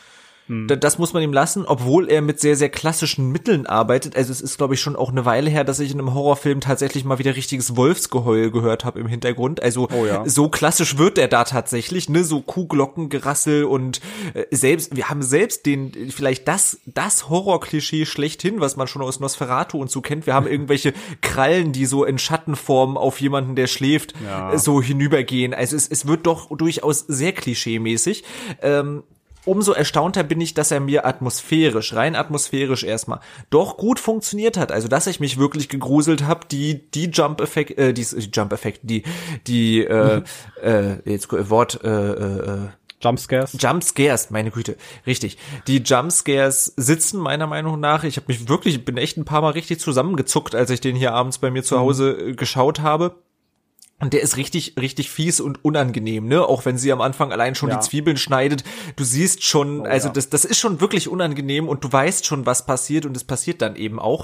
Das muss man ihm lassen, obwohl er mit sehr, sehr klassischen Mitteln arbeitet. Also es ist, glaube ich, schon auch eine Weile her, dass ich in einem Horrorfilm tatsächlich mal wieder richtiges Wolfsgeheul gehört habe im Hintergrund. Also oh ja. so klassisch wird er da tatsächlich, ne? So Kuhglockengerassel und äh, selbst, wir haben selbst den, vielleicht das, das Horrorklischee schlechthin, was man schon aus Nosferatu und so kennt. Wir haben irgendwelche Krallen, die so in Schattenform auf jemanden, der schläft, ja. so hinübergehen. Also es, es wird doch durchaus sehr klischeemäßig. Ähm, Umso erstaunter bin ich, dass er mir atmosphärisch, rein atmosphärisch erstmal, doch gut funktioniert hat. Also, dass ich mich wirklich gegruselt habe, die die Jump-Effekt, äh, die, die Jump-Effekt, die die äh, äh, jetzt Wort äh, äh, Jumpscares. Jumpscares, meine Güte, richtig. Die Jumpscares sitzen meiner Meinung nach. Ich habe mich wirklich, bin echt ein paar Mal richtig zusammengezuckt, als ich den hier abends bei mir zu Hause mhm. geschaut habe. Und der ist richtig, richtig fies und unangenehm, ne? Auch wenn sie am Anfang allein schon ja. die Zwiebeln schneidet. Du siehst schon, oh, also ja. das, das ist schon wirklich unangenehm und du weißt schon, was passiert und es passiert dann eben auch.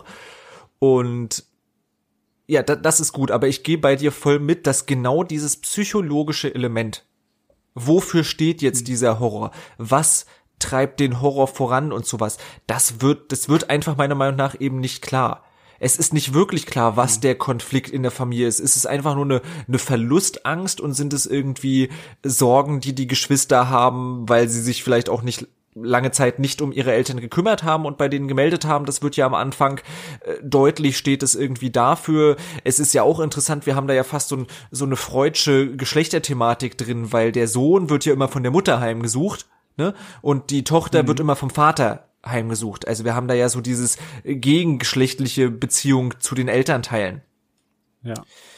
Und ja, da, das ist gut. Aber ich gehe bei dir voll mit, dass genau dieses psychologische Element, wofür steht jetzt mhm. dieser Horror? Was treibt den Horror voran und sowas? Das wird, das wird einfach meiner Meinung nach eben nicht klar. Es ist nicht wirklich klar, was der Konflikt in der Familie ist. Ist es einfach nur eine, eine Verlustangst und sind es irgendwie Sorgen, die die Geschwister haben, weil sie sich vielleicht auch nicht lange Zeit nicht um ihre Eltern gekümmert haben und bei denen gemeldet haben? Das wird ja am Anfang äh, deutlich, steht es irgendwie dafür. Es ist ja auch interessant, wir haben da ja fast so, ein, so eine freudsche Geschlechterthematik drin, weil der Sohn wird ja immer von der Mutter heimgesucht, ne? Und die Tochter mhm. wird immer vom Vater heimgesucht. Also wir haben da ja so dieses gegengeschlechtliche Beziehung zu den Elternteilen. Ja.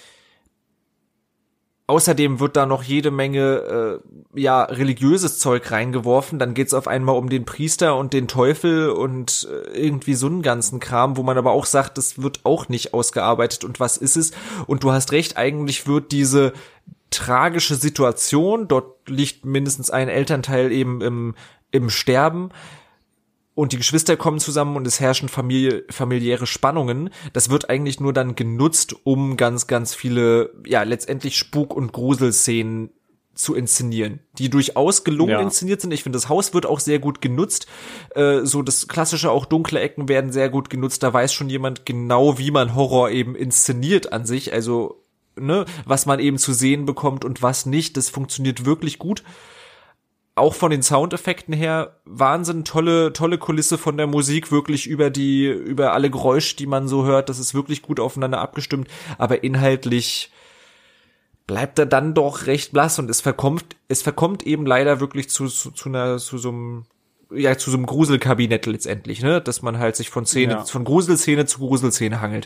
Außerdem wird da noch jede Menge äh, ja religiöses Zeug reingeworfen. Dann geht's auf einmal um den Priester und den Teufel und äh, irgendwie so einen ganzen Kram, wo man aber auch sagt, das wird auch nicht ausgearbeitet. Und was ist es? Und du hast recht, eigentlich wird diese tragische Situation, dort liegt mindestens ein Elternteil eben im, im Sterben, und die Geschwister kommen zusammen und es herrschen Familie, familiäre Spannungen. Das wird eigentlich nur dann genutzt, um ganz, ganz viele, ja, letztendlich Spuk- und Gruselszenen zu inszenieren, die durchaus gelungen ja. inszeniert sind. Ich finde, das Haus wird auch sehr gut genutzt. Äh, so das klassische, auch dunkle Ecken werden sehr gut genutzt. Da weiß schon jemand genau, wie man Horror eben inszeniert an sich. Also, ne, was man eben zu sehen bekommt und was nicht. Das funktioniert wirklich gut. auch von den Soundeffekten her Wahnsinn, tolle, tolle Kulisse von der Musik, wirklich über die, über alle Geräusche, die man so hört, das ist wirklich gut aufeinander abgestimmt, aber inhaltlich bleibt er dann doch recht blass und es verkommt, es verkommt eben leider wirklich zu, zu, zu einer, zu so einem, ja, zu so einem Gruselkabinett letztendlich, ne, dass man halt sich von Szene, Ja. von Gruselszene zu Gruselszene hangelt.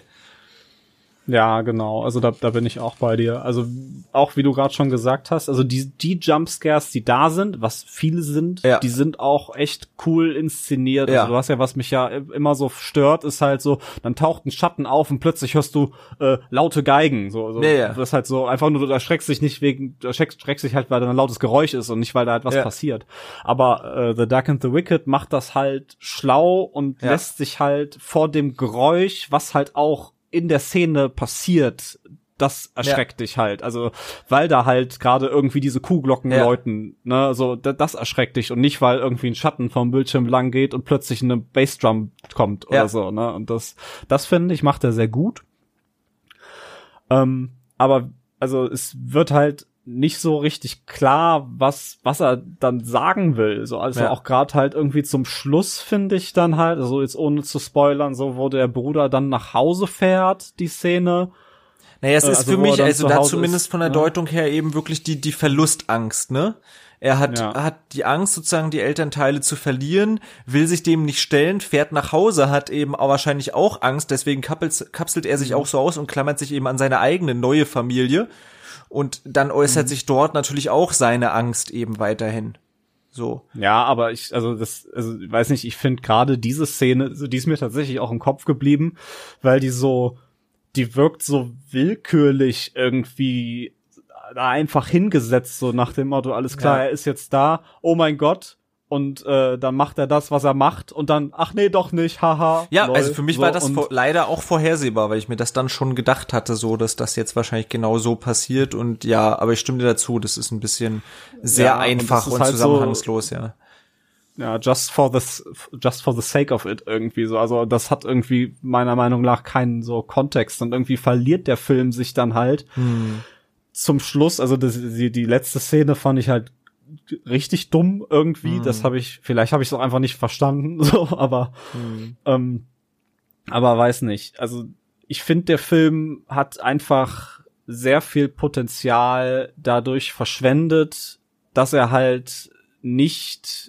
Ja, genau. Also da, da bin ich auch bei dir. Also auch wie du gerade schon gesagt hast, also die, die Jumpscares, die da sind, was viele sind, Ja. die sind auch echt cool inszeniert. Ja. Also du hast ja, was mich ja immer so stört, ist halt so, dann taucht ein Schatten auf und plötzlich hörst du äh, laute Geigen. So, so. Ja, ja. Das ist halt so einfach nur, du erschreckst dich nicht wegen, du erschreckst, erschreckst dich halt, weil da ein lautes Geräusch ist und nicht, weil da halt was Ja. passiert. Aber äh, The Dark and the Wicked macht das halt schlau und Ja. lässt sich halt vor dem Geräusch, was halt auch in der Szene passiert, das erschreckt dich halt. Also, weil da halt gerade irgendwie diese Kuhglocken Ja. läuten, ne, so, da, das erschreckt dich und nicht, weil irgendwie ein Schatten vom Bildschirm lang geht und plötzlich eine Bassdrum kommt oder Ja. so, ne, und das, das finde ich, macht er sehr gut. Ähm, aber, also, es wird halt nicht so richtig klar, was was er dann sagen will. So, also Ja. auch gerade halt irgendwie zum Schluss finde ich dann halt, also jetzt ohne zu spoilern, so wo der Bruder dann nach Hause fährt, die Szene. Naja, es Äh, ist also für wo er mich, dann also zu da Hause zumindest ist, von der ne? Deutung her eben wirklich die, die Verlustangst, ne? Er hat, Ja. hat die Angst, sozusagen die Elternteile zu verlieren, will sich dem nicht stellen, fährt nach Hause, hat eben auch wahrscheinlich auch Angst, deswegen kapselt, kapselt er sich Mhm. auch so aus und klammert sich eben an seine eigene neue Familie. Und dann äußert Mhm. sich dort natürlich auch seine Angst eben weiterhin. So. Ja, aber ich, also das, also ich weiß nicht, ich finde gerade diese Szene, so, die ist mir tatsächlich auch im Kopf geblieben, weil die so, die wirkt so willkürlich irgendwie da einfach hingesetzt, so nach dem Motto, alles klar, Ja. er ist jetzt da, oh mein Gott, und äh, dann macht er das, was er macht, und dann, ach nee, doch nicht, haha. Ja, lol, also für mich so, war das und, vor, leider auch vorhersehbar, weil ich mir das dann schon gedacht hatte, so, dass das jetzt wahrscheinlich genau so passiert und ja, aber ich stimme dir dazu, das ist ein bisschen sehr Ja, und einfach das ist und, halt so- zusammenhangslos, ja. ja, just for the, just for the sake of it irgendwie so. Also das hat irgendwie meiner Meinung nach keinen so Kontext und irgendwie verliert der Film sich dann halt Hm. zum Schluss. Also das, die, die letzte Szene fand ich halt richtig dumm irgendwie. Hm. Das habe ich, vielleicht habe ich es auch einfach nicht verstanden, so, aber, Hm. ähm, aber weiß nicht. Also ich finde, der Film hat einfach sehr viel Potenzial dadurch verschwendet, dass er halt nicht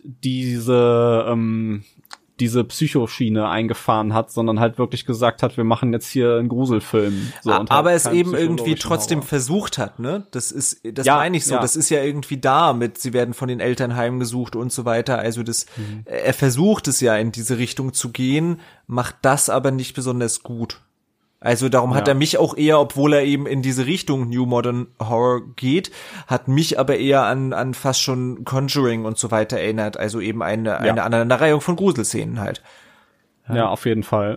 diese ähm, diese Psychoschiene eingefahren hat, sondern halt wirklich gesagt hat, wir machen jetzt hier einen Gruselfilm. So, und halt aber es keinen eben irgendwie psychologischen trotzdem Horror. versucht hat, ne? Das ist, das Ja, meine ich so, ja. das ist ja irgendwie da mit, sie werden von den Eltern heimgesucht und so weiter, also das, Mhm. er versucht es ja in diese Richtung zu gehen, macht das aber nicht besonders gut. Also darum hat Ja. er mich auch eher, obwohl er eben in diese Richtung New Modern Horror geht, hat mich aber eher an an fast schon Conjuring und so weiter erinnert. Also eben eine eine Aneinanderreihung von Gruselszenen halt. Ja, auf jeden Fall.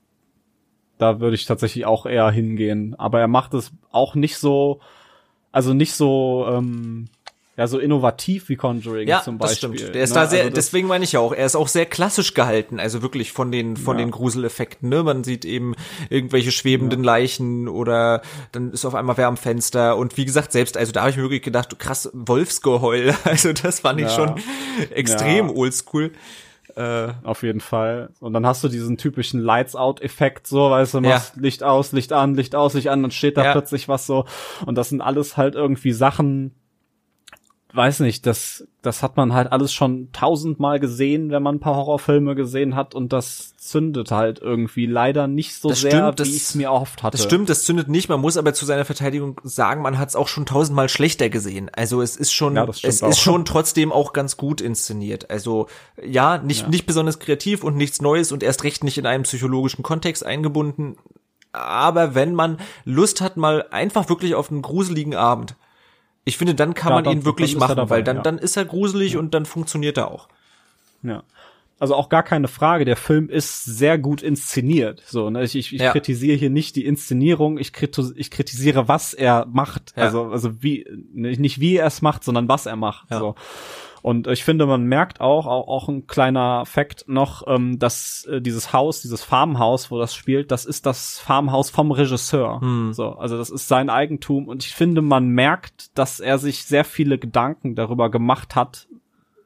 Da würde ich tatsächlich auch eher hingehen. Aber er macht es auch nicht so, also nicht so, ähm, ja, so innovativ wie Conjuring Ja, zum das Beispiel. stimmt. Der ist ne? da sehr, Also das- deswegen meine ich ja auch, er ist auch sehr klassisch gehalten, also wirklich von den, von Ja. den Gruseleffekten, ne? Man sieht eben irgendwelche schwebenden Leichen oder dann ist auf einmal wer am Fenster und wie gesagt, selbst, also da habe ich mir wirklich gedacht, krass, Wolfsgeheul, also das fand ich Ja. schon extrem Ja. oldschool. Äh, Auf jeden Fall. Und dann hast du diesen typischen Lights-Out-Effekt, so, weißt du, machst Licht aus, Licht an, Licht aus, Licht an, dann steht da Ja. plötzlich was so. Und das sind alles halt irgendwie Sachen, weiß nicht, das, das hat man halt alles schon tausendmal gesehen, wenn man ein paar Horrorfilme gesehen hat, und das zündet halt irgendwie leider nicht so Das sehr, stimmt, das- wie ich es mir erhofft hatte. Das stimmt, das zündet nicht. Man muss aber zu seiner Verteidigung sagen, man hat es auch schon tausendmal schlechter gesehen. Also es ist schon, Ja, das stimmt es auch. ist schon trotzdem auch ganz gut inszeniert. Also ja, nicht Ja. nicht besonders kreativ und nichts Neues und erst recht nicht in einem psychologischen Kontext eingebunden. Aber wenn man Lust hat, mal einfach wirklich auf einen gruseligen Abend, ich finde, dann kann Ja, man dann- ihn wirklich dann ist er machen, dabei, weil dann ja. dann ist er gruselig und dann funktioniert er auch. Ja. Also auch gar keine Frage, der Film ist sehr gut inszeniert. So, ne? Ich, ich, ich Ja. kritisiere hier nicht die Inszenierung, ich, kritis ich kritisiere, was er macht. Ja. Also, also wie, nicht nicht wie er es macht, sondern was er macht. Ja. So. Und ich finde, man merkt auch, auch, auch ein kleiner Fakt noch, ähm, dass äh, dieses Haus, dieses Farmhaus, wo das spielt, das ist das Farmhaus vom Regisseur. Hm. So, also das ist sein Eigentum, und ich finde, man merkt, dass er sich sehr viele Gedanken darüber gemacht hat,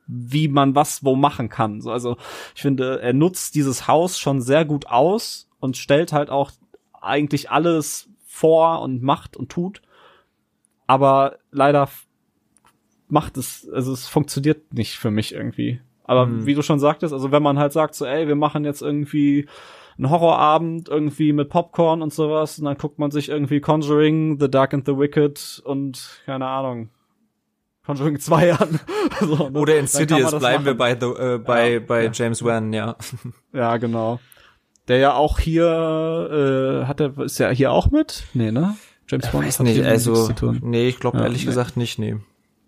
wie man was wo machen kann. So, also ich finde, er nutzt dieses Haus schon sehr gut aus und stellt halt auch eigentlich alles vor und macht und tut. Aber leider macht es, also es funktioniert nicht für mich irgendwie. Aber mhm. wie du schon sagtest, also wenn man halt sagt so, ey, wir machen jetzt irgendwie einen Horrorabend irgendwie mit Popcorn und sowas und dann guckt man sich irgendwie Conjuring, The Dark and the Wicked und keine Ahnung, Conjuring zwei an. So, ne? Oder Insidious, bleiben machen. wir bei, the, äh, bei, ja, bei ja. James Wan, ja. Ja, genau. Der ja auch hier, äh, hat er, ist ja hier auch mit? Nee, ne? James Wan ist nicht, also, nee, ich glaube ja, ehrlich nee. gesagt nicht, nee.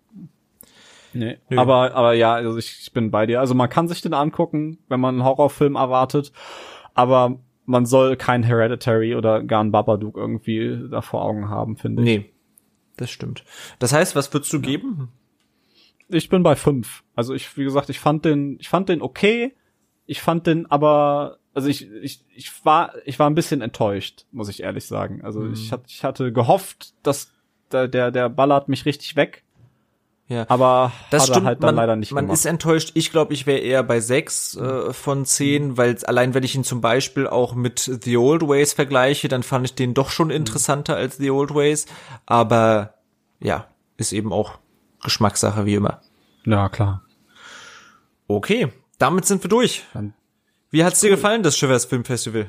Nee, Nö. aber, aber ja, also ich, ich bin bei dir. Also man kann sich den angucken, wenn man einen Horrorfilm erwartet. Aber man soll kein Hereditary oder gar ein Babadook irgendwie da vor Augen haben, finde ich. Nee, das stimmt. Das heißt, was würdest du ja. geben? Ich bin bei fünf. Also ich, wie gesagt, ich fand den, ich fand den okay. Ich fand den aber, also ich, ich, ich war, ich war ein bisschen enttäuscht, muss ich ehrlich sagen. Also mhm. ich hatte, ich hatte gehofft, dass der, der, der ballert mich richtig weg. Ja, aber das hat stimmt, er halt dann man, leider nicht man gemacht. ist enttäuscht. Ich glaube, ich wäre eher bei sechs äh, von zehn, weil allein wenn ich ihn zum Beispiel auch mit The Old Ways vergleiche, dann fand ich den doch schon interessanter als The Old Ways. Aber ja, ist eben auch Geschmackssache wie immer. Ja, klar. Okay, damit sind wir durch. Dann wie hat's dir gefallen, das Shivers Film Festival?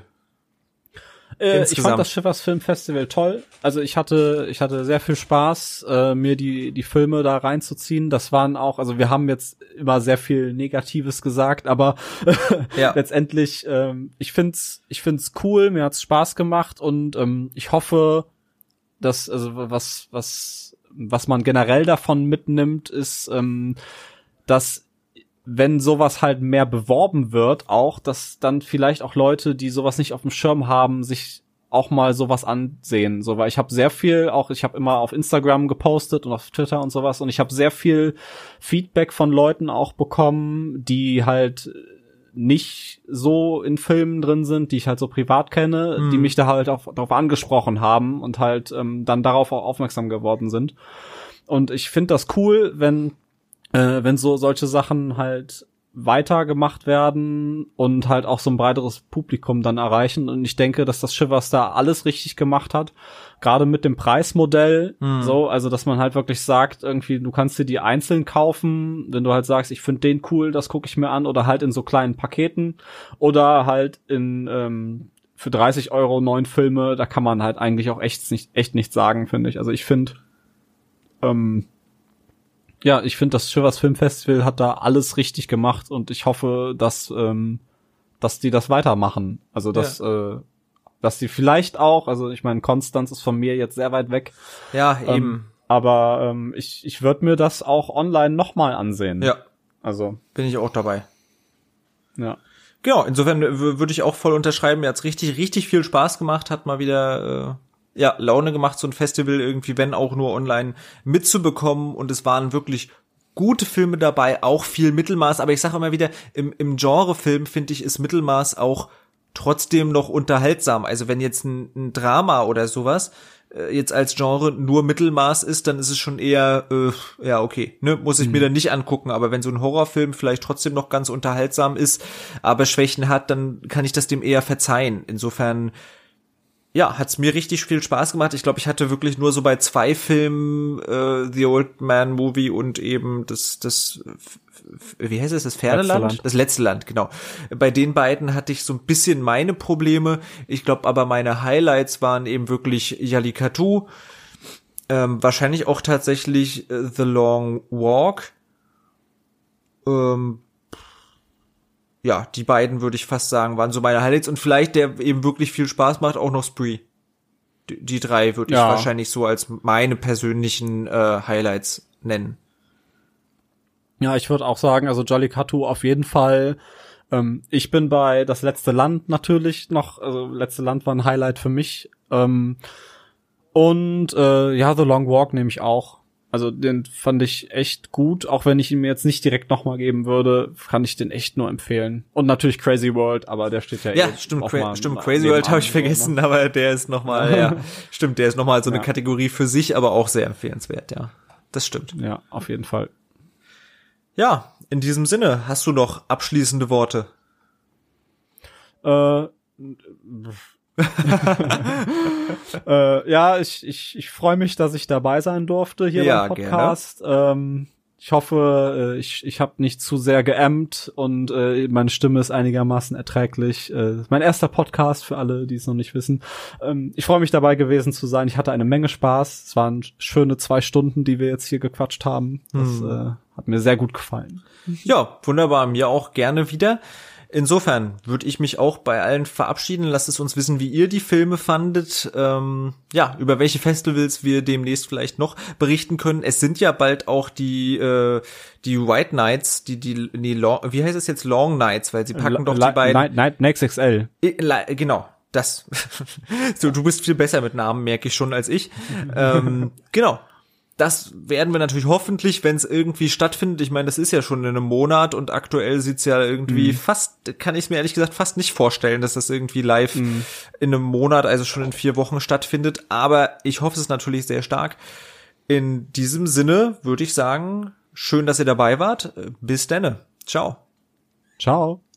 Äh, ich fand das Shivers Film Festival toll. Also ich hatte, ich hatte sehr viel Spaß, äh, mir die, die Filme da reinzuziehen. Das waren auch, also wir haben jetzt immer sehr viel Negatives gesagt, aber ja. letztendlich, ähm, ich find's, ich find's cool, mir hat's Spaß gemacht und ähm, ich hoffe, dass, also was, was, was man generell davon mitnimmt, ist, ähm, dass wenn sowas halt mehr beworben wird, auch, dass dann vielleicht auch Leute, die sowas nicht auf dem Schirm haben, sich auch mal sowas ansehen. So, weil ich habe sehr viel, auch ich habe immer auf Instagram gepostet und auf Twitter und sowas und ich habe sehr viel Feedback von Leuten auch bekommen, die halt nicht so in Filmen drin sind, die ich halt so privat kenne, mhm. die mich da halt auch darauf angesprochen haben und halt ähm, dann darauf auch aufmerksam geworden sind. Und ich finde das cool, wenn Äh, wenn so solche Sachen halt weiter gemacht werden und halt auch so ein breiteres Publikum dann erreichen. Und ich denke, dass das Shivers da alles richtig gemacht hat. Gerade mit dem Preismodell, mhm. so, also dass man halt wirklich sagt, irgendwie, du kannst dir die einzeln kaufen, wenn du halt sagst, ich finde den cool, das gucke ich mir an, oder halt in so kleinen Paketen oder halt in ähm, für dreißig Euro neun Filme, da kann man halt eigentlich auch echt nicht, echt nichts sagen, finde ich. Also ich finde, ähm, ja, ich finde, das Shivers Film Festival hat da alles richtig gemacht und ich hoffe, dass ähm, dass die das weitermachen. Also dass ja. äh, dass die vielleicht auch, also ich meine, Konstanz ist von mir jetzt sehr weit weg. Ja, eben. Ähm, aber ähm, ich ich würde mir das auch online nochmal ansehen. Ja. Also bin ich auch dabei. Ja. Genau, insofern würde ich auch voll unterschreiben. Mir hat's richtig, richtig viel Spaß gemacht, hat mal wieder äh ja, Laune gemacht, so ein Festival irgendwie, wenn auch nur online, mitzubekommen. Und es waren wirklich gute Filme dabei, auch viel Mittelmaß. Aber ich sage immer wieder, im, im Genrefilm, finde ich, ist Mittelmaß auch trotzdem noch unterhaltsam. Also wenn jetzt ein, ein Drama oder sowas äh, jetzt als Genre nur Mittelmaß ist, dann ist es schon eher, äh, ja, okay, ne, muss ich mhm. mir dann nicht angucken. Aber wenn so ein Horrorfilm vielleicht trotzdem noch ganz unterhaltsam ist, aber Schwächen hat, dann kann ich das dem eher verzeihen. Insofern ja, hat's mir richtig viel Spaß gemacht. Ich glaube, ich hatte wirklich nur so bei zwei Filmen äh, The Old Man Movie und eben das das wie heißt es, das ferne Land? Land? Das letzte Land, genau. Bei den beiden hatte ich so ein bisschen meine Probleme. Ich glaube, aber meine Highlights waren eben wirklich Yalikatu, ähm, wahrscheinlich auch tatsächlich äh, The Long Walk. Ähm, Ja, die beiden, würde ich fast sagen, waren so meine Highlights. Und vielleicht, der eben wirklich viel Spaß macht, auch noch Spree. Die, die drei würde ich ja. wahrscheinlich so als meine persönlichen äh, Highlights nennen. Ja, ich würde auch sagen, also Jallikattu auf jeden Fall. Ähm, ich bin bei Das letzte Land natürlich noch. Also Letzte Land war ein Highlight für mich. Ähm, und äh, ja, The Long Walk nehme ich auch. Also den fand ich echt gut, auch wenn ich ihn mir jetzt nicht direkt nochmal geben würde, kann ich den echt nur empfehlen. Und natürlich Crazy World, aber der steht ja Ja, eh stimmt, auch Cra- mal stimmt Crazy World habe ich vergessen, ne? Aber der ist nochmal, ja, stimmt, der ist nochmal so eine ja. Kategorie für sich, aber auch sehr empfehlenswert, ja. Das stimmt. Ja, auf jeden Fall. Ja, in diesem Sinne, hast du noch abschließende Worte? Äh, äh, ja, ich, ich, ich freue mich, dass ich dabei sein durfte hier ja, beim Podcast. Ähm, ich hoffe, ich, ich habe nicht zu sehr geämmt und äh, meine Stimme ist einigermaßen erträglich. Äh, mein erster Podcast für alle, die es noch nicht wissen. Ähm, ich freue mich, dabei gewesen zu sein. Ich hatte eine Menge Spaß. Es waren schöne zwei Stunden, die wir jetzt hier gequatscht haben. Das hm. äh, hat mir sehr gut gefallen. Ja, wunderbar. Mir auch gerne wieder. Insofern würde ich mich auch bei allen verabschieden. Lasst es uns wissen, wie ihr die Filme fandet. Ähm, ja, über welche Festivals wir demnächst vielleicht noch berichten können. Es sind ja bald auch die äh, die White Nights, die die nee, long, wie heißt es jetzt Long Nights, weil sie packen doch La- die beiden Night, Night Next X L. Äh, genau. Das. So, du bist viel besser mit Namen, merke ich schon, als ich. ähm, genau. Das werden wir natürlich hoffentlich, wenn es irgendwie stattfindet. Ich meine, das ist ja schon in einem Monat und aktuell sieht's ja irgendwie mhm. fast, kann ich mir ehrlich gesagt fast nicht vorstellen, dass das irgendwie live mhm. in einem Monat, also schon in vier Wochen stattfindet. Aber ich hoffe es natürlich sehr stark. In diesem Sinne würde ich sagen, schön, dass ihr dabei wart. Bis denne. Ciao. Ciao.